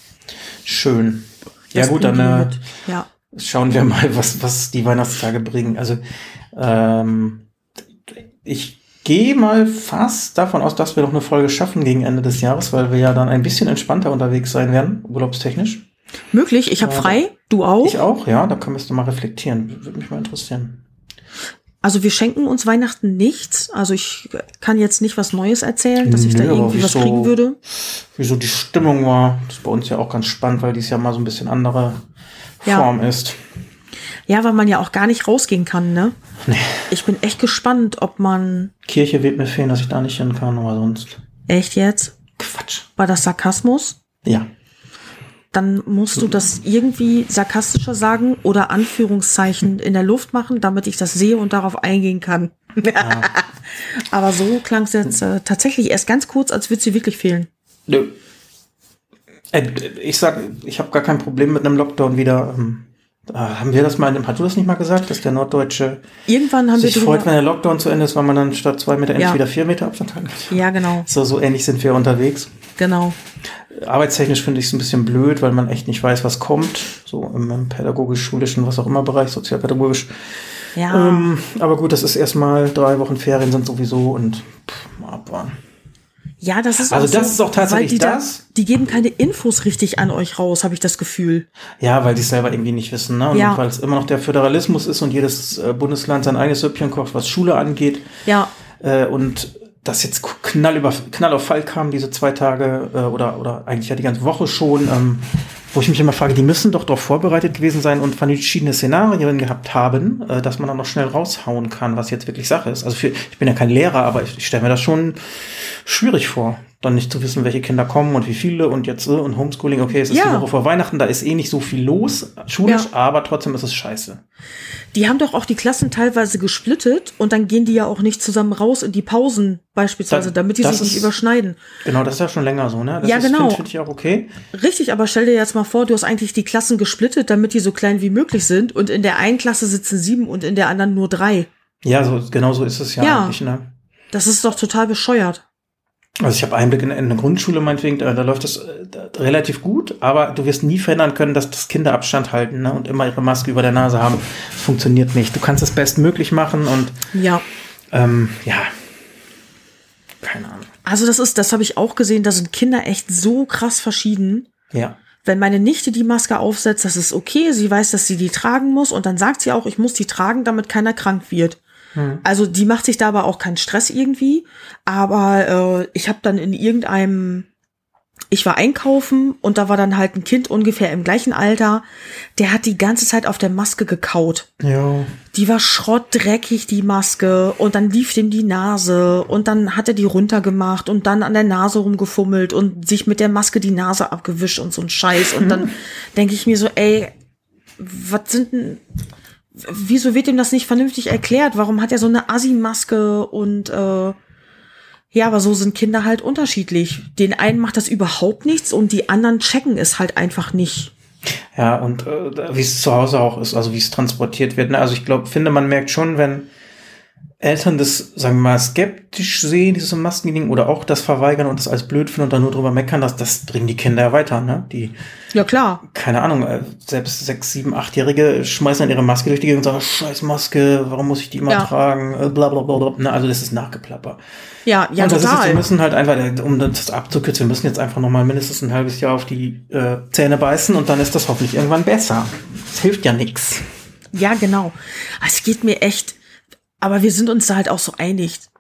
Schön. Ja Das gut, dann bringen die äh, mit. Ja. schauen wir mal, was, was die Weihnachtstage bringen. Also ähm, ich gehe mal fast davon aus, dass wir noch eine Folge schaffen gegen Ende des Jahres, weil wir ja dann ein bisschen entspannter unterwegs sein werden, urlaubstechnisch. Möglich, ich habe Ja, frei, du auch. Ich auch, ja, da können wir mal reflektieren. Würde mich mal interessieren. Also wir schenken uns Weihnachten nichts. Also ich kann jetzt nicht was Neues erzählen, dass ich Nö, da aber irgendwie was wieso- kriegen würde. Wieso die Stimmung war, das ist bei uns ja auch ganz spannend, weil dies ja mal so ein bisschen andere Ja. Form ist. Ja, weil man ja auch gar nicht rausgehen kann, ne? Nee. Ich bin echt gespannt, ob man... Kirche wird mir fehlen, dass ich da nicht hin kann, aber sonst Echt jetzt? Quatsch. War das Sarkasmus? Ja. Dann musst du das irgendwie sarkastischer sagen oder Anführungszeichen in der Luft machen, damit ich das sehe und darauf eingehen kann. Ja. Aber so klang es jetzt äh, tatsächlich erst ganz kurz, als würde sie wirklich fehlen. Nö. Äh, Ich sag, ich habe gar kein Problem mit einem Lockdown wieder. Ähm, ah, haben wir das mal, hast du das nicht mal gesagt, dass der Norddeutsche Irgendwann haben sich wir freut, drüber... wenn der Lockdown zu Ende ist, weil man dann statt zwei Meter endlich Ja. wieder vier Meter Abstand hat? Ja, genau, So, so ähnlich sind wir unterwegs. genau. Arbeitstechnisch finde ich es ein bisschen blöd, weil man echt nicht weiß, was kommt. So im, im pädagogisch-schulischen, was auch immer Bereich, sozialpädagogisch. Ja, Ähm, aber gut, das ist erstmal drei Wochen Ferien sind sowieso und pff, mal abwarten. ja, das ist Also auch das so, ist auch tatsächlich weil die das. Da, die geben keine Infos richtig an euch raus, habe ich das Gefühl. Ja, weil die es selber irgendwie nicht wissen, ne? Und Ja. weil es immer noch der Föderalismus ist und jedes äh, Bundesland sein eigenes Süppchen kocht, was Schule angeht. Ja, Äh, und dass jetzt Knall über Knall auf Fall kam, diese zwei Tage äh, oder oder eigentlich ja die ganze Woche schon, ähm, wo ich mich immer frage, die müssen doch darauf vorbereitet gewesen sein und verschiedene Szenarien gehabt haben, äh, dass man dann noch schnell raushauen kann, was jetzt wirklich Sache ist. Also für, ich bin ja kein Lehrer, aber ich, ich stelle mir das schon schwierig vor, dann nicht zu wissen, welche Kinder kommen und wie viele und jetzt äh, und Homeschooling, okay, es ist Ja. die Woche vor Weihnachten, da ist eh nicht so viel los, schulisch, Ja. aber trotzdem ist es scheiße. die haben doch auch die Klassen teilweise gesplittet und dann gehen die ja auch nicht zusammen raus in die Pausen beispielsweise, Da- damit die das sich nicht ist- überschneiden. Genau, das ist ja schon länger so, ne? Das Ja, ist, genau. Finde find ich auch okay. Richtig, aber stell dir jetzt mal vor, du hast eigentlich die Klassen gesplittet, damit die so klein wie möglich sind und in der einen Klasse sitzen sieben und in der anderen nur drei. Ja, so, genau so ist es ja, Ja. eigentlich, ne? Das ist doch total bescheuert. Also ich habe Einblick in, in eine Grundschule, meinetwegen, da, da läuft das äh, da, relativ gut, aber du wirst nie verhindern können, dass das Kinder Abstand halten, ne? Und immer ihre Maske über der Nase haben. Das funktioniert nicht. Du kannst es bestmöglich machen und Ja. ähm, ja, keine Ahnung. Also das ist, das habe ich auch gesehen, da sind Kinder echt so krass verschieden. Ja. Wenn meine Nichte die Maske aufsetzt, das ist okay, sie weiß, dass sie die tragen muss und dann sagt sie auch, ich muss die tragen, damit keiner krank wird. Hm. Also die macht sich da aber auch keinen Stress irgendwie, aber äh, ich habe dann in irgendeinem, ich war einkaufen und da war dann halt ein Kind ungefähr im gleichen Alter, der hat die ganze Zeit auf der Maske gekaut. Ja. Die war schrottdreckig, die Maske, und dann lief dem die Nase und dann hat er die runtergemacht und dann an der Nase rumgefummelt und sich mit der Maske die Nase abgewischt und so ein Scheiß. Und dann denke ich mir so, ey, was sind denn, wieso wird ihm das nicht vernünftig erklärt? Warum hat er so eine Assi-Maske? Und äh, ja, aber so sind Kinder halt unterschiedlich. Den einen macht das überhaupt nichts und die anderen checken es halt einfach nicht. Ja, und äh, wie es zu Hause auch ist, also wie es transportiert wird. Ne? Also ich glaube, finde, man merkt schon, wenn Eltern das, sagen wir mal, skeptisch sehen, dieses Maskending, oder auch das verweigern und das als blöd finden und dann nur drüber meckern, das, das bringen die Kinder ja weiter, ne? Die, Ja, klar. keine Ahnung, äh, selbst sechs, sieben, achtjährige schmeißen dann ihre Maske durch die Gegend und sagen, scheiß Maske, warum muss ich die immer Ja. tragen, äh, bla bla bla bla. Ne? Also das ist Nachgeplapper. Ja, ja, und das total. ist, wir müssen halt einfach, um das abzukürzen, wir müssen jetzt einfach noch mal mindestens ein halbes Jahr auf die äh, Zähne beißen und dann ist das hoffentlich irgendwann besser. Das hilft ja nix. Ja, genau. Es geht mir echt, aber wir sind uns da halt auch so einig.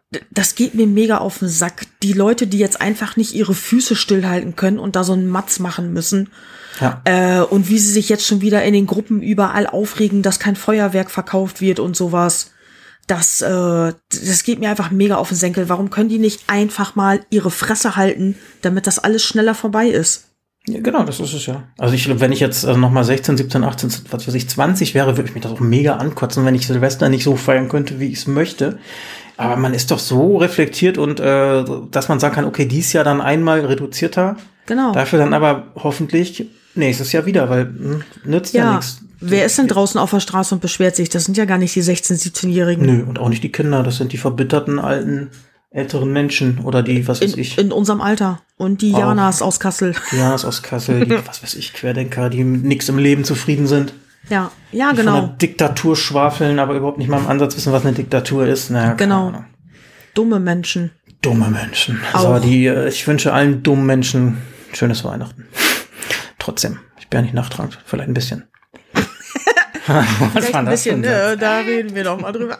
das geht mir mega auf den Sack. Die Leute, die jetzt einfach nicht ihre Füße stillhalten können und da so einen Matz machen müssen. Ja. Äh, und wie sie sich jetzt schon wieder in den Gruppen überall aufregen, dass kein Feuerwerk verkauft wird und sowas. Das, äh, das geht mir einfach mega auf den Senkel. Warum können die nicht einfach mal ihre Fresse halten, damit das alles schneller vorbei ist? Ja, genau, das ist es ja. Also ich, wenn ich jetzt also nochmal sechzehn, siebzehn, achtzehn, was weiß ich, zwanzig wäre, würde ich mich das auch mega ankotzen, wenn ich Silvester nicht so feiern könnte, wie ich es möchte. Aber man ist doch so reflektiert und äh, dass man sagen kann, okay, dies Jahr dann einmal reduzierter. Genau. Dafür dann aber hoffentlich nächstes Jahr wieder, weil hm, nützt ja, ja nichts. Wer ist denn draußen auf der Straße und beschwert sich? Das sind ja gar nicht die sechzehn-, siebzehnjährigen. Nö, und auch nicht die Kinder. Das sind die verbitterten, alten, älteren Menschen oder die, was weiß in, ich. In unserem Alter. Und die Janas aus Kassel. Die Janas aus Kassel, die, was weiß ich, Querdenker, die mit nichts im Leben zufrieden sind. Ja, ja, die genau. Von einer Diktatur schwafeln, aber überhaupt nicht mal im Ansatz wissen, was eine Diktatur ist. Naja, genau. Dumme Menschen. Dumme Menschen. Auch. Also die, ich wünsche allen dummen Menschen schönes Weihnachten. Trotzdem, ich bin ja nicht nachtragend, vielleicht ein bisschen. Was war ein das bisschen, ne, da reden wir doch mal drüber.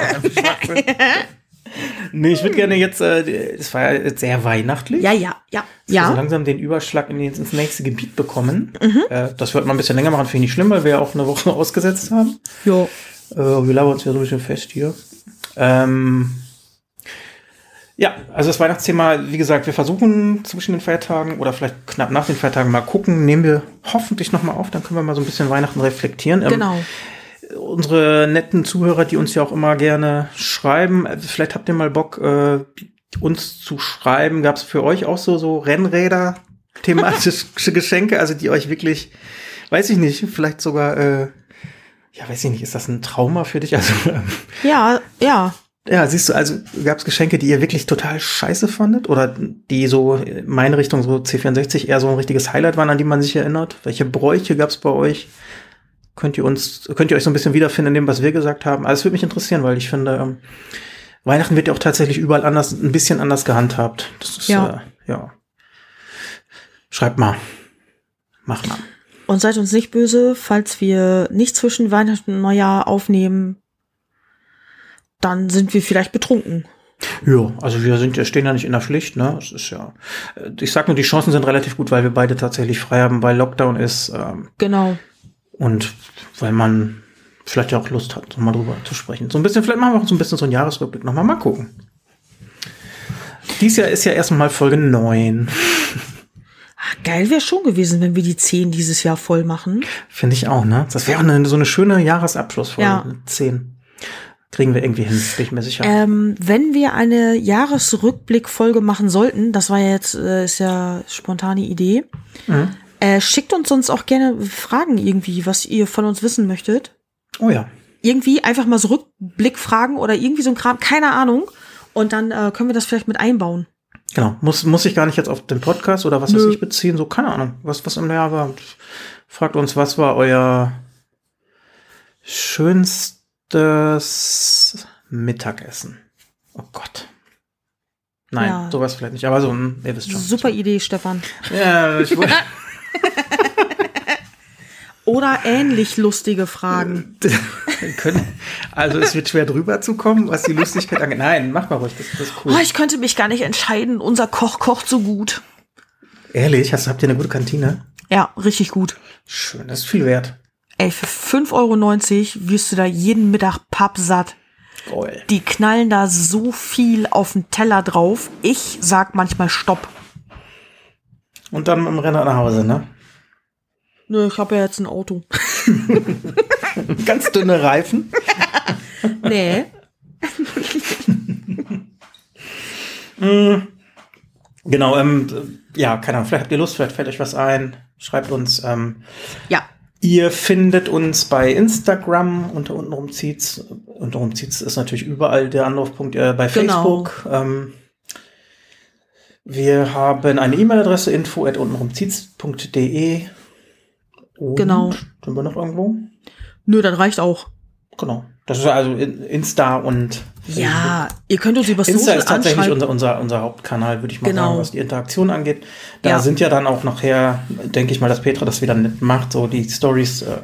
Nee, ich würde gerne jetzt, äh, es war ja jetzt sehr weihnachtlich. Ja, ja, ja. ja. Also langsam den Überschlag in, ins nächste Gebiet bekommen. Mhm. Äh, das wird mal ein bisschen länger machen, finde ich nicht schlimm, weil wir ja auch eine Woche ausgesetzt haben. Jo. Äh, wir labern uns ja so ein bisschen fest hier. Ähm, ja, also das Weihnachtsthema, wie gesagt, wir versuchen zwischen den Feiertagen oder vielleicht knapp nach den Feiertagen mal gucken, nehmen wir hoffentlich nochmal auf, dann können wir mal so ein bisschen Weihnachten reflektieren. Ähm, genau. Unsere netten Zuhörer, die uns ja auch immer gerne schreiben, vielleicht habt ihr mal Bock, äh, uns zu schreiben. Gab es für euch auch so, so Rennräder, thematische Geschenke, also die euch wirklich, weiß ich nicht, vielleicht sogar, äh, ja, weiß ich nicht, ist das ein Trauma für dich? Also ähm, ja, ja. Ja, siehst du, also gab es Geschenke, die ihr wirklich total scheiße fandet? Oder die so in meine Richtung, so C vierundsechzig, eher so ein richtiges Highlight waren, an die man sich erinnert? Welche Bräuche gab es bei euch? Könnt ihr uns, könnt ihr euch so ein bisschen wiederfinden in dem, was wir gesagt haben? Also es würde mich interessieren, weil ich finde, ähm, Weihnachten wird ja auch tatsächlich überall anders, ein bisschen anders gehandhabt. Das ist, ja. Äh, ja. Schreibt mal. Mach mal. Und seid uns nicht böse, falls wir nicht zwischen Weihnachten und Neujahr aufnehmen, dann sind wir vielleicht betrunken. Ja, also wir sind, wir stehen ja nicht in der Pflicht, ne? Es ist ja, ich sag nur, die Chancen sind relativ gut, weil wir beide tatsächlich frei haben, weil Lockdown ist. Ähm, genau. Und weil man vielleicht ja auch Lust hat, nochmal drüber zu sprechen. So ein bisschen, vielleicht machen wir auch so ein bisschen so einen Jahresrückblick nochmal, mal gucken. Dies Jahr ist ja erstmal Folge neun. Ach, geil wäre schon gewesen, wenn wir die zehn dieses Jahr voll machen. Finde ich auch, ne? Das wäre auch eine, so eine schöne Jahresabschlussfolge. Ja. zehn. Kriegen wir irgendwie hin, bin ich mir sicher. Ähm, wenn wir eine Jahresrückblickfolge machen sollten, das war ja jetzt, äh, ist ja spontane Idee, mhm. äh, schickt uns sonst auch gerne Fragen irgendwie, was ihr von uns wissen möchtet. Oh ja. Irgendwie einfach mal so Rückblickfragen oder irgendwie so ein Kram, keine Ahnung. Und dann äh, können wir das vielleicht mit einbauen. Genau, muss muss ich gar nicht jetzt auf den Podcast oder was Nö. weiß ich beziehen, so keine Ahnung, was was im Jahr war. Fragt uns, was war euer schönstes Mittagessen? Oh Gott. Nein, ja. sowas vielleicht nicht, aber so, ihr wisst schon. Super Idee, Stefan. Ja, ich wollte. Oder ähnlich lustige Fragen. Also es wird schwer drüber zu kommen, was die Lustigkeit angeht. Nein, mach mal ruhig, das, das ist cool. Oh, ich könnte mich gar nicht entscheiden. Unser Koch kocht so gut. Ehrlich? Hast, habt ihr eine gute Kantine? Ja, richtig gut. Schön, das ist viel wert. Ey, für fünf Euro neunzig wirst du da jeden Mittag pappsatt. Geil. Die knallen da so viel auf den Teller drauf. Ich sag manchmal Stopp. Und dann mit dem Renner nach Hause, ne? Nö, ich habe ja jetzt ein Auto. Ganz dünne Reifen. Nee. Genau, ähm, ja, keine Ahnung, vielleicht habt ihr Lust, vielleicht fällt euch was ein. Schreibt uns. Ähm, ja. Ihr findet uns bei Instagram unter untenrum zieht's. Untenrum zieht's ist natürlich überall der Anlaufpunkt, äh, bei Facebook. Genau. Ähm, wir haben eine E-Mail-Adresse info at untenrumzieht's punkt de. Und genau. Sind wir noch irgendwo? Nö, das reicht auch. Genau. Das ist also Insta und Facebook. Ja, ihr könnt uns über Social Insta ist tatsächlich anschreiben. unser, unser, unser Hauptkanal, würde ich mal genau. sagen, was die Interaktion angeht. Da ja. sind ja dann auch nachher, denke ich mal, dass Petra das wieder nett macht, so die Stories, äh,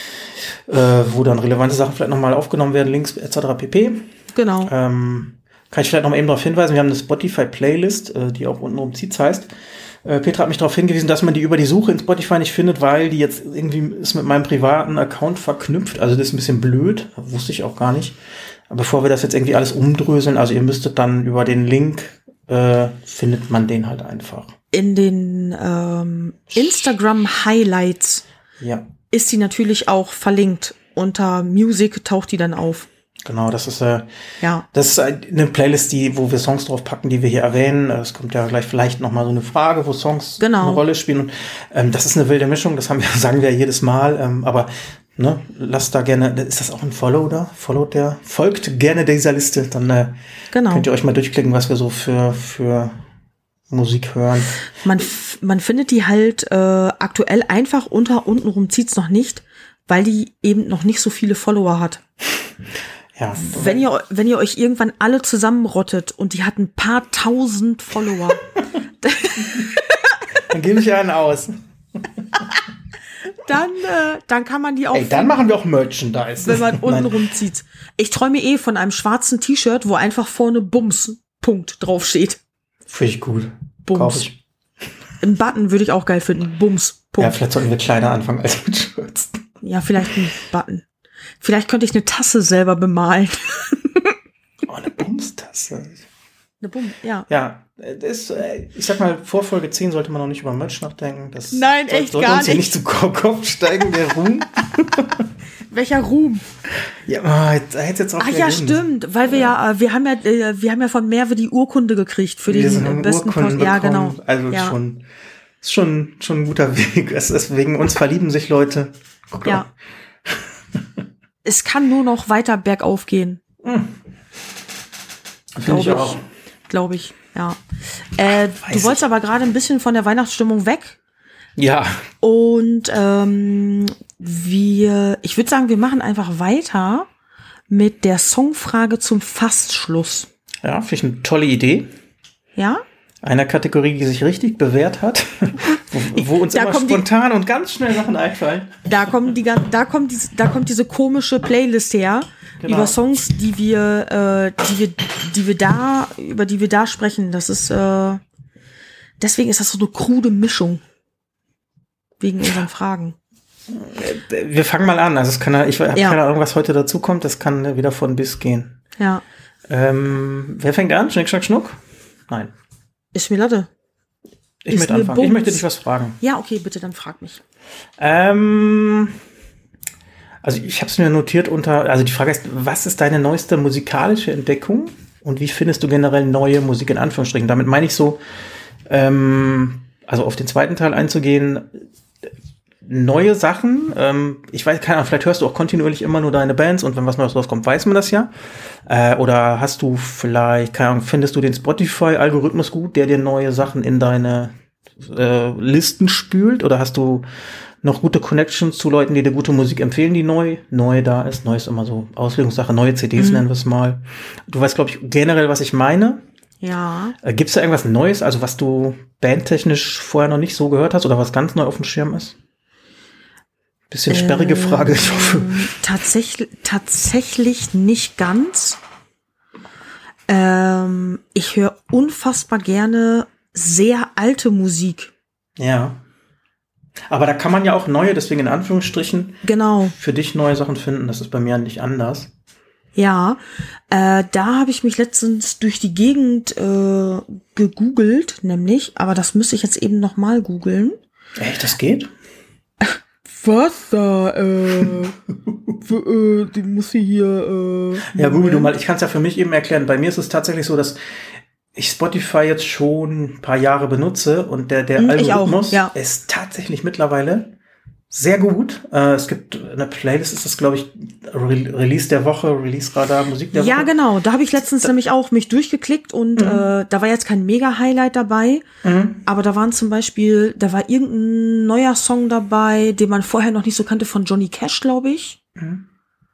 äh, wo dann relevante Sachen vielleicht nochmal aufgenommen werden, Links et cetera pp. Genau. Ähm, kann ich vielleicht noch mal eben darauf hinweisen, wir haben eine Spotify-Playlist, äh, die auch untenrum Zieht's heißt. Äh, Petra hat mich darauf hingewiesen, dass man die über die Suche in Spotify nicht findet, weil die jetzt irgendwie ist mit meinem privaten Account verknüpft. Also das ist ein bisschen blöd, wusste ich auch gar nicht. Aber bevor wir das jetzt irgendwie alles umdröseln, also ihr müsstet dann über den Link, äh, findet man den halt einfach. In den ähm, Instagram-Highlights ja. ist die natürlich auch verlinkt. Unter Music taucht die dann auf. Genau, das ist, äh, ja. das ist eine Playlist, die, wo wir Songs drauf packen, die wir hier erwähnen. Es kommt ja gleich vielleicht noch mal so eine Frage, wo Songs genau. eine Rolle spielen. Und, ähm, das ist eine wilde Mischung, das haben wir, sagen wir ja jedes Mal. Ähm, aber ne, lasst da gerne, ist das auch ein Follow da? Follow der? Folgt gerne dieser Liste, dann äh, genau. könnt ihr euch mal durchklicken, was wir so für, für Musik hören. Man, f- man findet die halt äh, aktuell einfach unter untenrum zieht's noch nicht, weil die eben noch nicht so viele Follower hat. Ja. Wenn ihr, wenn ihr euch irgendwann alle zusammenrottet und die hat ein paar tausend Follower. Dann gebe ich einen aus. Dann, äh, dann kann man die auch. Ey, dann machen wir auch Merchandise. Wenn man unten rumzieht. Ich träume eh von einem schwarzen T-Shirt, wo einfach vorne Bums, Punkt, draufsteht. Finde ich gut. Bums. Kauf ich. Ein Button würde ich auch geil finden. Bums, Punkt. Ja, vielleicht sollten wir kleiner anfangen als mit Shirts. Ja, vielleicht ein Button. Vielleicht könnte ich eine Tasse selber bemalen. Oh, eine Bumstasse. Eine Bum, ja. Ja, das, ich sag mal, vor Folge zehn sollte man noch nicht über Merch nachdenken. Das Nein, soll, echt sollte gar uns hier nicht. nicht zu Kopf steigen, der Ruhm. Welcher Ruhm? Ja, oh, jetzt, jetzt jetzt auch Ach ja, stimmt, weil wir ja, wir haben ja, wir haben ja von Merve die Urkunde gekriegt für wir den sind besten Urkunden Post. Ja, bekommen. genau. Also ja. schon, ist schon, schon ein guter Weg. Es ist wegen uns verlieben sich Leute. Guck ja. Es kann nur noch weiter bergauf gehen. Hm. Glaube ich. auch. Glaube ich, ja. Äh, du wolltest aber gerade ein bisschen von der Weihnachtsstimmung weg. Ja. Und ähm, wir, ich würde sagen, wir machen einfach weiter mit der Songfrage zum Fastschluss. Ja, finde ich eine tolle Idee. Ja? Eine Kategorie, die sich richtig bewährt hat, wo, wo uns da immer spontan die, und ganz schnell Sachen einfallen. Da kommt die, da kommt diese, da kommt diese komische Playlist her genau. über Songs, die wir, äh, die wir, die wir da, über die wir da sprechen. Das ist, äh, deswegen ist das so eine krude Mischung wegen unseren Fragen. Wir fangen mal an. Also es kann, ich habe ja. keine Ahnung, was heute dazu kommt. Das kann wieder von bis gehen. Ja. Ähm, wer fängt an? Schnick, schnack, schnuck? Nein. Ist mir Latte. Ich möchte anfangen. Bums. Ich möchte dich was fragen. Ja, okay, bitte, dann frag mich. Ähm, also ich habe es mir notiert unter, also die Frage ist, was ist deine neueste musikalische Entdeckung und wie findest du generell neue Musik in Anführungsstrichen? Damit meine ich so, ähm, also auf den zweiten Teil einzugehen, neue Sachen, ähm, ich weiß, keine Ahnung, vielleicht hörst du auch kontinuierlich immer nur deine Bands und wenn was Neues rauskommt, weiß man das ja. Äh, oder hast du vielleicht, keine Ahnung, findest du den Spotify-Algorithmus gut, der dir neue Sachen in deine äh, Listen spült? Oder hast du noch gute Connections zu Leuten, die dir gute Musik empfehlen, die neu, neu da ist? Neu ist immer so Auslegungssache, neue C Ds mhm. nennen wir es mal. Du weißt, glaube ich, generell, was ich meine. Ja. Äh, Gibt es da irgendwas Neues, also was du bandtechnisch vorher noch nicht so gehört hast oder was ganz neu auf dem Schirm ist? Bisschen sperrige ähm, Frage, ich hoffe. Tatsächlich, tatsächlich nicht ganz. Ähm, ich höre unfassbar gerne sehr alte Musik. Ja. Aber da kann man ja auch neue, deswegen in Anführungsstrichen, genau. für dich neue Sachen finden. Das ist bei mir nicht anders. Ja, äh, da habe ich mich letztens durch die Gegend äh, gegoogelt, nämlich, aber das müsste ich jetzt eben noch mal googeln. Echt, das geht? Was da, äh, für, äh, die muss ich hier, äh. Ja, google du mal, ich kann es ja für mich eben erklären. Bei mir ist es tatsächlich so, dass ich Spotify jetzt schon ein paar Jahre benutze und der, der Algorithmus auch, ja. ist tatsächlich mittlerweile sehr gut. Äh, es gibt eine Playlist, ist das, glaube ich, Re- Release der Woche, Release-Radar, Musik der ja, Woche. Ja, genau. Da habe ich letztens da, nämlich auch mich durchgeklickt und mhm. äh, da war jetzt kein Mega-Highlight dabei, mhm. aber da waren zum Beispiel, da war irgendein neuer Song dabei, den man vorher noch nicht so kannte, von Johnny Cash, glaube ich. Mhm.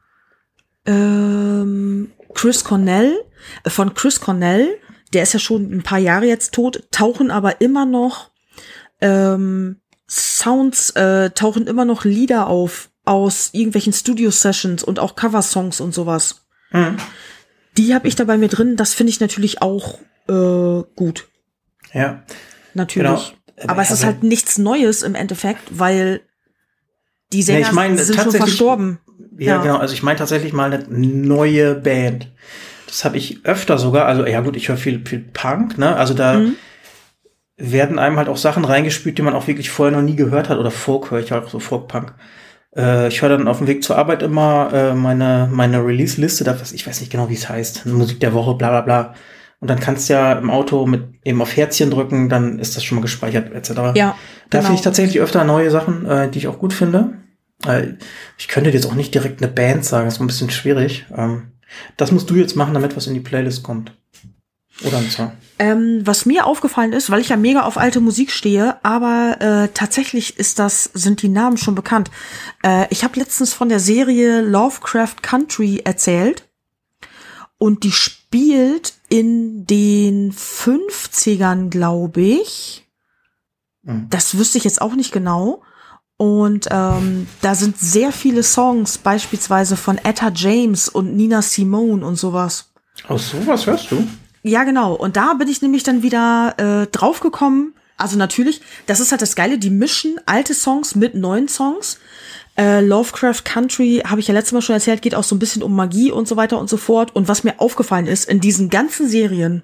Ähm, Chris Cornell, äh, von Chris Cornell, der ist ja schon ein paar Jahre jetzt tot, tauchen aber immer noch ähm, Sounds, äh, tauchen immer noch Lieder auf aus irgendwelchen Studio-Sessions und auch Cover-Songs und sowas. Mhm. Die habe ich da bei mir drin. Das finde ich natürlich auch äh, gut. Ja. Natürlich. Genau. Aber es ist halt nichts Neues im Endeffekt, weil die Sänger nee, ich mein, sind schon verstorben. Ja, ja. genau. Also ich meine tatsächlich mal eine neue Band. Das habe ich öfter sogar. Also ja gut, ich höre viel, viel Punk, ne? Also da mhm. werden einem halt auch Sachen reingespült, die man auch wirklich vorher noch nie gehört hat. Oder Folk höre ich halt auch so Folk-Punk. Äh, ich höre dann auf dem Weg zur Arbeit immer äh, meine meine Release-Liste. Da, ich weiß nicht genau, wie es heißt. Musik der Woche, bla bla bla. Und dann kannst du ja im Auto mit eben auf Herzchen drücken, dann ist das schon mal gespeichert, et cetera. Ja, da genau. finde ich tatsächlich öfter neue Sachen, äh, die ich auch gut finde. Äh, ich könnte jetzt auch nicht direkt eine Band sagen, das ist ein bisschen schwierig. Ähm, das musst du jetzt machen, damit was in die Playlist kommt. Oder ein Song. Ähm, was mir aufgefallen ist, weil ich ja mega auf alte Musik stehe, aber äh, tatsächlich ist das, sind die Namen schon bekannt. Äh, ich habe letztens von der Serie Lovecraft Country erzählt. Und die spielt in den fünfzigern, glaube ich. Mhm. Das wüsste ich jetzt auch nicht genau. Und ähm, da sind sehr viele Songs, beispielsweise von Etta James und Nina Simone und sowas. Oh, sowas hörst du? Ja, genau. Und da bin ich nämlich dann wieder äh, draufgekommen. Also natürlich, das ist halt das Geile, die mischen alte Songs mit neuen Songs. Äh, Lovecraft Country, habe ich ja letztes Mal schon erzählt, geht auch so ein bisschen um Magie und so weiter und so fort. Und was mir aufgefallen ist, in diesen ganzen Serien,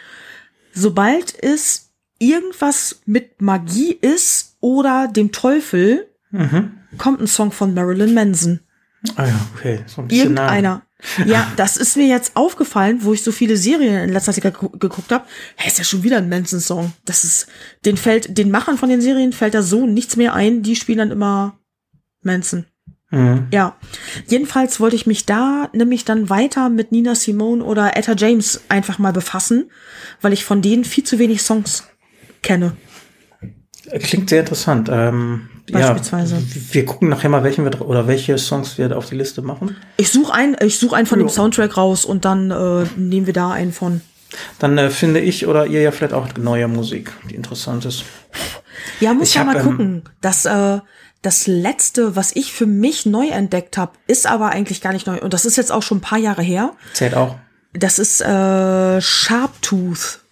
sobald es irgendwas mit Magie ist oder dem Teufel, mhm. kommt ein Song von Marilyn Manson. Ah ja, okay. So ein bisschen Irgendeiner. Nah. Ja, das ist mir jetzt aufgefallen, wo ich so viele Serien in letzter Zeit ge- geguckt habe. Hey, ist ja schon wieder ein Manson-Song. Das ist, den fällt, den Machern von den Serien fällt da so nichts mehr ein. Die spielen dann immer Manson. Mhm. Ja. Jedenfalls wollte ich mich da nämlich dann weiter mit Nina Simone oder Etta James einfach mal befassen, weil ich von denen viel zu wenig Songs kenne. Klingt sehr interessant. Ähm, Beispielsweise. Ja, wir gucken nachher mal, welchen wir oder welche Songs wir auf die Liste machen. Ich suche einen, ich suche einen von ja. dem Soundtrack raus und dann äh, nehmen wir da einen von. Dann äh, finde ich oder ihr ja vielleicht auch neue Musik, die interessant ist. Ja, muss ich ja hab, mal ähm, gucken. Das äh, Das letzte, was ich für mich neu entdeckt habe, ist aber eigentlich gar nicht neu. Und das ist jetzt auch schon ein paar Jahre her. Zählt auch. Das ist äh, Sharptooth.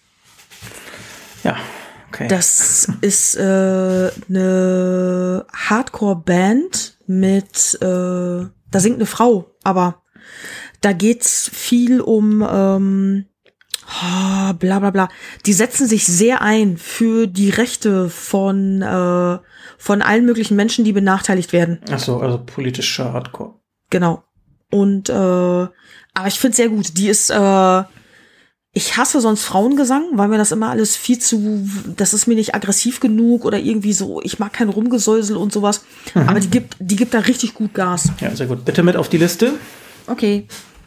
Ja, okay. Das ist äh, eine Hardcore-Band mit, äh, da singt eine Frau, aber da geht's viel um ähm, oh, bla bla bla. Die setzen sich sehr ein für die Rechte von äh, von allen möglichen Menschen, die benachteiligt werden. Ach so, also politischer Hardcore. Genau. Und äh, aber ich find's sehr gut. Die ist äh, ich hasse sonst Frauengesang, weil mir das immer alles viel zu, das ist mir nicht aggressiv genug oder irgendwie so, ich mag kein Rumgesäusel und sowas. Mhm. Aber die gibt, die gibt da richtig gut Gas. Ja, sehr gut. Bitte mit auf die Liste. Okay.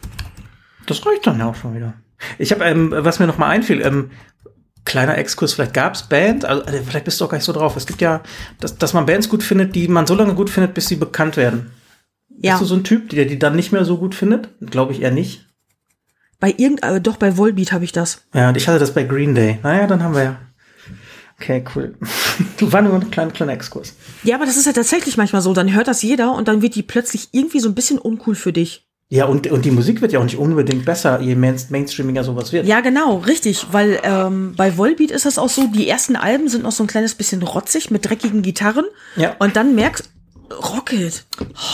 Das reicht dann ja auch schon wieder. Ich habe, ähm, was mir noch mal einfiel, ähm, kleiner Exkurs, vielleicht gab's Band, also vielleicht bist du auch gar nicht so drauf. Es gibt ja, dass, dass man Bands gut findet, die man so lange gut findet, bis sie bekannt werden. Ja. Bist du so ein Typ, der die dann nicht mehr so gut findet? Glaube ich eher nicht. Bei irgend, äh, doch bei Volbeat habe ich das. Ja, und ich hatte das bei Green Day. Naja, dann haben wir ja. Okay, cool. Du war nur ein kleiner, kleiner Exkurs. Ja, aber das ist ja tatsächlich manchmal so. Dann hört das jeder und dann wird die plötzlich irgendwie so ein bisschen uncool für dich. Ja, und, und die Musik wird ja auch nicht unbedingt besser, je main, mainstreamiger sowas wird. Ja, genau, richtig. Weil ähm, bei Volbeat ist das auch so, die ersten Alben sind noch so ein kleines bisschen rotzig mit dreckigen Gitarren. Ja. Und dann merkst Rocket.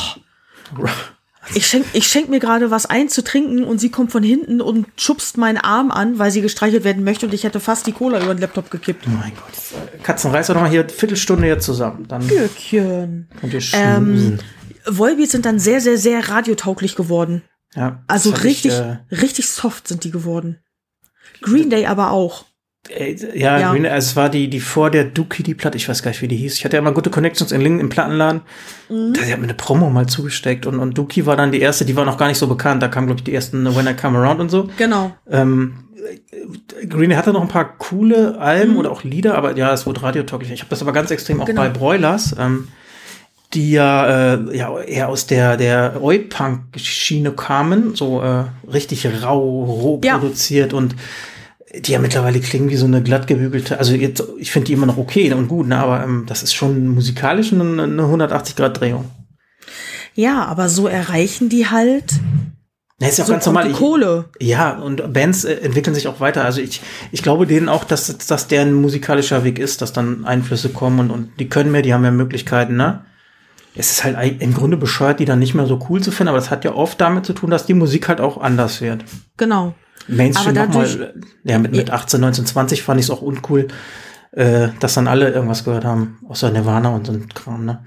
Oh. Ich schenk, ich schenk mir gerade was ein zu trinken und sie kommt von hinten und schubst meinen Arm an, weil sie gestreichelt werden möchte und ich hätte fast die Cola über den Laptop gekippt. Oh mein Gott. Katzen, reiß doch mal hier eine Viertelstunde hier zusammen. Dann Gürkchen. könnt ihr ähm, Volbeat sind dann sehr, sehr, sehr radiotauglich geworden. Ja. Also richtig, ich, äh, richtig soft sind die geworden. Green Day aber auch. Ja, ja. Green Day, es war die, die vor der Dookie, die Platte, ich weiß gar nicht, wie die hieß. Ich hatte ja immer gute Connections in Lingen im Plattenladen. Mhm. Da hat mir eine Promo mal zugesteckt und, und Dookie war dann die erste, die war noch gar nicht so bekannt. Da kamen, glaube ich, die ersten When I Come Around und so. Genau. Ähm, Green Day hatte noch ein paar coole Alben mhm. oder auch Lieder, aber ja, es wurde radiotauglich. Ich habe das aber ganz extrem auch genau. bei Broilers, ähm, die ja, äh, ja eher aus der, der Oi-Punk-Schiene kamen, so äh, richtig rau, roh ja. produziert und die ja mittlerweile klingen wie so eine glatt gebügelte, also jetzt, ich finde die immer noch okay und gut, ne, aber ähm, das ist schon musikalisch eine, eine hundertachtzig Grad Drehung. Ja, aber so erreichen die halt Ja, ist ja auch so ganz normal. die Ich, Kohle. ja, und Bands äh, entwickeln sich auch weiter. Also ich, ich glaube denen auch, dass das deren musikalischer Weg ist, dass dann Einflüsse kommen und, und die können mehr, die haben mehr Möglichkeiten, ne? Es ist halt im Grunde bescheuert, die dann nicht mehr so cool zu finden, aber das hat ja oft damit zu tun, dass die Musik halt auch anders wird. Genau. Mainstream aber dadurch, nochmal, ja, mit, mit achtzehn, neunzehn, zwanzig fand ich es auch uncool, äh, dass dann alle irgendwas gehört haben, außer Nirvana und so ein Kram, ne?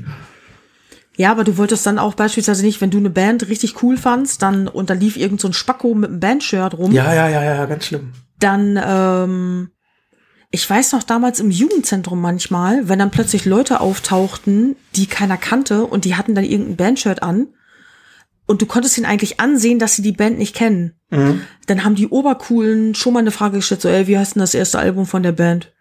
Ja, aber du wolltest dann auch beispielsweise nicht, wenn du eine Band richtig cool fandst, dann und da lief irgend so ein Spacko mit einem Bandshirt rum. Ja, ja, ja, ja, ganz schlimm. Dann, ähm, ich weiß noch damals im Jugendzentrum manchmal, wenn dann plötzlich Leute auftauchten, die keiner kannte und die hatten dann irgendein Bandshirt an und du konntest ihnen eigentlich ansehen, dass sie die Band nicht kennen. Mhm. Dann haben die Obercoolen schon mal eine Frage gestellt, so, ey, wie heißt denn das erste Album von der Band?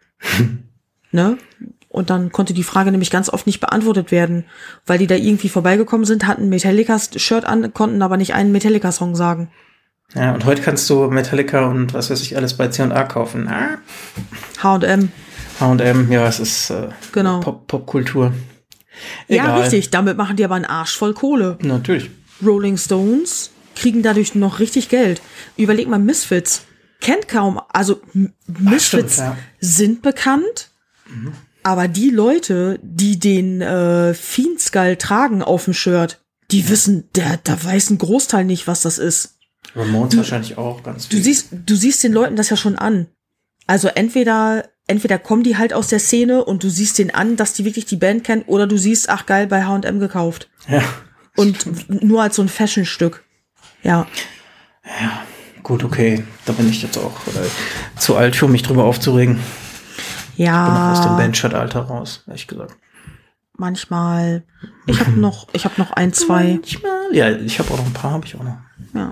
Ne? Und dann konnte die Frage nämlich ganz oft nicht beantwortet werden, weil die da irgendwie vorbeigekommen sind, hatten Metallica-Shirt an, konnten aber nicht einen Metallica-Song sagen. Ja, und heute kannst du Metallica und was weiß ich alles bei C und A kaufen. Ah. H und M. H und M, ja, es ist äh, genau. Pop- Popkultur. Ja, richtig. Damit machen die aber einen Arsch voll Kohle. Natürlich. Rolling Stones kriegen dadurch noch richtig Geld. Überleg mal, Misfits kennt kaum, also M- Misfits Ach, stimmt, ja. sind bekannt, mhm. aber die Leute, die den äh, Fiend Skull tragen auf dem Shirt, die ja. wissen, der, da weiß ein Großteil nicht, was das ist. Ramones wahrscheinlich auch ganz viel. Du siehst, du siehst den Leuten das ja schon an. Also entweder, entweder kommen die halt aus der Szene und du siehst denen an, dass die wirklich die Band kennen, oder du siehst, ach geil, bei H und M gekauft. Ja. Und stimmt. Nur als so ein Fashion-Stück. Ja. Ja, gut, okay. Da bin ich jetzt auch äh, zu alt für mich drüber aufzuregen. Ja. Ich bin noch aus dem Bandshirt-Alter raus, ehrlich gesagt. Manchmal. Ich habe noch, ich habe noch ein, zwei. Manchmal. Ja, ich habe auch noch ein paar, habe ich auch noch. Ja.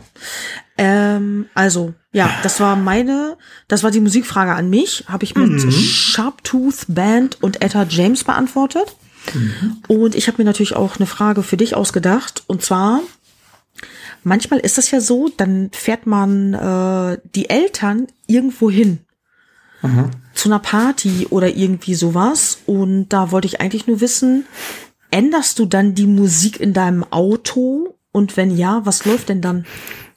Ähm, also, ja, das war meine, das war die Musikfrage an mich. Habe ich mit mhm. Sharptooth Band und Etta James beantwortet. Mhm. Und ich habe mir natürlich auch eine Frage für dich ausgedacht. Und zwar, manchmal ist das ja so, dann fährt man äh, die Eltern irgendwo hin. Mhm. Zu einer Party oder irgendwie sowas. Und da wollte ich eigentlich nur wissen, änderst du dann die Musik in deinem Auto? Und wenn ja, was läuft denn dann?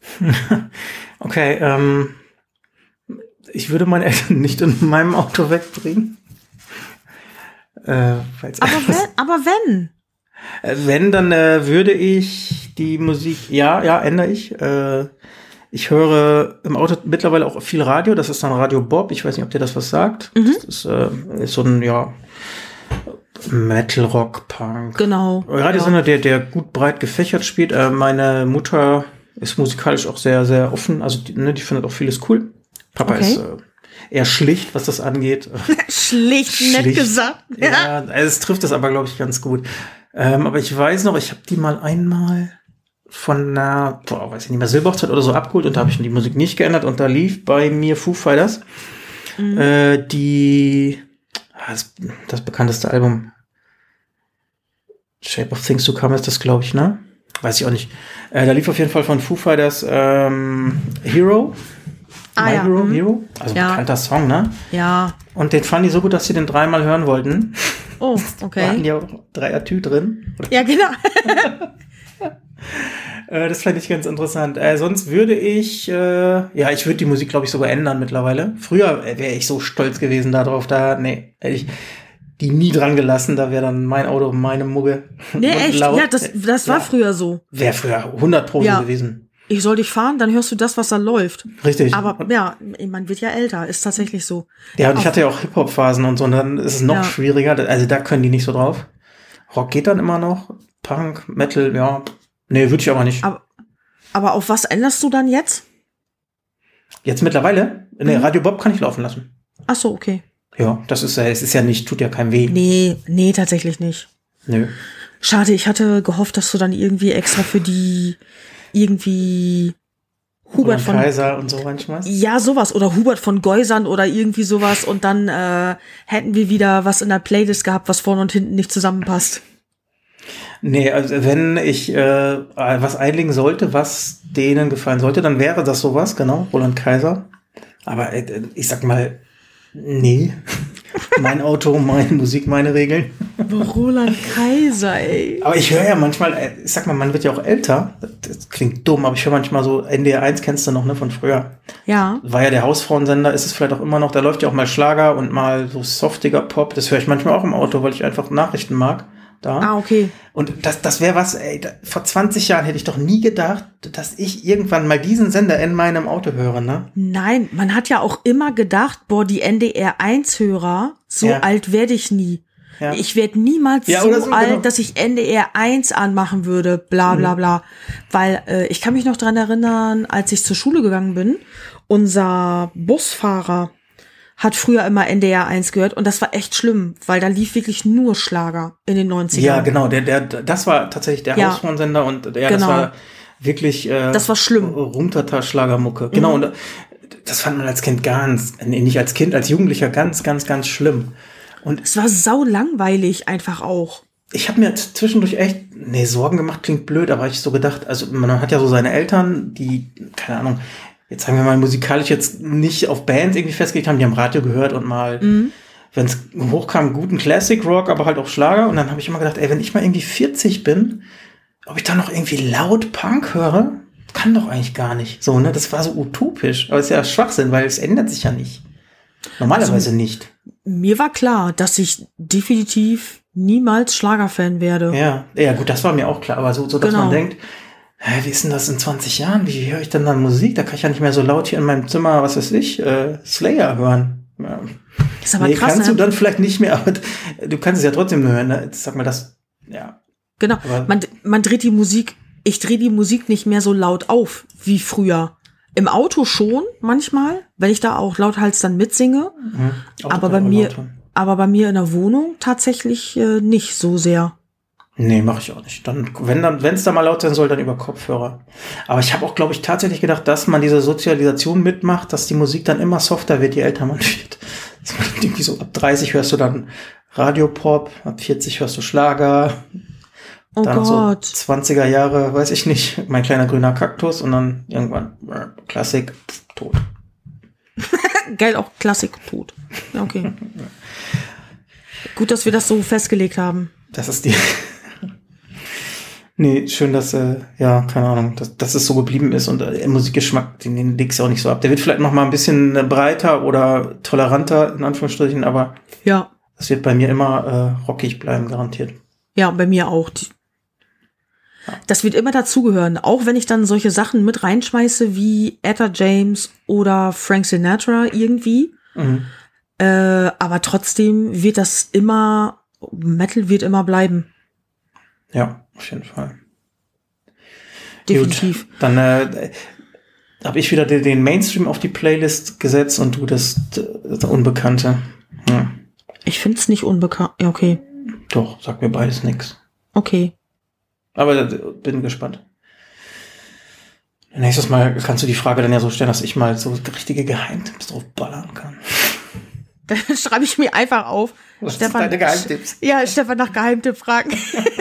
Okay, ähm, ich würde meine Eltern nicht in meinem Auto wegbringen. Äh, aber, wenn, aber wenn? Äh, wenn, dann äh, würde ich die Musik, ja, ja, ändere ich. Äh, ich höre im Auto mittlerweile auch viel Radio, das ist dann Radio Bob, ich weiß nicht, ob dir das was sagt. Mhm. Das ist, äh, ist so ein, ja, Metal, Rock, Punk. Genau. Radiosender, ja. der, der gut breit gefächert spielt. Äh, meine Mutter ist musikalisch auch sehr, sehr offen. Also, die, ne, die findet auch vieles cool. Papa okay. ist äh, eher schlicht, was das angeht. schlicht, schlicht, nett gesagt. Ja, ja also es trifft das aber, glaube ich, ganz gut. Ähm, aber ich weiß noch, ich habe die mal einmal von einer, boah, weiß ich nicht mehr, Silberhochzeit oder so abgeholt und da habe ich die Musik nicht geändert und da lief bei mir Foo Fighters mhm. äh, die Das, das bekannteste Album. Shape of Things to Come ist das, glaube ich, ne? Weiß ich auch nicht. Äh, da lief auf jeden Fall von Foo Fighters ähm, Hero. Ah, My ja. Hero, mhm. Hero. Also ja. bekannter Song, ne? Ja. Und den fanden die so gut, dass sie den dreimal hören wollten. Oh, okay. Da hatten die auch drei Atü drin. Ja, genau. äh, das fand ich ganz interessant. Äh, sonst würde ich, äh, ja, ich würde die Musik, glaube ich, sogar ändern mittlerweile. Früher wäre ich so stolz gewesen darauf, da, nee, hätte ich die nie dran gelassen, da wäre dann mein Auto, meine Mugge. Nee, echt? Laut. Ja, das, das war ja. früher so. Wäre früher hundert Pro ja. gewesen. Ich soll dich fahren, dann hörst du das, was da läuft. Richtig. Aber ja, man wird ja älter, ist tatsächlich so. Ja, und ich hatte ja auch Hip-Hop-Phasen und so, und dann ist es noch ja. schwieriger. Also da können die nicht so drauf. Rock geht dann immer noch. Punk, Metal, ja. Nee, würde ich aber nicht. Aber, aber auf was änderst du dann jetzt? Jetzt mittlerweile? Nee, mhm. Radio Bob kann ich laufen lassen. Ach so, okay. Ja, das ist, es ist ja nicht, tut ja keinem weh. Nee, nee, tatsächlich nicht. Nö. Schade, ich hatte gehofft, dass du dann irgendwie extra für die irgendwie Hubert von Kaiser und so manchmal. Ja, sowas. Oder Hubert von Geusern oder irgendwie sowas. Und dann äh, hätten wir wieder was in der Playlist gehabt, was vorne und hinten nicht zusammenpasst. Nee, also wenn ich äh, was einlegen sollte, was denen gefallen sollte, dann wäre das sowas, genau, Roland Kaiser. Aber äh, ich sag mal, nee. Mein Auto, meine Musik, meine Regeln. Roland Kaiser, ey. Aber ich höre ja manchmal, ich sag mal, man wird ja auch älter. Das klingt dumm, aber ich höre manchmal so, N D R eins kennst du noch, ne, von früher. Ja. War ja der Hausfrauensender, ist es vielleicht auch immer noch. Da läuft ja auch mal Schlager und mal so softiger Pop. Das höre ich manchmal auch im Auto, weil ich einfach Nachrichten mag. Da. Ah, okay. Und das, das wäre was, ey, da, vor zwanzig Jahren hätte ich doch nie gedacht, dass ich irgendwann mal diesen Sender in meinem Auto höre, ne? Nein, man hat ja auch immer gedacht, boah, die N D R eins Hörer, so Ja. alt werde ich nie. Ja. Ich werde niemals Ja, so, oder so, alt, genau. dass ich N D R eins anmachen würde, bla bla bla. Weil äh, ich kann mich noch dran erinnern, als ich zur Schule gegangen bin, unser Busfahrer hat früher immer N D R eins gehört und das war echt schlimm, weil da lief wirklich nur Schlager in den neunzigern. Ja, genau, der, der, das war tatsächlich der Ja. Hausfrauensender und der, Genau. das war wirklich äh, Das war schlimm. Rumtata-Schlagermucke. Genau, und äh, das fand man als Kind ganz, nee, nicht als Kind, als Jugendlicher ganz, ganz, ganz schlimm. Und Es war sau langweilig einfach auch. ich habe mir zwischendurch echt, nee, Sorgen gemacht, klingt blöd, aber ich so gedacht, also man hat ja so seine Eltern, die, keine Ahnung, jetzt sagen wir mal musikalisch jetzt nicht auf Bands irgendwie festgelegt haben, die haben Radio gehört und mal, Mhm. wenn es hochkam, guten Classic Rock, aber halt auch Schlager. Und dann habe ich immer gedacht, ey, wenn ich mal irgendwie vierzig bin, ob ich dann noch irgendwie laut Punk höre, kann doch eigentlich gar nicht. So, ne, das war so utopisch. Aber es ist ja Schwachsinn, weil es ändert sich ja nicht. Normalerweise Also, nicht. Mir war klar, dass ich definitiv niemals Schlagerfan werde. Ja, ja, gut, das war mir auch klar. Aber so, so dass Genau. man denkt, hä, wie ist denn das in zwanzig Jahren? Wie höre ich denn dann Musik? Da kann ich ja nicht mehr so laut hier in meinem Zimmer, was weiß ich, äh, Slayer hören. Ja. Das ist aber Nee, krass, kannst ne? du dann vielleicht nicht mehr, aber du kannst es ja trotzdem hören. Ne? Jetzt sag mal das, ja. Genau. Aber- Man, man dreht die Musik, ich drehe die Musik nicht mehr so laut auf wie früher. Im Auto schon manchmal, wenn ich da auch lauthals dann mitsinge. Mhm. Auch Aber kann bei ich auch mir, laut hören. aber bei mir in der Wohnung tatsächlich äh, nicht so sehr. Nee, mache ich auch nicht. Dann, wenn dann, wenn es da mal laut sein soll, dann über Kopfhörer. Aber ich habe auch, glaube ich, tatsächlich gedacht, dass man diese Sozialisation mitmacht, dass die Musik dann immer softer wird, je älter man wird. Dass man irgendwie so ab dreißig hörst du dann Radiopop, ab vierzig hörst du Schlager, Oh dann Gott. so zwanziger Jahre, weiß ich nicht, mein kleiner grüner Kaktus und dann irgendwann äh, Klassik, pff, tot. Geil, auch Klassik tot. Ja, okay. Gut, dass wir das so festgelegt haben. Das ist die. Nee, schön, dass, äh, ja, keine Ahnung, dass, dass es so geblieben ist und äh, Musikgeschmack, den, den legst du auch nicht so ab. Der wird vielleicht noch mal ein bisschen äh, breiter oder toleranter, in Anführungsstrichen, aber Ja. es wird bei mir immer äh, rockig bleiben, garantiert. Ja, bei mir auch. Die- Das wird immer dazugehören. Auch wenn ich dann solche Sachen mit reinschmeiße wie Etta James oder Frank Sinatra irgendwie. Mhm. Äh, aber trotzdem wird das immer, Metal wird immer bleiben. Ja, auf jeden Fall. Definitiv. Gut, dann äh, habe ich wieder den, den Mainstream auf die Playlist gesetzt und du das, das Unbekannte. Ja. Ich finde es nicht unbekannt. Ja, okay. Doch, sagt mir beides nix. Okay. Aber äh, bin gespannt. Nächstes Mal kannst du die Frage dann ja so stellen, dass ich mal so richtige Geheimtipps drauf ballern kann. Dann schreibe ich mir einfach auf. Was Stefan, sind deine Geheimtipps? Ja, Stefan nach Geheimtipp fragen.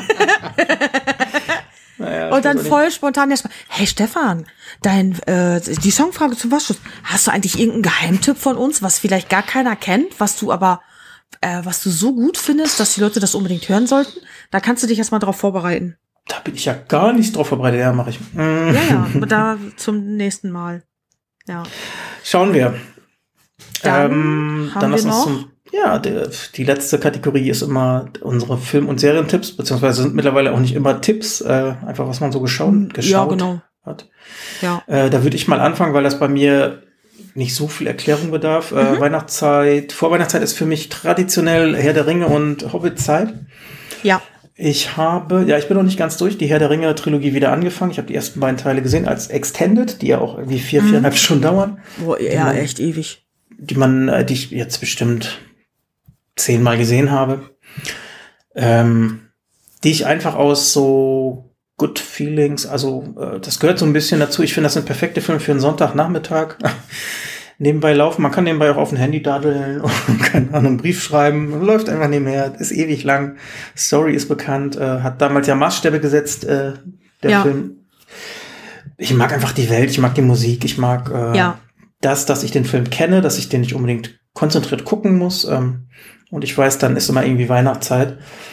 Naja, Und dann ich weiß auch voll spontan erstmal, hey Stefan, dein, äh, die Songfrage zum Waschschutz, hast du eigentlich irgendeinen Geheimtipp von uns, was vielleicht gar keiner kennt, was du aber, äh, was du so gut findest, dass die Leute das unbedingt hören sollten? Da kannst du dich erstmal drauf vorbereiten. nicht. Da bin ich ja gar nicht drauf vorbereitet. Ja, mache ich. Mm. Ja, ja, aber da zum nächsten Mal. Ja. Schauen wir. Dann ähm, haben dann wir lass uns noch- zum. Ja, die, die letzte Kategorie ist immer unsere Film- und Serientipps, beziehungsweise sind mittlerweile auch nicht immer Tipps, äh, einfach was man so geschaut, geschaut Ja, genau. hat. Ja. Äh, da würde ich mal anfangen, weil das bei mir nicht so viel Erklärung bedarf. Äh, Mhm. Weihnachtszeit, Vorweihnachtszeit ist für mich traditionell Herr der Ringe und Hobbit-Zeit. Ja. Ich habe, ja, ich bin noch nicht ganz durch, die Herr der Ringe-Trilogie wieder angefangen. Ich habe die ersten beiden Teile gesehen als Extended, die ja auch irgendwie vier, Mhm. viereinhalb Stunden dauern. Boah, ja, echt ewig. Die man, äh, die ich jetzt bestimmt zehnmal gesehen habe. Ähm, die ich einfach aus so Good Feelings, also äh, das gehört so ein bisschen dazu. Ich finde, das sind perfekte Filme für einen Sonntagnachmittag. Nebenbei laufen, man kann nebenbei auch auf dem Handy daddeln und keine Ahnung, einen Brief schreiben, läuft einfach nebenher, ist ewig lang, Story ist bekannt, äh, hat damals ja Maßstäbe gesetzt, äh, der Ja. Film. Ich mag einfach die Welt, ich mag die Musik, ich mag äh, Ja. das, dass ich den Film kenne, dass ich den nicht unbedingt konzentriert gucken muss. Ähm, und ich weiß, dann ist immer irgendwie Weihnachtszeit.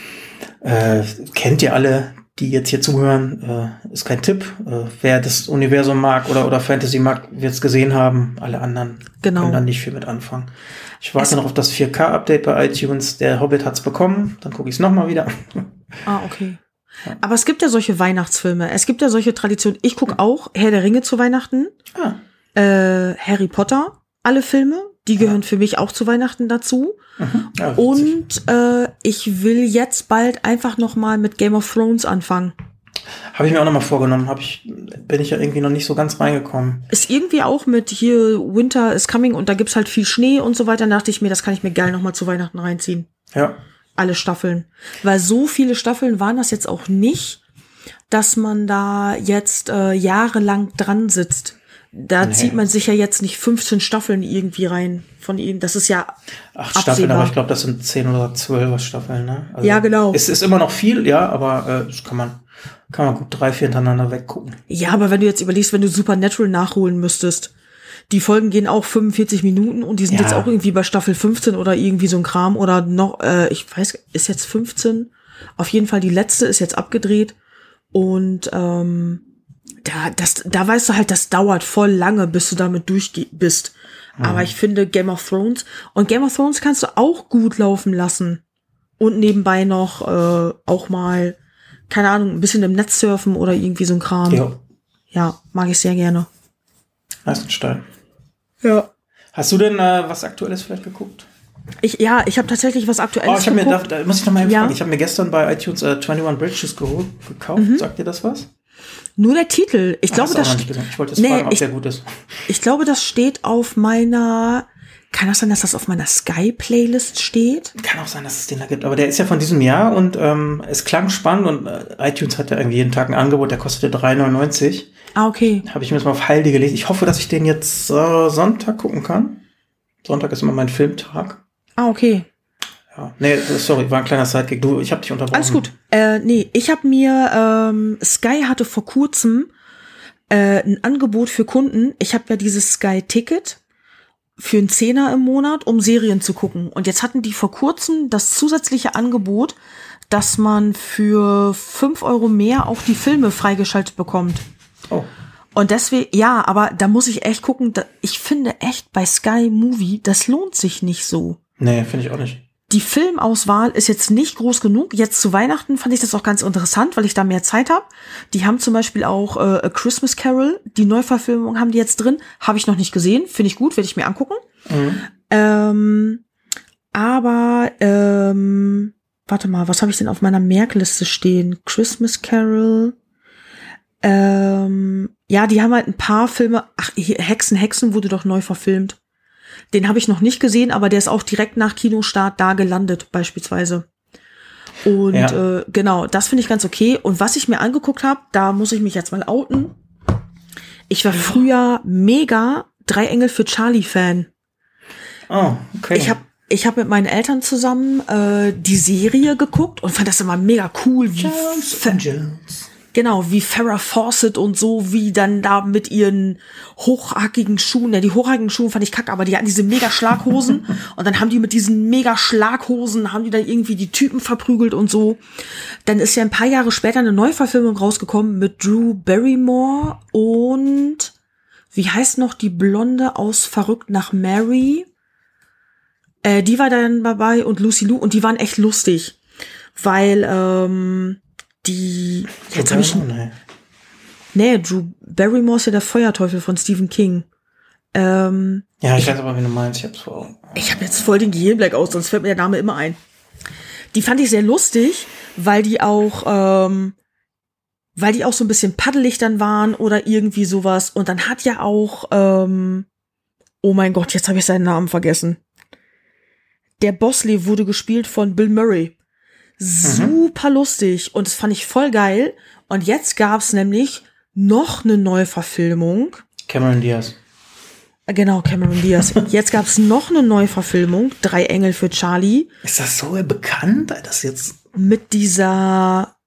Äh, kennt ihr alle, die jetzt hier zuhören, äh, ist kein Tipp. Äh, wer das Universum mag oder, oder Fantasy mag, wird es gesehen haben. Alle anderen genau. können dann nicht viel mit anfangen. Ich warte es noch auf das vier K-Update bei iTunes. Der Hobbit hat's bekommen. Dann gucke ich es nochmal wieder. Ah, okay. Ja. Aber es gibt ja solche Weihnachtsfilme. Es gibt ja solche Traditionen. Ich gucke auch Herr der Ringe zu Weihnachten. Ah. Äh, Harry Potter, alle Filme. Die gehören ja. für mich auch zu Weihnachten dazu. Mhm. Ja, und äh, ich will jetzt bald einfach noch mal mit Game of Thrones anfangen. Habe ich mir auch noch mal vorgenommen. Hab ich, bin ich ja irgendwie noch nicht so ganz reingekommen. Ist irgendwie auch mit hier Winter is Coming und da gibt's halt viel Schnee und so weiter. Da dachte ich mir, das kann ich mir geil noch mal zu Weihnachten reinziehen. Ja. Alle Staffeln. Weil so viele Staffeln waren das jetzt auch nicht, dass man da jetzt äh, jahrelang dran sitzt. Da nee. zieht man sich ja jetzt nicht fünfzehn Staffeln irgendwie rein von ihnen. Das ist ja acht Staffeln, aber ich glaube, das sind zehn oder zwölf Staffeln, ne? Also ja, genau. Es ist immer noch viel, ja, aber äh, das kann man, kann man gut drei, vier hintereinander weggucken. Ja, aber wenn du jetzt überlegst, wenn du Supernatural nachholen müsstest, die Folgen gehen auch fünfundvierzig Minuten und die sind ja. jetzt auch irgendwie bei Staffel fünfzehn oder irgendwie so ein Kram oder noch, äh, ich weiß, ist jetzt fünfzehn? Auf jeden Fall die letzte ist jetzt abgedreht und ähm, Da, das, da weißt du halt, das dauert voll lange, bis du damit durch bist. Mhm. Aber ich finde Game of Thrones und Game of Thrones kannst du auch gut laufen lassen. Und nebenbei noch äh, auch mal, keine Ahnung, ein bisschen im Netz surfen oder irgendwie so ein Kram. Ja, ja mag ich sehr gerne. Eisenstein. Ja. Hast du denn äh, was Aktuelles vielleicht geguckt? Ich, ja, ich habe tatsächlich was Aktuelles oh, ich hab geguckt. Mir da, da muss ich noch mal ja. fragen. Ich habe mir gestern bei iTunes äh, einundzwanzig Bridges geholt, gekauft. Mhm. Sagt dir das was? Nur der Titel. Ich Ach, glaube, das. Ich wollte jetzt nee, fragen, ob ich, der gut ist. Ich glaube, das steht auf meiner. Kann das sein, dass das auf meiner Sky-Playlist steht? Kann auch sein, dass es den da gibt. Aber der ist ja von diesem Jahr und ähm, es klang spannend und äh, iTunes hat ja irgendwie jeden Tag ein Angebot, der kostete drei neunundneunzig. Ah, okay. Habe ich mir jetzt mal auf Halde gelegt. Ich hoffe, dass ich den jetzt äh, Sonntag gucken kann. Sonntag ist immer mein Filmtag. Ah, okay. Ja, nee, sorry, war ein kleiner Sidekick. Du, ich habe dich unterbrochen. Alles gut. Äh, nee, ich habe mir, ähm, Sky hatte vor kurzem äh, ein Angebot für Kunden. Ich habe ja dieses Sky-Ticket für einen Zehner im Monat, um Serien zu gucken. Und jetzt hatten die vor kurzem das zusätzliche Angebot, dass man für fünf Euro mehr auch die Filme freigeschaltet bekommt. Oh. Und deswegen, ja, aber da muss ich echt gucken. Da, ich finde echt bei Sky Movie, das lohnt sich nicht so. Nee, finde ich auch nicht. Die Filmauswahl ist jetzt nicht groß genug. Jetzt zu Weihnachten fand ich das auch ganz interessant, weil ich da mehr Zeit habe. Die haben zum Beispiel auch äh, A Christmas Carol, die Neuverfilmung haben die jetzt drin. Habe ich noch nicht gesehen, finde ich gut, werde ich mir angucken. Mhm. Ähm, aber, ähm, warte mal, was habe ich denn auf meiner Merkliste stehen? Christmas Carol. Ähm, ja, die haben halt ein paar Filme. Ach, hier, Hexen, Hexen wurde doch neu verfilmt. Den habe ich noch nicht gesehen, aber der ist auch direkt nach Kinostart da gelandet, beispielsweise. Und ja. äh, genau, das finde ich ganz okay. Und was ich mir angeguckt habe, da muss ich mich jetzt mal outen. Ich war früher mega Drei Engel für Charlie-Fan. Oh, okay. Ich habe ich hab mit meinen Eltern zusammen äh, die Serie geguckt und fand das immer mega cool. Wie Jones. Genau, wie Farrah Fawcett und so, wie dann da mit ihren hochhackigen Schuhen, ja, die hochhackigen Schuhe fand ich kacke, aber die hatten diese mega Schlaghosen und dann haben die mit diesen mega Schlaghosen, haben die da irgendwie die Typen verprügelt und so. Dann ist ja ein paar Jahre später eine Neuverfilmung rausgekommen mit Drew Barrymore und wie heißt noch die Blonde aus Verrückt nach Mary? Äh, die war dann dabei und Lucy Liu und die waren echt lustig, weil, ähm, die, jetzt habe ich, nee. nee, Drew Barrymore ist ja der Feuerteufel von Stephen King. Ähm, ja, ich, ich weiß aber, wie du meinst, ich hab's vor Augen. Ich habe jetzt voll den Gehirnblack aus, sonst fällt mir der Name immer ein. Die fand ich sehr lustig, weil die auch, ähm, weil die auch so ein bisschen paddelig dann waren oder irgendwie sowas. Und dann hat ja auch, ähm, oh mein Gott, jetzt habe ich seinen Namen vergessen. Der Bosley wurde gespielt von Bill Murray. Super mhm. lustig und das fand ich voll geil. Und jetzt gab's nämlich noch eine Neuverfilmung. Cameron Diaz. Genau, Cameron Diaz. Jetzt gab's noch eine Neuverfilmung, Drei Engel für Charlie. Ist das so bekannt, das jetzt? Mit dieser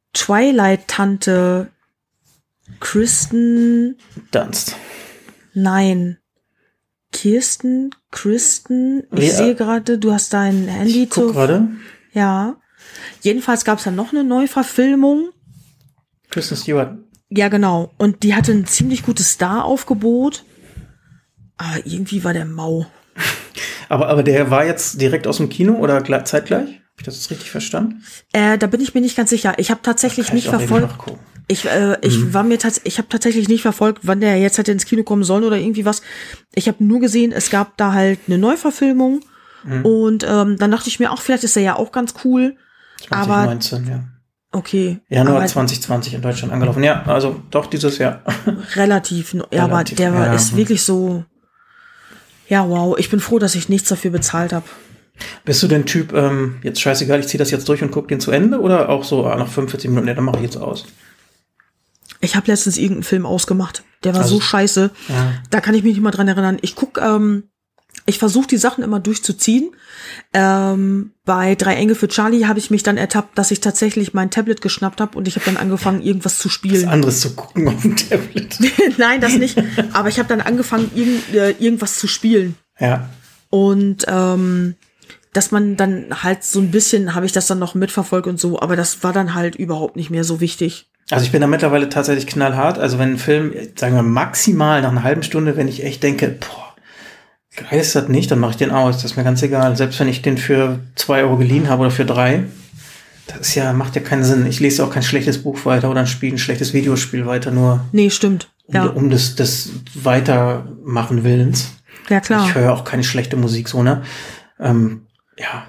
Kirsten, Kristen, ich Ja. sehe gerade, du hast dein Handy Ich guck zu. gerade. Ja. Jedenfalls gab es dann noch eine Neuverfilmung. Kristen Stewart. Ja, genau. Und die hatte ein ziemlich gutes Star-Aufgebot. Aber irgendwie war der mau. Aber, aber der war jetzt direkt aus dem Kino oder gle- zeitgleich? Habe ich das jetzt richtig verstanden? Äh, da bin ich mir nicht ganz sicher. Ich habe tatsächlich Kann nicht ich auch eben verfolgt. nachgucken. Ich, äh, ich Mhm. war mir tats- ich habe tatsächlich nicht verfolgt, wann der jetzt hätte ins Kino kommen sollen oder irgendwie was. Ich habe nur gesehen, es gab da halt eine Neuverfilmung. Mhm. Und ähm, dann dachte ich mir auch, vielleicht ist der ja auch ganz cool. zwanzig neunzehn, ja. Okay. Januar aber zwanzig zwanzig in Deutschland angelaufen. Ja, also doch dieses Jahr. relativ. Ja, aber Relativ, der war, ja. ist wirklich so. Ja, wow. Ich bin froh, dass ich nichts dafür bezahlt habe. Bist du den Typ, ähm, jetzt scheißegal, ich ziehe das jetzt durch und guck den zu Ende oder auch so ah, nach fünfundvierzig Minuten, ja, dann mache ich jetzt aus? Ich habe letztens irgendeinen Film ausgemacht. Der war Also- so scheiße. Ja. Da kann ich mich nicht mal dran erinnern. Ich guck, ähm, ich versuche die Sachen immer durchzuziehen. Ähm, bei Drei Engel für Charlie habe ich mich dann ertappt, dass ich tatsächlich mein Tablet geschnappt habe und ich habe dann angefangen, irgendwas zu Was spielen. anderes zu gucken auf dem Tablet. Nein, das nicht. Aber ich habe dann angefangen, irgend, äh, irgendwas zu spielen. Ja. Und ähm, dass man dann halt so ein bisschen, habe ich das dann noch mitverfolgt und so, aber das war dann halt überhaupt nicht mehr so wichtig. Also ich bin da mittlerweile tatsächlich knallhart. Also wenn ein Film, sagen wir maximal nach einer halben Stunde, wenn ich echt denke, boah, geil ist das nicht, dann mache ich den aus. Das ist mir ganz egal. Selbst wenn ich den für zwei Euro geliehen habe oder für drei, das ist ja, macht ja keinen Sinn. Ich lese auch kein schlechtes Buch weiter oder ein Spiel, ein schlechtes Videospiel weiter, nur Nee, stimmt. um, Ja, um des, des Weitermachen Willens. ja klar. Ich höre auch keine schlechte Musik so, ne? Ähm, ja.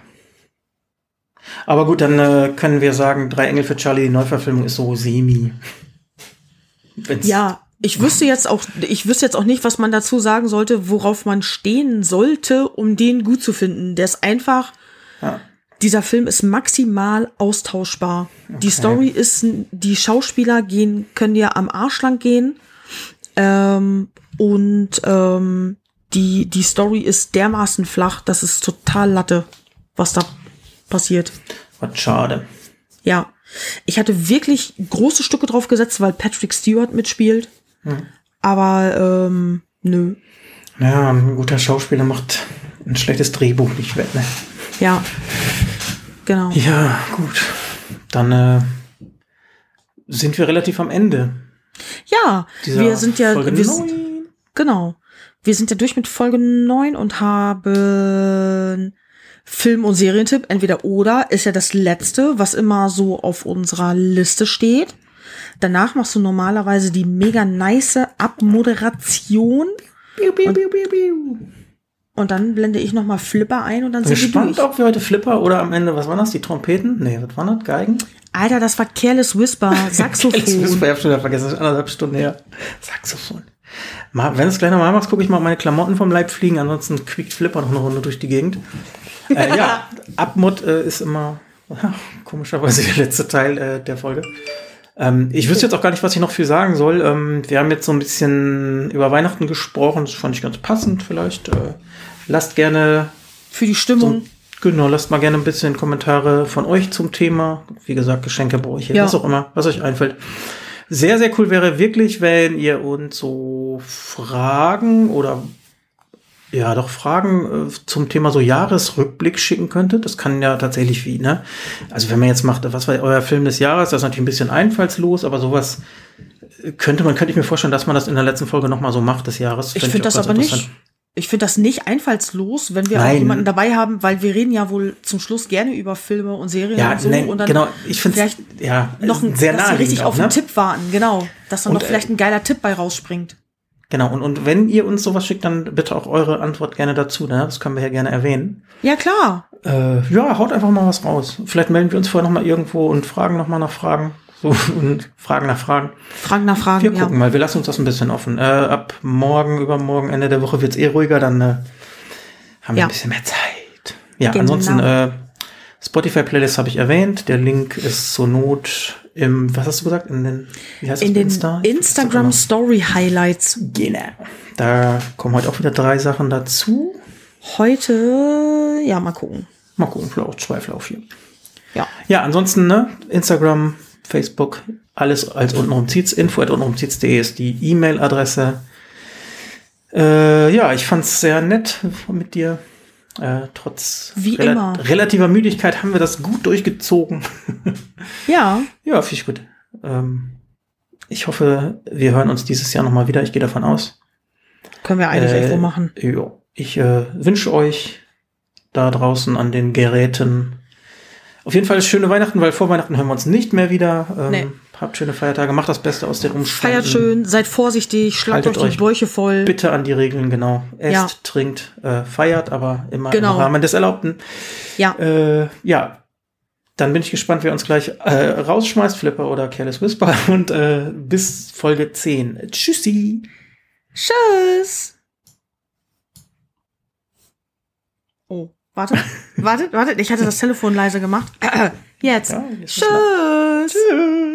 Aber gut, dann äh, können wir sagen, Drei Engel für Charlie, die Neuverfilmung ist so semi. Wenn's Ja, ich wüsste jetzt auch, ich wüsste jetzt auch nicht, was man dazu sagen sollte, worauf man stehen sollte, um den gut zu finden. Der ist einfach, Ja. dieser Film ist maximal austauschbar. Die Okay. Story ist, die Schauspieler gehen, können dir am Arsch lang gehen. Ähm, und ähm, die, die Story ist dermaßen flach, das ist total Latte, was da passiert. Was schade. Ja, ich hatte wirklich große Stücke drauf gesetzt, weil Patrick Stewart mitspielt. Hm. Aber ähm, nö. Ja, ein guter Schauspieler macht ein schlechtes Drehbuch nicht wett, ne? Ja, genau. Ja, gut. Dann äh, sind wir relativ am Ende. Ja, dieser wir sind ja, Folge wir, neun. genau. Wir sind ja durch mit Folge neun und haben Film- und Serientipp, entweder oder, ist ja das letzte, was immer so auf unserer Liste steht. Danach machst du normalerweise die mega nice Abmoderation. Biu, biu, biu, biu, biu. Und dann blende ich nochmal Flipper ein und dann sind wir Gespannt, durch. ob wir heute Flipper oder am Ende, was waren das, die Trompeten? Nee, was waren das, Geigen? Alter, das war Careless Whisper, Das Saxophon. ich hab schon wieder vergessen, das ist anderthalb Stunden her. Saxophon. Mal, wenn du es gleich nochmal machst, gucke ich mal, ob meine Klamotten vom Leib fliegen, ansonsten quiekt Flipper noch eine Runde durch die Gegend. äh, ja, Abmod äh, ist immer ach, komischerweise der letzte Teil äh, der Folge. Ähm, ich wüsste jetzt auch gar nicht, was ich noch viel sagen soll. Ähm, wir haben jetzt so ein bisschen über Weihnachten gesprochen, das fand ich ganz passend vielleicht. Äh, lasst gerne Für die Stimmung. so, genau, lasst mal gerne ein bisschen Kommentare von euch zum Thema. Wie gesagt, Geschenke, Bräuche, Ja. was auch immer, was euch einfällt. Sehr, sehr cool wäre wirklich, wenn ihr uns so Fragen oder ja, doch Fragen äh, zum Thema so Jahresrückblick schicken könntet. Das kann ja tatsächlich wie, ne? Also wenn man jetzt macht, was war euer Film des Jahres, das ist natürlich ein bisschen einfallslos, aber sowas könnte man, könnte ich mir vorstellen, dass man das in der letzten Folge nochmal so macht des Jahres. Ich Fänd finde auch das ganz aber nicht. interessant. Ich finde das nicht einfallslos, wenn wir Nein. auch jemanden dabei haben, weil wir reden ja wohl zum Schluss gerne über Filme und Serien Ja, und so. nein, und dann genau. Ich finde vielleicht ja noch ein, sehr dass sie naheliegend richtig auch, auf ne? einen Tipp warten, genau. Dass dann Und, noch vielleicht ein geiler Tipp bei rausspringt. Genau, und, und wenn ihr uns sowas schickt, dann bitte auch eure Antwort gerne dazu, ne? Das können wir hier gerne erwähnen. Ja, klar. Äh, ja, haut einfach mal was raus. Vielleicht melden wir uns vorher noch mal irgendwo und fragen noch mal nach Fragen. So, und Fragen nach Fragen. Fragen nach Fragen, Wir ja. gucken mal, wir lassen uns das ein bisschen offen. Äh, ab morgen, übermorgen, Ende der Woche wird's eh ruhiger, dann äh, haben wir Ja. ein bisschen mehr Zeit. Ja, Genau. ansonsten äh, Spotify-Playlist habe ich erwähnt. Der Link ist zur Not im, was hast du gesagt? In den, wie heißt In das, den Insta? Instagram Story Highlights. Genau. Da kommen heute auch wieder drei Sachen dazu. Heute, ja, mal gucken. Mal gucken, vielleicht auch zwei, vielleicht auch vier. Ja. Ja, ansonsten, ne, Instagram, Facebook, alles als untenrum zieht's. info at untenrum zieht's punkt de ist die E-Mail-Adresse. Äh, ja, ich fand's sehr nett mit dir. Äh, trotz Wie rela- immer. relativer Müdigkeit haben wir das gut durchgezogen. Ja. Ja, finde ich gut. Ähm, ich hoffe, wir hören uns dieses Jahr nochmal wieder. Ich gehe davon aus. Können wir eigentlich Äh, irgendwo machen. Jo. Ich äh, wünsche euch da draußen an den Geräten auf jeden Fall schöne Weihnachten, weil vor Weihnachten hören wir uns nicht mehr wieder. Ähm, Nee. Habt schöne Feiertage, macht das Beste aus den Umständen. Feiert schön, seid vorsichtig, schlagt Haltet euch die euch Bäuche voll. Bitte an die Regeln, genau. Esst, Ja. trinkt, äh, feiert, aber immer Genau. im Rahmen des Erlaubten. Ja. Äh, ja, dann bin ich gespannt, wer uns gleich äh, rausschmeißt, Flipper oder Careless Whisper. Und äh, bis Folge zehn. Tschüssi. Tschüss. Oh, warte, warte, warte. Ich hatte das Telefon leise gemacht. Jetzt. Ja, jetzt ist Tschüss. Tschüss.